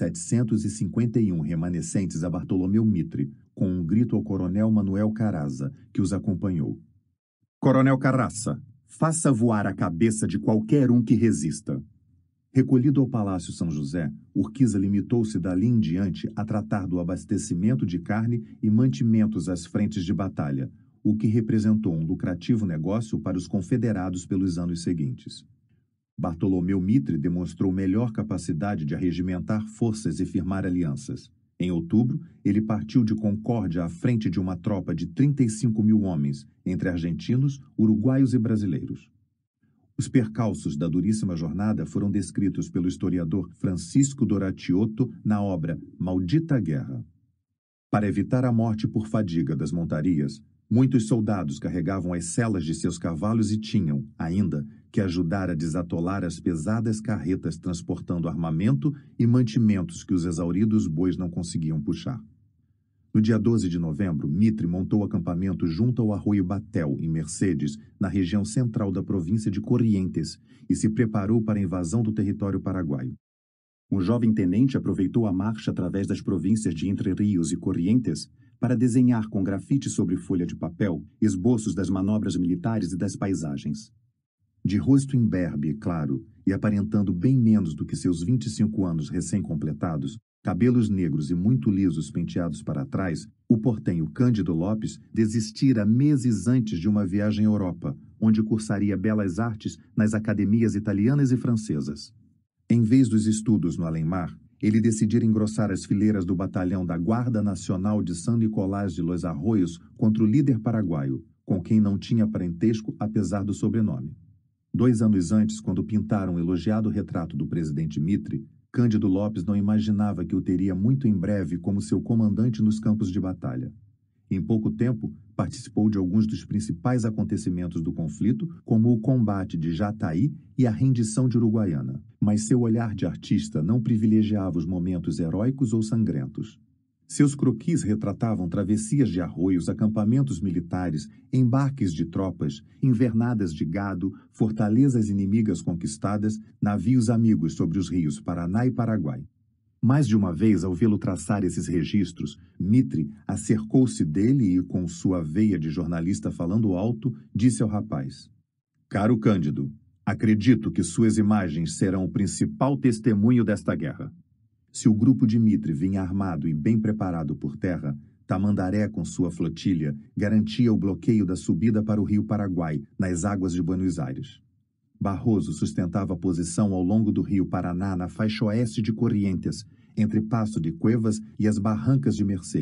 751 remanescentes a Bartolomeu Mitre, com um grito ao coronel Manuel Caraza, que os acompanhou. Coronel Caraça, faça voar a cabeça de qualquer um que resista. Recolhido ao Palácio São José, Urquiza limitou-se dali em diante a tratar do abastecimento de carne e mantimentos às frentes de batalha, o que representou um lucrativo negócio para os confederados pelos anos seguintes. Bartolomeu Mitre demonstrou melhor capacidade de arregimentar forças e firmar alianças. Em outubro, ele partiu de Concórdia à frente de uma tropa de 35.000 homens, entre argentinos, uruguaios e brasileiros. Os percalços da duríssima jornada foram descritos pelo historiador Francisco Doratiotto na obra Maldita Guerra. Para evitar a morte por fadiga das montarias, muitos soldados carregavam as selas de seus cavalos e tinham, ainda, que ajudar a desatolar as pesadas carretas transportando armamento e mantimentos que os exauridos bois não conseguiam puxar. No dia 12 de novembro, Mitre montou acampamento junto ao arroio Batel, em Mercedes, na região central da província de Corrientes, e se preparou para a invasão do território paraguaio. Um jovem tenente aproveitou a marcha através das províncias de Entre Rios e Corrientes para desenhar com grafite sobre folha de papel esboços das manobras militares e das paisagens. De rosto imberbe, claro, e aparentando bem menos do que seus 25 anos recém-completados, cabelos negros e muito lisos penteados para trás, o portenho Cândido Lopes desistira meses antes de uma viagem à Europa, onde cursaria belas artes nas academias italianas e francesas. Em vez dos estudos no além-mar, ele decidira engrossar as fileiras do batalhão da Guarda Nacional de São Nicolás de Los Arroios contra o líder paraguaio, com quem não tinha parentesco apesar do sobrenome. 2 anos antes, quando pintaram o elogiado retrato do presidente Mitre, Cândido Lopes não imaginava que o teria muito em breve como seu comandante nos campos de batalha. Em pouco tempo, participou de alguns dos principais acontecimentos do conflito, como o combate de Jataí e a rendição de Uruguaiana. Mas seu olhar de artista não privilegiava os momentos heróicos ou sangrentos. Seus croquis retratavam travessias de arroios, acampamentos militares, embarques de tropas, invernadas de gado, fortalezas inimigas conquistadas, navios amigos sobre os rios Paraná e Paraguai. Mais de uma vez, ao vê-lo traçar esses registros, Mitre acercou-se dele e, com sua veia de jornalista falando alto, disse ao rapaz: "Caro Cândido, acredito que suas imagens serão o principal testemunho desta guerra. Se o grupo de Mitre vinha armado e bem preparado por terra, Tamandaré, com sua flotilha, garantia o bloqueio da subida para o rio Paraguai, nas águas de Buenos Aires. Barroso sustentava a posição ao longo do rio Paraná, na faixa oeste de Corrientes, entre Passo de Cuevas e as barrancas de Mercedes,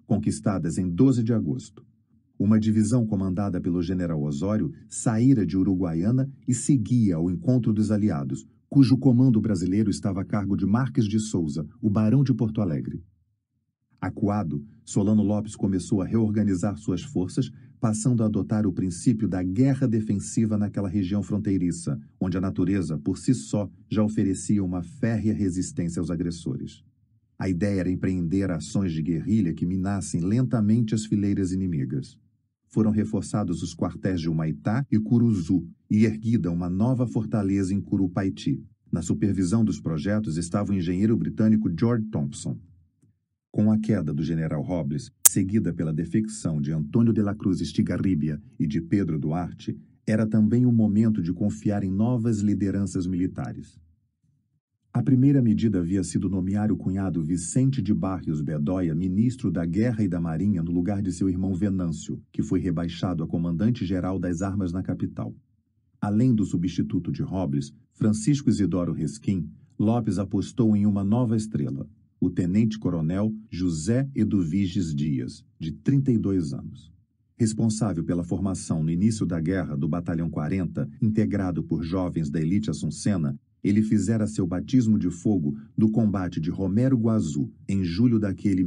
conquistadas em 12 de agosto. Uma divisão comandada pelo general Osório saíra de Uruguaiana e seguia ao encontro dos aliados, cujo comando brasileiro estava a cargo de Marques de Souza, o barão de Porto Alegre. Acuado, Solano Lopes começou a reorganizar suas forças, passando a adotar o princípio da guerra defensiva naquela região fronteiriça, onde a natureza, por si só, já oferecia uma férrea resistência aos agressores. A ideia era empreender ações de guerrilha que minassem lentamente as fileiras inimigas. Foram reforçados os quartéis de Humaitá e Curuzu e erguida uma nova fortaleza em Curupaiti. Na supervisão dos projetos estava o engenheiro britânico George Thompson. Com a queda do general Robles, seguida pela defecção de Antônio de la Cruz Estigarribia e de Pedro Duarte, era também o momento de confiar em novas lideranças militares. A primeira medida havia sido nomear o cunhado Vicente de Barrios Bedóia ministro da Guerra e da Marinha no lugar de seu irmão Venâncio, que foi rebaixado a comandante-geral das armas na capital. Além do substituto de Robles, Francisco Isidoro Resquim, Lopes apostou em uma nova estrela, o tenente-coronel José Eduviges Dias, de 32 anos. Responsável pela formação no início da guerra do Batalhão 40, integrado por jovens da elite assuncena, ele fizera seu batismo de fogo no combate de Romero Guazu, em julho daquele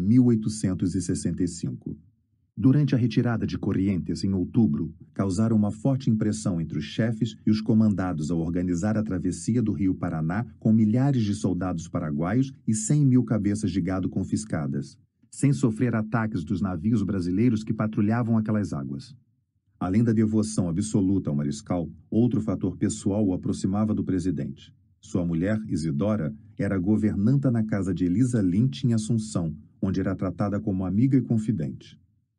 1865. Durante a retirada de Corrientes, em outubro, causaram uma forte impressão entre os chefes e os comandados ao organizar a travessia do rio Paraná com milhares de soldados paraguaios e 100.000 cabeças de gado confiscadas, sem sofrer ataques dos navios brasileiros que patrulhavam aquelas águas. Além da devoção absoluta ao mariscal, outro fator pessoal o aproximava do presidente. Sua mulher, Isidora, era governanta na casa de Elisa Lint em Assunção, onde era tratada como amiga e confidente.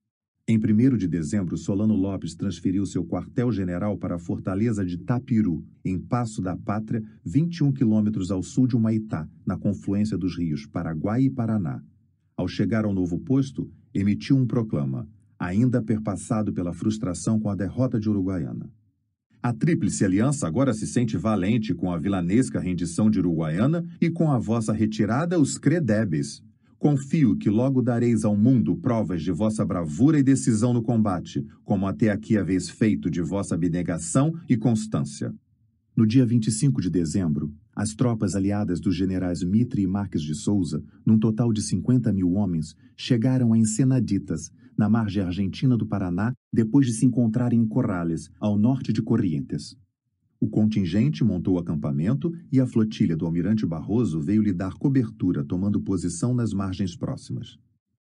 Em 1º de dezembro, Solano Lopes transferiu seu quartel-general para a fortaleza de Tapiru, em Passo da Pátria, 21 quilômetros ao sul de Humaitá, na confluência dos rios Paraguai e Paraná. Ao chegar ao novo posto, emitiu um proclama, ainda perpassado pela frustração com a derrota de Uruguaiana. A Tríplice Aliança agora se sente valente com a vilanesca rendição de Uruguaiana e com a vossa retirada os credébeis. Confio que logo dareis ao mundo provas de vossa bravura e decisão no combate, como até aqui haveis feito de vossa abnegação e constância. No dia 25 de dezembro, as tropas aliadas dos generais Mitre e Marques de Souza, num total de 50.000 homens, chegaram a Ensenaditas, na margem argentina do Paraná, depois de se encontrarem em Corrales, ao norte de Corrientes. O contingente montou acampamento e a flotilha do almirante Barroso veio lhe dar cobertura, tomando posição nas margens próximas.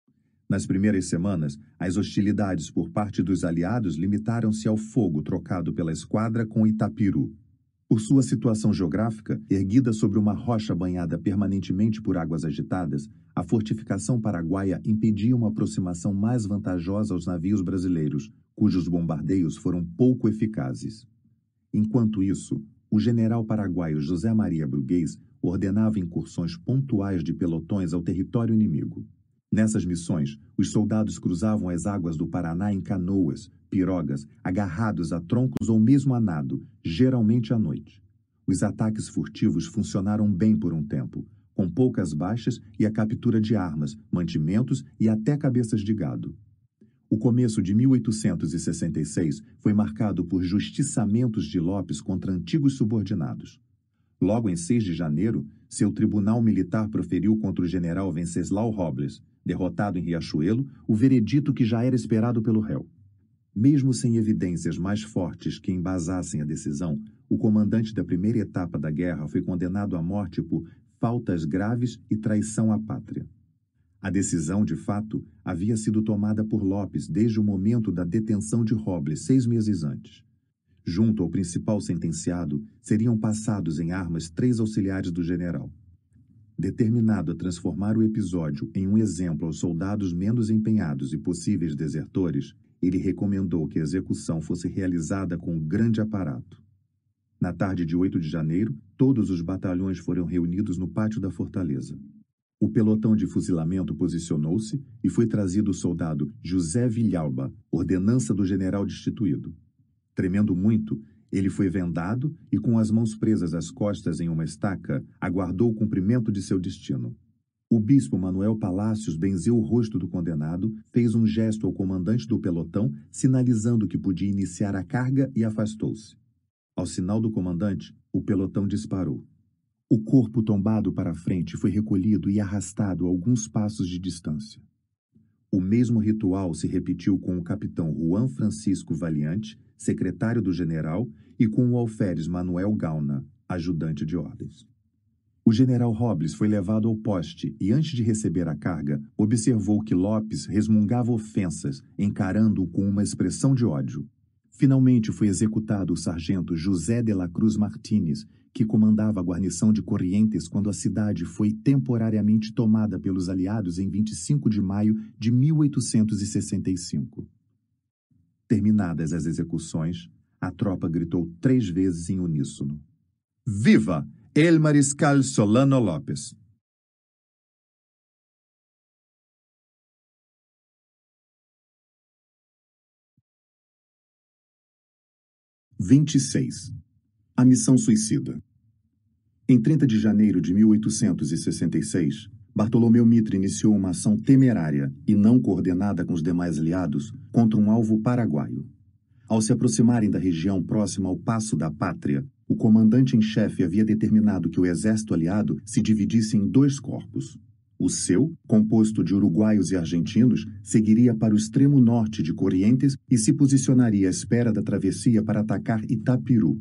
Nas primeiras semanas, as hostilidades por parte dos aliados limitaram-se ao fogo trocado pela esquadra com Itapiru. Por sua situação geográfica, erguida sobre uma rocha banhada permanentemente por águas agitadas, a fortificação paraguaia impedia uma aproximação mais vantajosa aos navios brasileiros, cujos bombardeios foram pouco eficazes. Enquanto isso, o general paraguaio José Maria Bruguês ordenava incursões pontuais de pelotões ao território inimigo. Nessas missões, os soldados cruzavam as águas do Paraná em canoas, pirogas, agarrados a troncos ou mesmo a nado, geralmente à noite. Os ataques furtivos funcionaram bem por um tempo, com poucas baixas e a captura de armas, mantimentos e até cabeças de gado. O começo de 1866 foi marcado por justiçamentos de Lopes contra antigos subordinados. Logo em 6 de janeiro, seu tribunal militar proferiu contra o general Venceslau Robles, derrotado em Riachuelo, o veredito que já era esperado pelo réu. Mesmo sem evidências mais fortes que embasassem a decisão, o comandante da primeira etapa da guerra foi condenado à morte por faltas graves e traição à pátria. A decisão, de fato, havia sido tomada por Lopes desde o momento da detenção de Robles 6 meses antes. Junto ao principal sentenciado, seriam passados em armas 3 auxiliares do general. Determinado a transformar o episódio em um exemplo aos soldados menos empenhados e possíveis desertores, ele recomendou que a execução fosse realizada com um grande aparato. Na tarde de 8 de janeiro, todos os batalhões foram reunidos no pátio da fortaleza. O pelotão de fuzilamento posicionou-se e foi trazido o soldado José Villalba, ordenança do general destituído. Tremendo muito, ele foi vendado e, com as mãos presas às costas em uma estaca, aguardou o cumprimento de seu destino. O bispo Manuel Palacios benzeu o rosto do condenado, fez um gesto ao comandante do pelotão, sinalizando que podia iniciar a carga e afastou-se. Ao sinal do comandante, o pelotão disparou. O corpo tombado para a frente foi recolhido e arrastado a alguns passos de distância. O mesmo ritual se repetiu com o capitão Juan Francisco Valiante, secretário do general, e com o alferes Manuel Gauna, ajudante de ordens. O general Robles foi levado ao poste e, antes de receber a carga, observou que Lopes resmungava ofensas, encarando-o com uma expressão de ódio. Finalmente foi executado o sargento José de la Cruz Martínez, que comandava a guarnição de Corrientes quando a cidade foi temporariamente tomada pelos aliados em 25 de maio de 1865. Terminadas as execuções, a tropa gritou 3 vezes em uníssono: Viva el Mariscal Solano Lopes! A missão suicida. Em 30 de janeiro de 1866, Bartolomeu Mitre iniciou uma ação temerária e não coordenada com os demais aliados contra um alvo paraguaio. Ao se aproximarem da região próxima ao Passo da Pátria, o comandante em chefe havia determinado que o exército aliado se dividisse em 2 corpos. O seu, composto de uruguaios e argentinos, seguiria para o extremo norte de Corrientes e se posicionaria à espera da travessia para atacar Itapiru.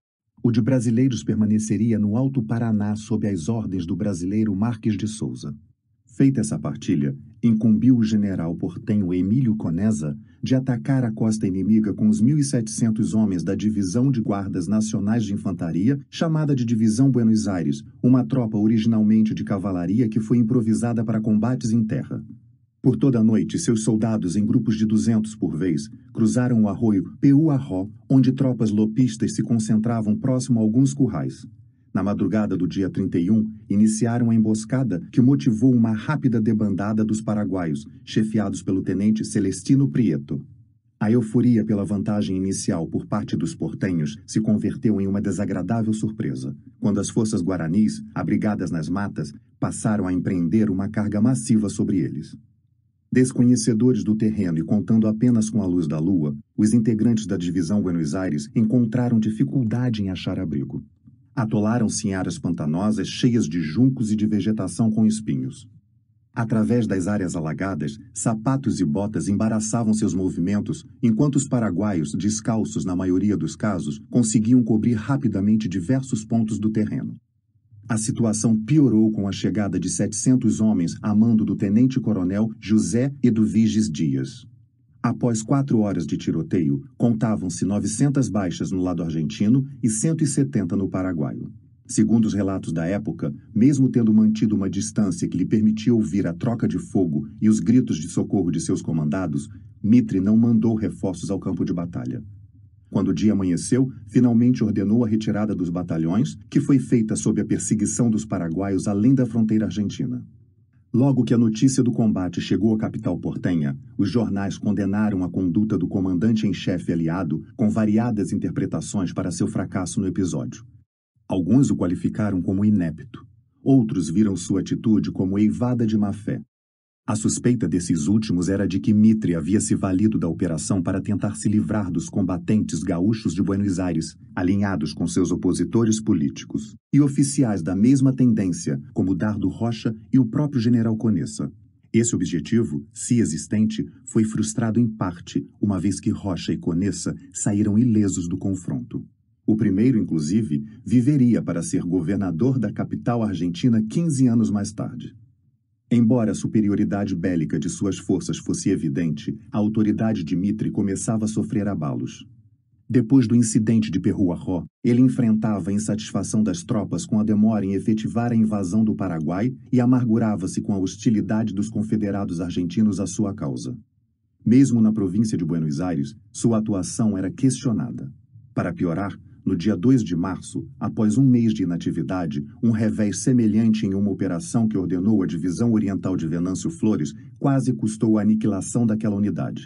O de brasileiros permaneceria no Alto Paraná sob as ordens do brasileiro Marques de Souza. Feita essa partilha, incumbiu o general portenho Emílio Conesa de atacar a costa inimiga com os 1.700 homens da Divisão de Guardas Nacionais de Infantaria, chamada de Divisão Buenos Aires, uma tropa originalmente de cavalaria que foi improvisada para combates em terra. Por toda a noite, seus soldados, em grupos de 200 por vez, cruzaram o arroio Peuarró, onde tropas lopistas se concentravam próximo a alguns currais. Na madrugada do dia 31, iniciaram a emboscada que motivou uma rápida debandada dos paraguaios, chefiados pelo tenente Celestino Prieto. A euforia pela vantagem inicial por parte dos portenhos se converteu em uma desagradável surpresa, quando as forças guaranis, abrigadas nas matas, passaram a empreender uma carga massiva sobre eles. Desconhecedores do terreno e contando apenas com a luz da lua, os integrantes da Divisão Buenos Aires encontraram dificuldade em achar abrigo. Atolaram-se em áreas pantanosas cheias de juncos e de vegetação com espinhos. Através das áreas alagadas, sapatos e botas embaraçavam seus movimentos, enquanto os paraguaios, descalços na maioria dos casos, conseguiam cobrir rapidamente diversos pontos do terreno. A situação piorou com a chegada de 700 homens a mando do tenente-coronel José Eduviges Dias. Após 4 horas de tiroteio, contavam-se 900 baixas no lado argentino e 170 no paraguaio. Segundo os relatos da época, mesmo tendo mantido uma distância que lhe permitia ouvir a troca de fogo e os gritos de socorro de seus comandados, Mitre não mandou reforços ao campo de batalha. Quando o dia amanheceu, finalmente ordenou a retirada dos batalhões, que foi feita sob a perseguição dos paraguaios além da fronteira argentina. Logo que a notícia do combate chegou à capital portenha, os jornais condenaram a conduta do comandante em chefe aliado com variadas interpretações para seu fracasso no episódio. Alguns o qualificaram como inepto. Outros viram sua atitude como eivada de má-fé. A suspeita desses últimos era de que Mitre havia se valido da operação para tentar se livrar dos combatentes gaúchos de Buenos Aires, alinhados com seus opositores políticos, e oficiais da mesma tendência, como Dardo Rocha e o próprio general Conesa. Esse objetivo, se existente, foi frustrado em parte, uma vez que Rocha e Conesa saíram ilesos do confronto. O primeiro, inclusive, viveria para ser governador da capital argentina 15 anos mais tarde. Embora a superioridade bélica de suas forças fosse evidente, a autoridade de Mitre começava a sofrer abalos. Depois do incidente de Peuarró, ele enfrentava a insatisfação das tropas com a demora em efetivar a invasão do Paraguai e amargurava-se com a hostilidade dos confederados argentinos à sua causa. Mesmo na província de Buenos Aires, sua atuação era questionada. Para piorar, no dia 2 de março, após um mês de inatividade, um revés semelhante em uma operação que ordenou a Divisão Oriental de Venâncio Flores quase custou a aniquilação daquela unidade.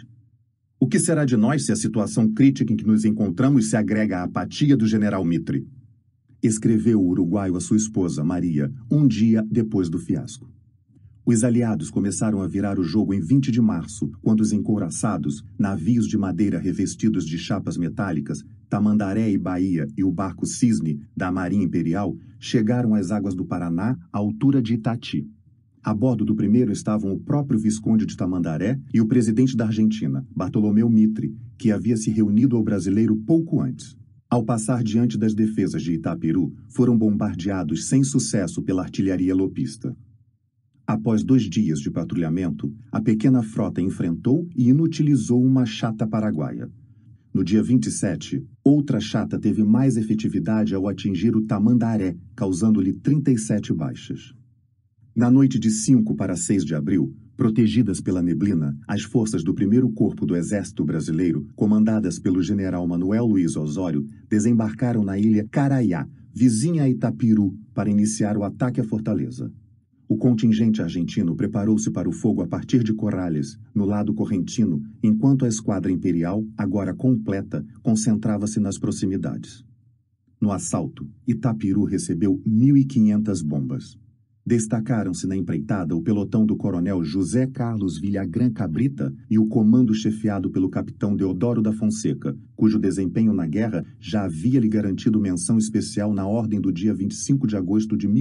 O que será de nós se a situação crítica em que nos encontramos se agrega à apatia do general Mitre? Escreveu o uruguaio a sua esposa, Maria, um dia depois do fiasco. Os aliados começaram a virar o jogo em 20 de março, quando os encouraçados, navios de madeira revestidos de chapas metálicas, Tamandaré e Bahia e o barco Cisne, da Marinha Imperial, chegaram às águas do Paraná, à altura de Itati. A bordo do primeiro estavam o próprio Visconde de Tamandaré e o presidente da Argentina, Bartolomeu Mitre, que havia se reunido ao brasileiro pouco antes. Ao passar diante das defesas de Itapiru, foram bombardeados sem sucesso pela artilharia lopista. Após 2 dias de patrulhamento, a pequena frota enfrentou e inutilizou uma chata paraguaia. No dia 27, outra chata teve mais efetividade ao atingir o Tamandaré, causando-lhe 37 baixas. Na noite de 5 para 6 de abril, protegidas pela neblina, as forças do 1º Corpo do Exército Brasileiro, comandadas pelo general Manuel Luiz Osório, desembarcaram na ilha Caraiá, vizinha a Itapiru, para iniciar o ataque à fortaleza. O contingente argentino preparou-se para o fogo a partir de Corrales, no lado correntino, enquanto a esquadra imperial, agora completa, concentrava-se nas proximidades. No assalto, Itapiru recebeu 1.500 bombas. Destacaram-se na empreitada o pelotão do coronel José Carlos Villagrán Cabrita e o comando chefiado pelo capitão Deodoro da Fonseca, cujo desempenho na guerra já havia lhe garantido menção especial na ordem do dia 25 de agosto de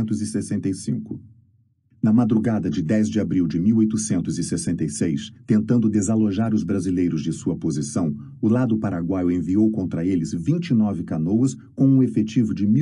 1865. Na madrugada de 10 de abril de 1866, tentando desalojar os brasileiros de sua posição, o lado paraguaio enviou contra eles 29 canoas com um efetivo de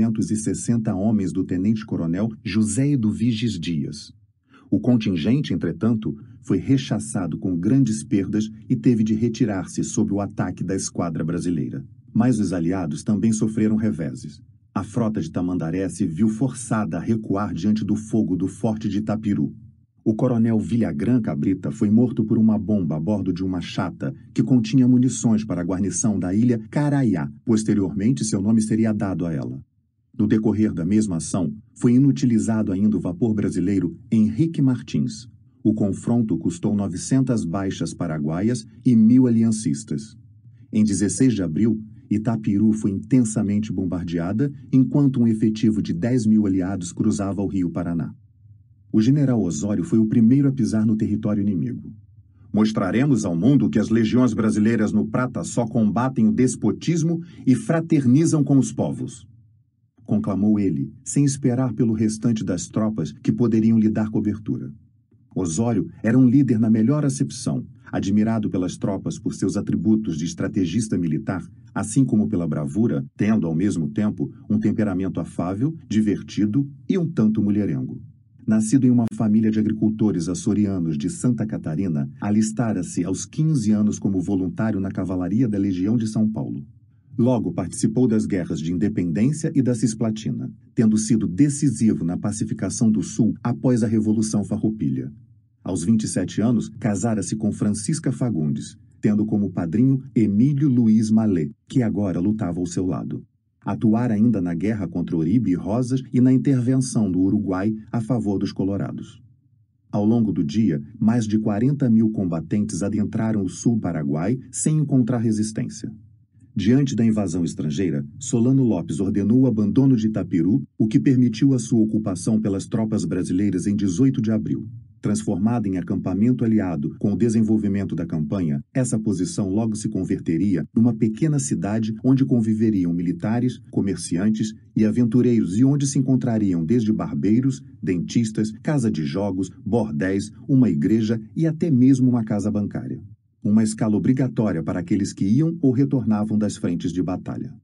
1.260 homens do tenente-coronel José Eduviges Dias. O contingente, entretanto, foi rechaçado com grandes perdas e teve de retirar-se sob o ataque da esquadra brasileira. Mas os aliados também sofreram reveses. A frota de Tamandaré se viu forçada a recuar diante do fogo do forte de Itapiru. O coronel Villagrán Cabrita foi morto por uma bomba a bordo de uma chata que continha munições para a guarnição da ilha Caraiá. Posteriormente, seu nome seria dado a ela. No decorrer da mesma ação, foi inutilizado ainda o vapor brasileiro Henrique Martins. O confronto custou 900 baixas paraguaias e 1.000 aliancistas. Em 16 de abril, Itapiru foi intensamente bombardeada, enquanto um efetivo de 10.000 aliados cruzava o rio Paraná. O general Osório foi o primeiro a pisar no território inimigo. Mostraremos ao mundo que as legiões brasileiras no Prata só combatem o despotismo e fraternizam com os povos, conclamou ele, sem esperar pelo restante das tropas que poderiam lhe dar cobertura. Osório era um líder na melhor acepção, admirado pelas tropas por seus atributos de estrategista militar, assim como pela bravura, tendo, ao mesmo tempo, um temperamento afável, divertido e um tanto mulherengo. Nascido em uma família de agricultores açorianos de Santa Catarina, alistara-se aos 15 anos como voluntário na cavalaria da Legião de São Paulo. Logo participou das guerras de Independência e da Cisplatina, tendo sido decisivo na pacificação do Sul após a Revolução Farroupilha. Aos 27 anos, casara-se com Francisca Fagundes, tendo como padrinho Emílio Luiz Mallet, que agora lutava ao seu lado. Atuara ainda na guerra contra Uribe e Rosas e na intervenção do Uruguai a favor dos colorados. Ao longo do dia, mais de 40.000 combatentes adentraram o sul Paraguai sem encontrar resistência. Diante da invasão estrangeira, Solano Lopes ordenou o abandono de Itapiru, o que permitiu a sua ocupação pelas tropas brasileiras em 18 de abril. Transformada em acampamento aliado com o desenvolvimento da campanha, essa posição logo se converteria numa pequena cidade onde conviveriam militares, comerciantes e aventureiros e onde se encontrariam desde barbeiros, dentistas, casa de jogos, bordéis, uma igreja e até mesmo uma casa bancária. Uma escala obrigatória para aqueles que iam ou retornavam das frentes de batalha.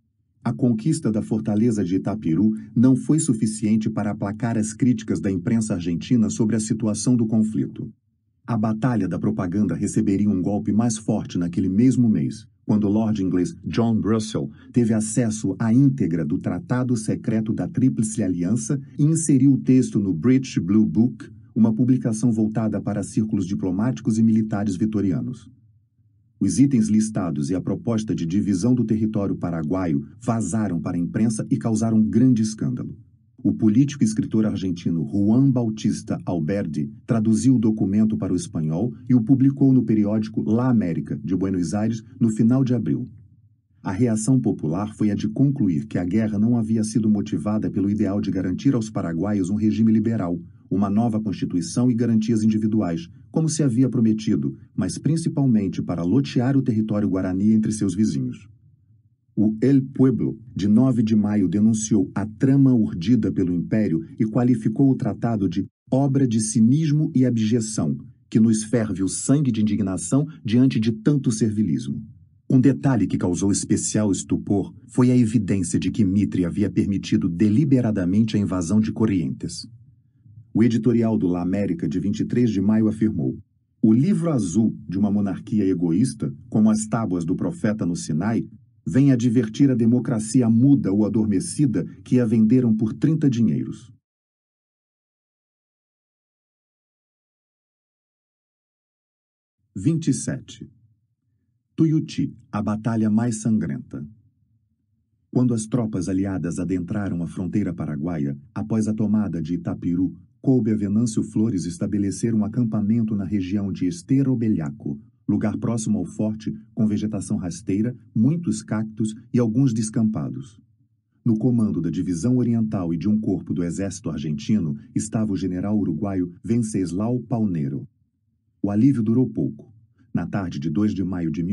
A conquista da fortaleza de Itapiru não foi suficiente para aplacar as críticas da imprensa argentina sobre a situação do conflito. A batalha da propaganda receberia um golpe mais forte naquele mesmo mês, quando o lord inglês John Russell teve acesso à íntegra do Tratado Secreto da Tríplice Aliança e inseriu o texto no British Blue Book, uma publicação voltada para círculos diplomáticos e militares vitorianos. Os itens listados e a proposta de divisão do território paraguaio vazaram para a imprensa e causaram grande escândalo. O político e escritor argentino Juan Bautista Alberdi traduziu o documento para o espanhol e o publicou no periódico La América, de Buenos Aires, no final de abril. A reação popular foi a de concluir que a guerra não havia sido motivada pelo ideal de garantir aos paraguaios um regime liberal, uma nova Constituição e garantias individuais, como se havia prometido, mas principalmente para lotear o território guarani entre seus vizinhos. O El Pueblo, de 9 de maio, denunciou a trama urdida pelo Império e qualificou o tratado de obra de cinismo e abjeção, que nos ferve o sangue de indignação diante de tanto servilismo. Um detalhe que causou especial estupor foi a evidência de que Mitre havia permitido deliberadamente a invasão de Corrientes. O editorial do La América de 23 de maio afirmou: o livro azul de uma monarquia egoísta, como as tábuas do profeta no Sinai, vem advertir a democracia muda ou adormecida que a venderam por 30 dinheiros. – 27. Tuiuti, a batalha mais sangrenta. Quando as tropas aliadas adentraram a fronteira paraguaia, após a tomada de Itapiru, coube a Venâncio Flores estabelecer um acampamento na região de Estero Belhaco, lugar próximo ao forte, com vegetação rasteira, muitos cactos e alguns descampados. No comando da Divisão Oriental e de um corpo do Exército Argentino estava o general uruguaio Venceslau Paunero. O alívio durou pouco. Na tarde de 2 de maio de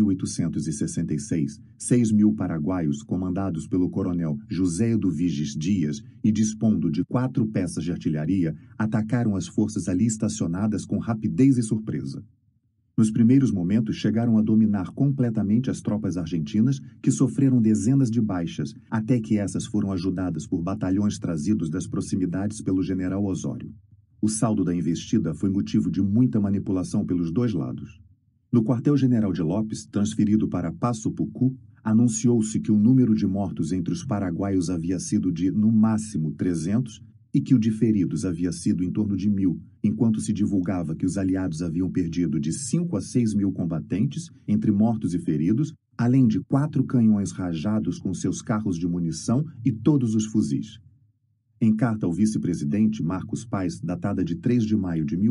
1866, 6.000 paraguaios, comandados pelo coronel José Eduviges Dias e dispondo de 4 peças de artilharia, atacaram as forças ali estacionadas com rapidez e surpresa. Nos primeiros momentos, chegaram a dominar completamente as tropas argentinas, que sofreram dezenas de baixas, até que essas foram ajudadas por batalhões trazidos das proximidades pelo general Osório. O saldo da investida foi motivo de muita manipulação pelos dois lados. No quartel-general de Lopes, transferido para Passo Pucu, anunciou-se que o número de mortos entre os paraguaios havia sido de, no máximo, 300 e que o de feridos havia sido em torno de 1.000, enquanto se divulgava que os aliados haviam perdido de 5 a 6 mil combatentes, entre mortos e feridos, além de 4 canhões rajados com seus carros de munição e todos os fuzis. Em carta ao vice-presidente Marcos Paz, datada de 3 de maio de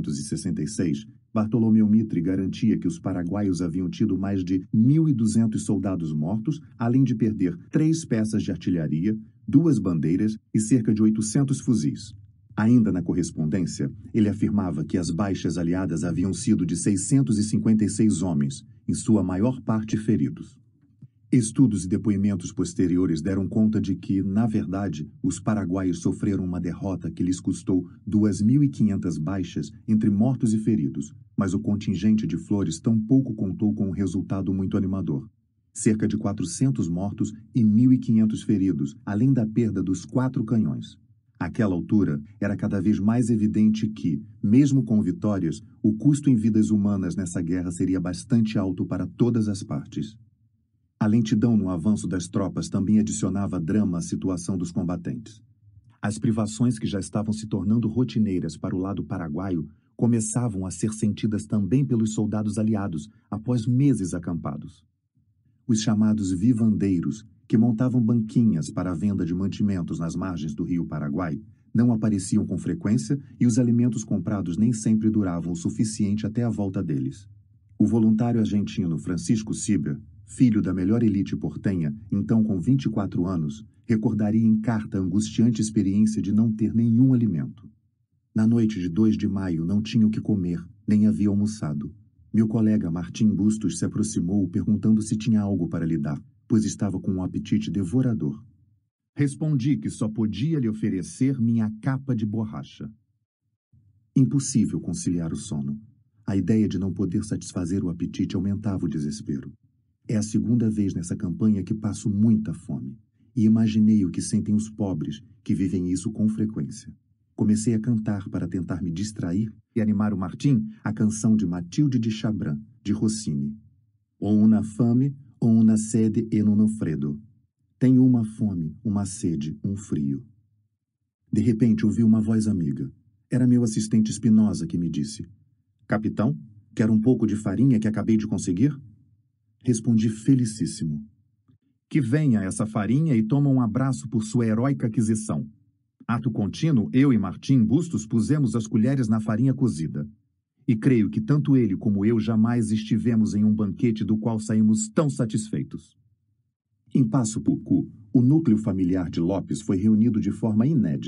1866, Bartolomeu Mitre garantia que os paraguaios haviam tido mais de 1.200 soldados mortos, além de perder 3 peças de artilharia, 2 bandeiras e cerca de 800 fuzis. Ainda na correspondência, ele afirmava que as baixas aliadas haviam sido de 656 homens, em sua maior parte feridos. Estudos e depoimentos posteriores deram conta de que, na verdade, os paraguaios sofreram uma derrota que lhes custou 2.500 baixas entre mortos e feridos, mas o contingente de Flores tampouco contou com um resultado muito animador. Cerca de 400 mortos e 1.500 feridos, além da perda dos 4 canhões. Àquela altura, era cada vez mais evidente que, mesmo com vitórias, o custo em vidas humanas nessa guerra seria bastante alto para todas as partes. A lentidão no avanço das tropas também adicionava drama à situação dos combatentes. As privações que já estavam se tornando rotineiras para o lado paraguaio começavam a ser sentidas também pelos soldados aliados após meses acampados. Os chamados vivandeiros, que montavam banquinhas para a venda de mantimentos nas margens do rio Paraguai, não apareciam com frequência e os alimentos comprados nem sempre duravam o suficiente até a volta deles. O voluntário argentino Francisco Sieber, filho da melhor elite portenha, então com 24 anos, recordaria em carta a angustiante experiência de não ter nenhum alimento. Na noite de 2 de maio não tinha o que comer, nem havia almoçado. Meu colega Martim Bustos se aproximou perguntando se tinha algo para lhe dar, pois estava com um apetite devorador. Respondi que só podia lhe oferecer minha capa de borracha. Impossível conciliar o sono. A ideia de não poder satisfazer o apetite aumentava o desespero. É a segunda vez nessa campanha que passo muita fome, e imaginei o que sentem os pobres, que vivem isso com frequência. Comecei a cantar para tentar me distrair e animar o Martim a canção de Matilde de Chabran, de Rossini. O una fame, o una sede e non freddo. Tenho uma fome, uma sede, um frio. De repente ouvi uma voz amiga. Era meu assistente Espinosa que me disse: Capitão, quer um pouco de farinha que acabei de conseguir? Respondi felicíssimo. Que venha essa farinha e toma um abraço por sua heróica aquisição. Ato contínuo, eu e Martim Bustos pusemos as colheres na farinha cozida. E creio que tanto ele como eu jamais estivemos em um banquete do qual saímos tão satisfeitos. Em Passo Pucu, o núcleo familiar de Lopes foi reunido de forma inédita.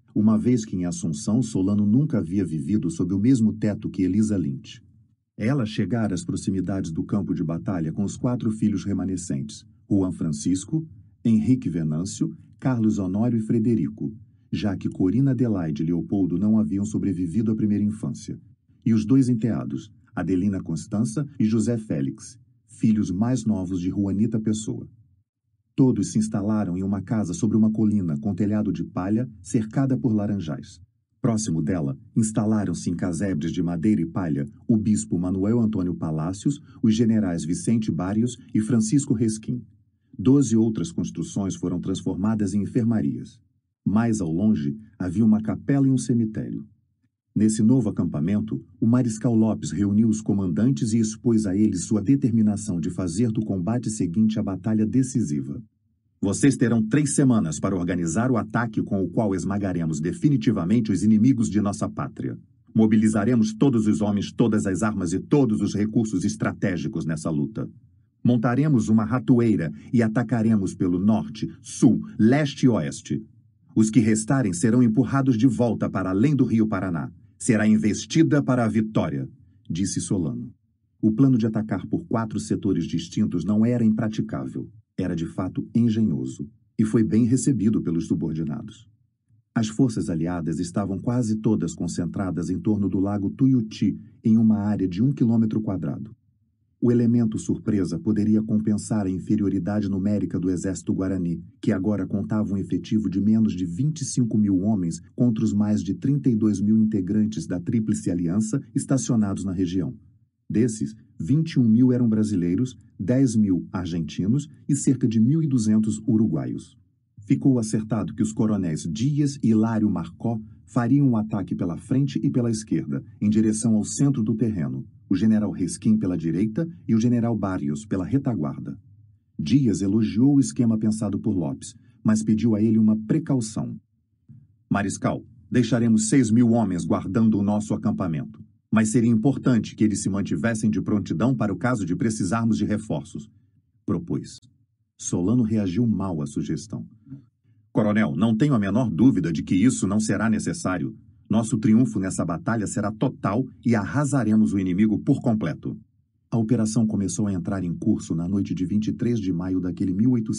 uma vez que em Assunção Solano nunca havia vivido sob o mesmo teto que Elisa Lynch. Ela chegara às proximidades do campo de batalha com os 4 filhos remanescentes, Juan Francisco, Henrique Venâncio, Carlos Honório e Frederico, já que Corina Adelaide e Leopoldo não haviam sobrevivido à primeira infância, e os 2 enteados, Adelina Constança e José Félix, filhos mais novos de Juanita Pessoa. Todos se instalaram em uma casa sobre uma colina com telhado de palha cercada por laranjais. Próximo dela, instalaram-se em casebres de madeira e palha o bispo Manuel Antônio Palácios, os generais Vicente Barrios e Francisco Resquim. 12 outras construções foram transformadas em enfermarias. Mais ao longe, havia uma capela e um cemitério. Nesse novo acampamento, o Mariscal Lopes reuniu os comandantes e expôs a eles sua determinação de fazer do combate seguinte a batalha decisiva. Vocês terão 3 semanas para organizar o ataque com o qual esmagaremos definitivamente os inimigos de nossa pátria. Mobilizaremos todos os homens, todas as armas e todos os recursos estratégicos nessa luta. Montaremos uma ratoeira e atacaremos pelo norte, sul, leste e oeste. Os que restarem serão empurrados de volta para além do Rio Paraná. Será investida para a vitória, disse Solano. O plano de atacar por 4 setores distintos não era impraticável. Era de fato engenhoso, e foi bem recebido pelos subordinados. As forças aliadas estavam quase todas concentradas em torno do lago Tuiuti, em uma área de 1 km². O elemento surpresa poderia compensar a inferioridade numérica do exército guarani, que agora contava um efetivo de menos de 25 mil homens contra os mais de 32 mil integrantes da Tríplice Aliança estacionados na região. Desses, 21 mil eram brasileiros, 10 mil argentinos e cerca de 1.200 uruguaios. Ficou acertado que os coronéis Dias e Hilário Marcó fariam um ataque pela frente e pela esquerda, em direção ao centro do terreno, o general Resquim pela direita e o general Barrios pela retaguarda. Dias elogiou o esquema pensado por Lopes, mas pediu a ele uma precaução. Mariscal, deixaremos 6 mil homens guardando o nosso acampamento, mas seria importante que eles se mantivessem de prontidão para o caso de precisarmos de reforços, propôs. Solano reagiu mal à sugestão. Coronel, não tenho a menor dúvida de que isso não será necessário. Nosso triunfo nessa batalha será total e arrasaremos o inimigo por completo. A operação começou a entrar em curso na noite de 23 de maio daquele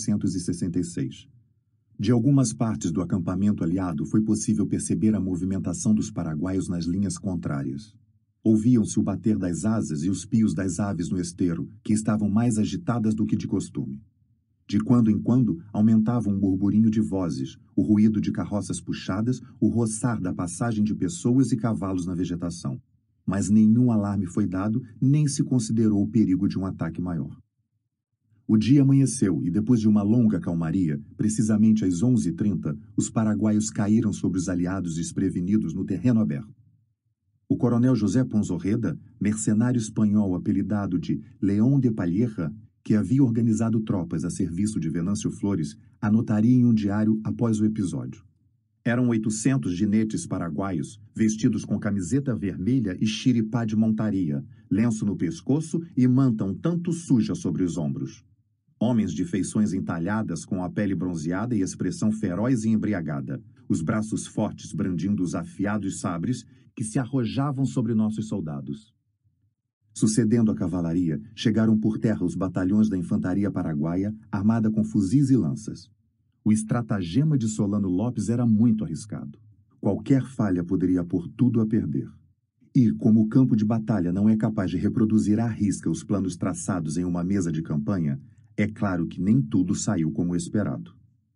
1866. De algumas partes do acampamento aliado foi possível perceber a movimentação dos paraguaios nas linhas contrárias. Ouviam-se o bater das asas e os pios das aves no esteiro, que estavam mais agitadas do que de costume. De quando em quando, aumentava um burburinho de vozes, o ruído de carroças puxadas, o roçar da passagem de pessoas e cavalos na vegetação. Mas nenhum alarme foi dado, nem se considerou o perigo de um ataque maior. O dia amanheceu e, depois de uma longa calmaria, precisamente às 11h30, os paraguaios caíram sobre os aliados desprevenidos no terreno aberto. O coronel José Ponzorreda, mercenário espanhol apelidado de León de Palleja, que havia organizado tropas a serviço de Venâncio Flores, anotaria em um diário após o episódio. Eram 800 jinetes paraguaios, vestidos com camiseta vermelha e xiripá de montaria, lenço no pescoço e manta um tanto suja sobre os ombros. Homens de feições entalhadas com a pele bronzeada e expressão feroz e embriagada, os braços fortes brandindo os afiados sabres que se arrojavam sobre nossos soldados. Sucedendo a cavalaria, chegaram por terra os batalhões da infantaria paraguaia, armada com fuzis e lanças. O estratagema de Solano Lopes era muito arriscado. Qualquer falha poderia pôr tudo a perder. E, como o campo de batalha não é capaz de reproduzir à risca os planos traçados em uma mesa de campanha, é claro que nem tudo saiu como esperado.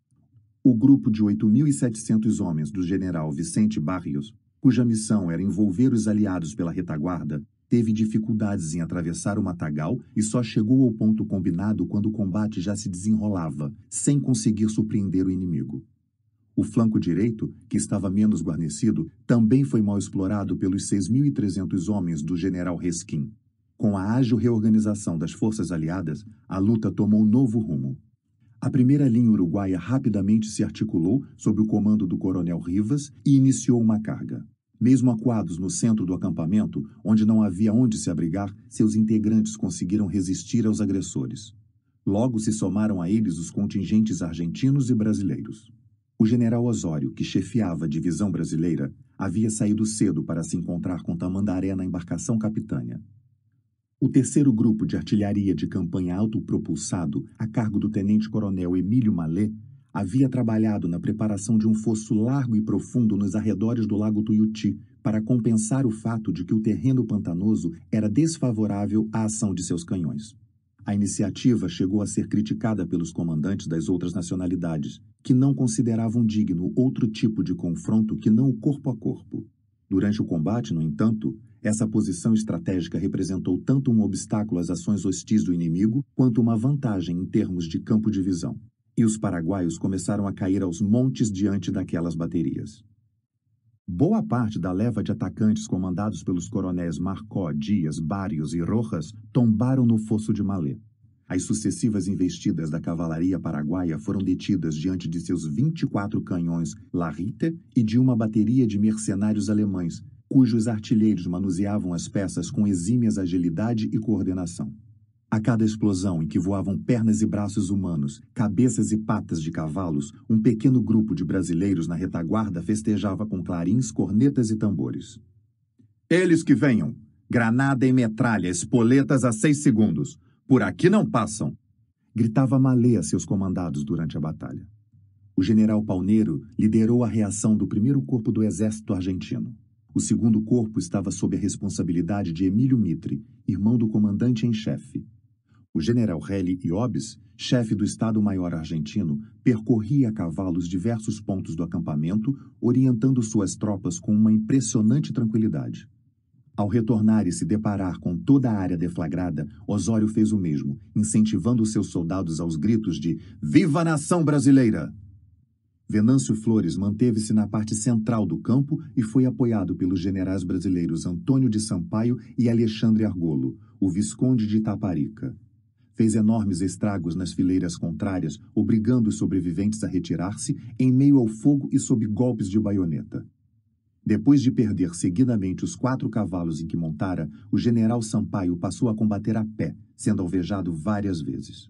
O grupo de 8.700 homens do general Vicente Barrios, cuja missão era envolver os aliados pela retaguarda, teve dificuldades em atravessar o matagal e só chegou ao ponto combinado quando o combate já se desenrolava, sem conseguir surpreender o inimigo. O flanco direito, que estava menos guarnecido, também foi mal explorado pelos 6.300 homens do general Resquim. Com a ágil reorganização das forças aliadas, a luta tomou um novo rumo. A primeira linha uruguaia rapidamente se articulou sob o comando do coronel Rivas e iniciou uma carga. Mesmo acuados no centro do acampamento, onde não havia onde se abrigar, seus integrantes conseguiram resistir aos agressores. Logo se somaram a eles os contingentes argentinos e brasileiros. O general Osório, que chefiava a divisão brasileira, havia saído cedo para se encontrar com Tamandaré na embarcação capitânia. O terceiro grupo de artilharia de campanha autopropulsado, a cargo do tenente-coronel Emílio Mallet, havia trabalhado na preparação de um fosso largo e profundo nos arredores do lago Tuiuti, para compensar o fato de que o terreno pantanoso era desfavorável à ação de seus canhões. A iniciativa chegou a ser criticada pelos comandantes das outras nacionalidades, que não consideravam digno outro tipo de confronto que não o corpo a corpo. Durante o combate, no entanto, essa posição estratégica representou tanto um obstáculo às ações hostis do inimigo, quanto uma vantagem em termos de campo de visão. E os paraguaios começaram a cair aos montes diante daquelas baterias. Boa parte da leva de atacantes comandados pelos coronéis Marcó, Dias, Barrios e Rojas tombaram no fosso de Mallet. As sucessivas investidas da cavalaria paraguaia foram detidas diante de seus 24 canhões Larrite e de uma bateria de mercenários alemães, cujos artilheiros manuseavam as peças com exímias agilidade e coordenação. A cada explosão em que voavam pernas e braços humanos, cabeças e patas de cavalos, um pequeno grupo de brasileiros na retaguarda festejava com clarins, cornetas e tambores. Eles que venham! Granada e metralha, espoletas a 6 segundos! Por aqui não passam! Gritava Mallet a seus comandados durante a batalha. O general Palneiro liderou a reação do primeiro corpo do exército argentino. O segundo corpo estava sob a responsabilidade de Emílio Mitre, irmão do comandante em chefe. O general Heli Iobes, chefe do Estado-Maior argentino, percorria a cavalo os diversos pontos do acampamento, orientando suas tropas com uma impressionante tranquilidade. Ao retornar e se deparar com toda a área deflagrada, Osório fez o mesmo, incentivando seus soldados aos gritos de "Viva a nação brasileira!". Venâncio Flores manteve-se na parte central do campo e foi apoiado pelos generais brasileiros Antônio de Sampaio e Alexandre Argolo, o Visconde de Itaparica. Fez enormes estragos nas fileiras contrárias, obrigando os sobreviventes a retirar-se em meio ao fogo e sob golpes de baioneta. Depois de perder seguidamente os 4 cavalos em que montara, o general Sampaio passou a combater a pé, sendo alvejado várias vezes.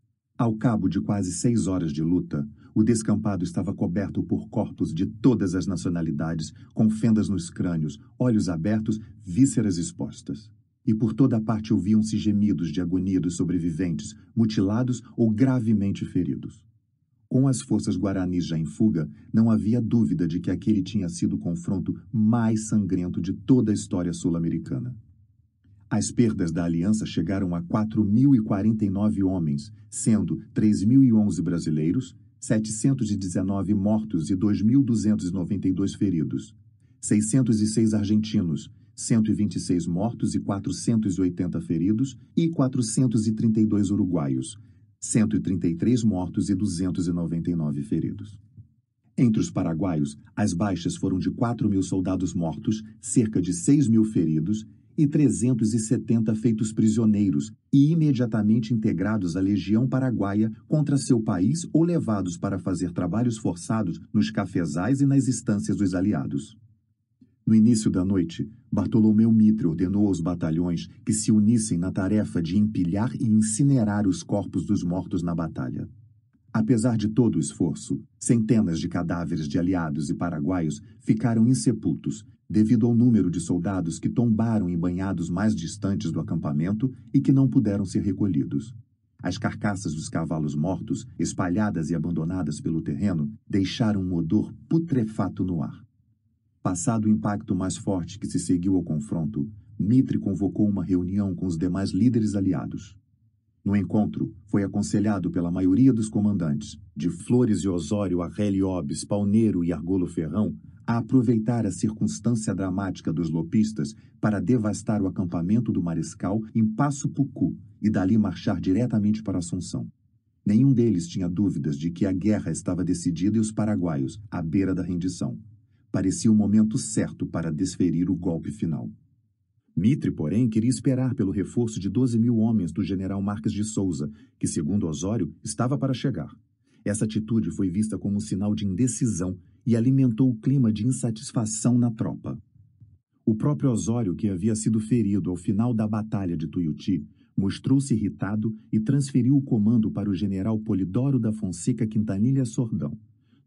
Ao cabo de quase 6 horas de luta, o descampado estava coberto por corpos de todas as nacionalidades, com fendas nos crânios, olhos abertos, vísceras expostas. E por toda parte ouviam-se gemidos de agonia dos sobreviventes, mutilados ou gravemente feridos. Com as forças guaranis já em fuga, não havia dúvida de que aquele tinha sido o confronto mais sangrento de toda a história sul-americana. As perdas da aliança chegaram a 4.049 homens, sendo 3.011 brasileiros, 719 mortos e 2.292 feridos, 606 argentinos, 126 mortos e 480 feridos, e 432 uruguaios, 133 mortos e 299 feridos. Entre os paraguaios, as baixas foram de 4.000 soldados mortos, cerca de 6.000 feridos e 370 feitos prisioneiros e imediatamente integrados à Legião Paraguaia contra seu país ou levados para fazer trabalhos forçados nos cafezais e nas estâncias dos aliados. No início da noite, Bartolomeu Mitre ordenou aos batalhões que se unissem na tarefa de empilhar e incinerar os corpos dos mortos na batalha. Apesar de todo o esforço, centenas de cadáveres de aliados e paraguaios ficaram insepultos devido ao número de soldados que tombaram em banhados mais distantes do acampamento e que não puderam ser recolhidos. As carcaças dos cavalos mortos, espalhadas e abandonadas pelo terreno, deixaram um odor putrefato no ar. Passado o impacto mais forte que se seguiu ao confronto, Mitre convocou uma reunião com os demais líderes aliados. No encontro, foi aconselhado pela maioria dos comandantes, de Flores e Osório a Heli Iobes, Palneiro e Argolo Ferrão, a aproveitar a circunstância dramática dos lopistas para devastar o acampamento do Mariscal em Passo Pucu e dali marchar diretamente para Assunção. Nenhum deles tinha dúvidas de que a guerra estava decidida e os paraguaios, à beira da rendição. Parecia o momento certo para desferir o golpe final. Mitre, porém, queria esperar pelo reforço de 12.000 homens do general Marques de Souza, que, segundo Osório, estava para chegar. Essa atitude foi vista como um sinal de indecisão e alimentou o clima de insatisfação na tropa. O próprio Osório, que havia sido ferido ao final da Batalha de Tuiuti, mostrou-se irritado e transferiu o comando para o general Polidoro da Fonseca Quintanilha Sordão.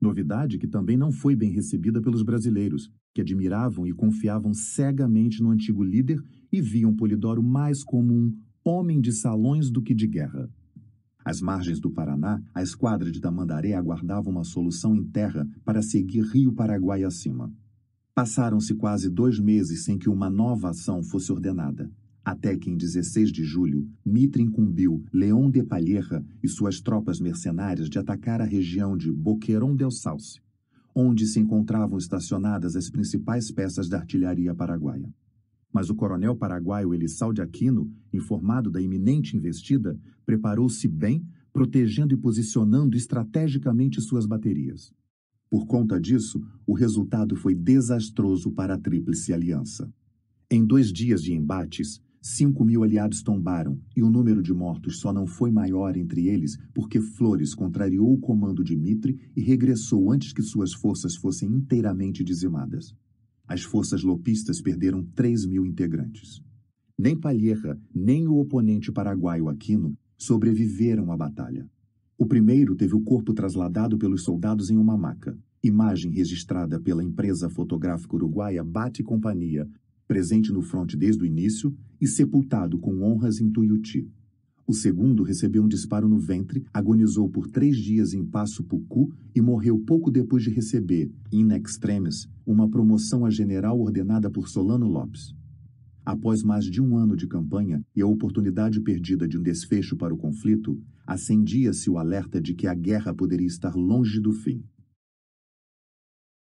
Novidade que também não foi bem recebida pelos brasileiros, que admiravam e confiavam cegamente no antigo líder e viam Polidoro mais como um homem de salões do que de guerra. Às margens do Paraná, a esquadra de Tamandaré aguardava uma solução em terra para seguir Rio Paraguai acima. Passaram-se quase 2 meses sem que uma nova ação fosse ordenada, até que em 16 de julho, Mitre incumbiu León de Palleja e suas tropas mercenárias de atacar a região de Boquerón del Sauce, onde se encontravam estacionadas as principais peças da artilharia paraguaia. Mas o coronel paraguaio Elizalde Aquino, informado da iminente investida, preparou-se bem, protegendo e posicionando estrategicamente suas baterias. Por conta disso, o resultado foi desastroso para a Tríplice Aliança. Em 2 dias de embates, 5.000 aliados tombaram e o número de mortos só não foi maior entre eles porque Flores contrariou o comando de Mitre e regressou antes que suas forças fossem inteiramente dizimadas. As forças lopistas perderam 3.000 integrantes. Nem Palleja, nem o oponente paraguaio Aquino sobreviveram à batalha. O primeiro teve o corpo trasladado pelos soldados em uma maca, imagem registrada pela empresa fotográfica uruguaia Bate Companhia, presente no fronte desde o início, e sepultado com honras em Tuiuti. O segundo recebeu um disparo no ventre, agonizou por 3 dias em Passo Pucu e morreu pouco depois de receber, in extremis, uma promoção a general ordenada por Solano Lopes. Após mais de 1 ano de campanha e a oportunidade perdida de um desfecho para o conflito, acendia-se o alerta de que a guerra poderia estar longe do fim.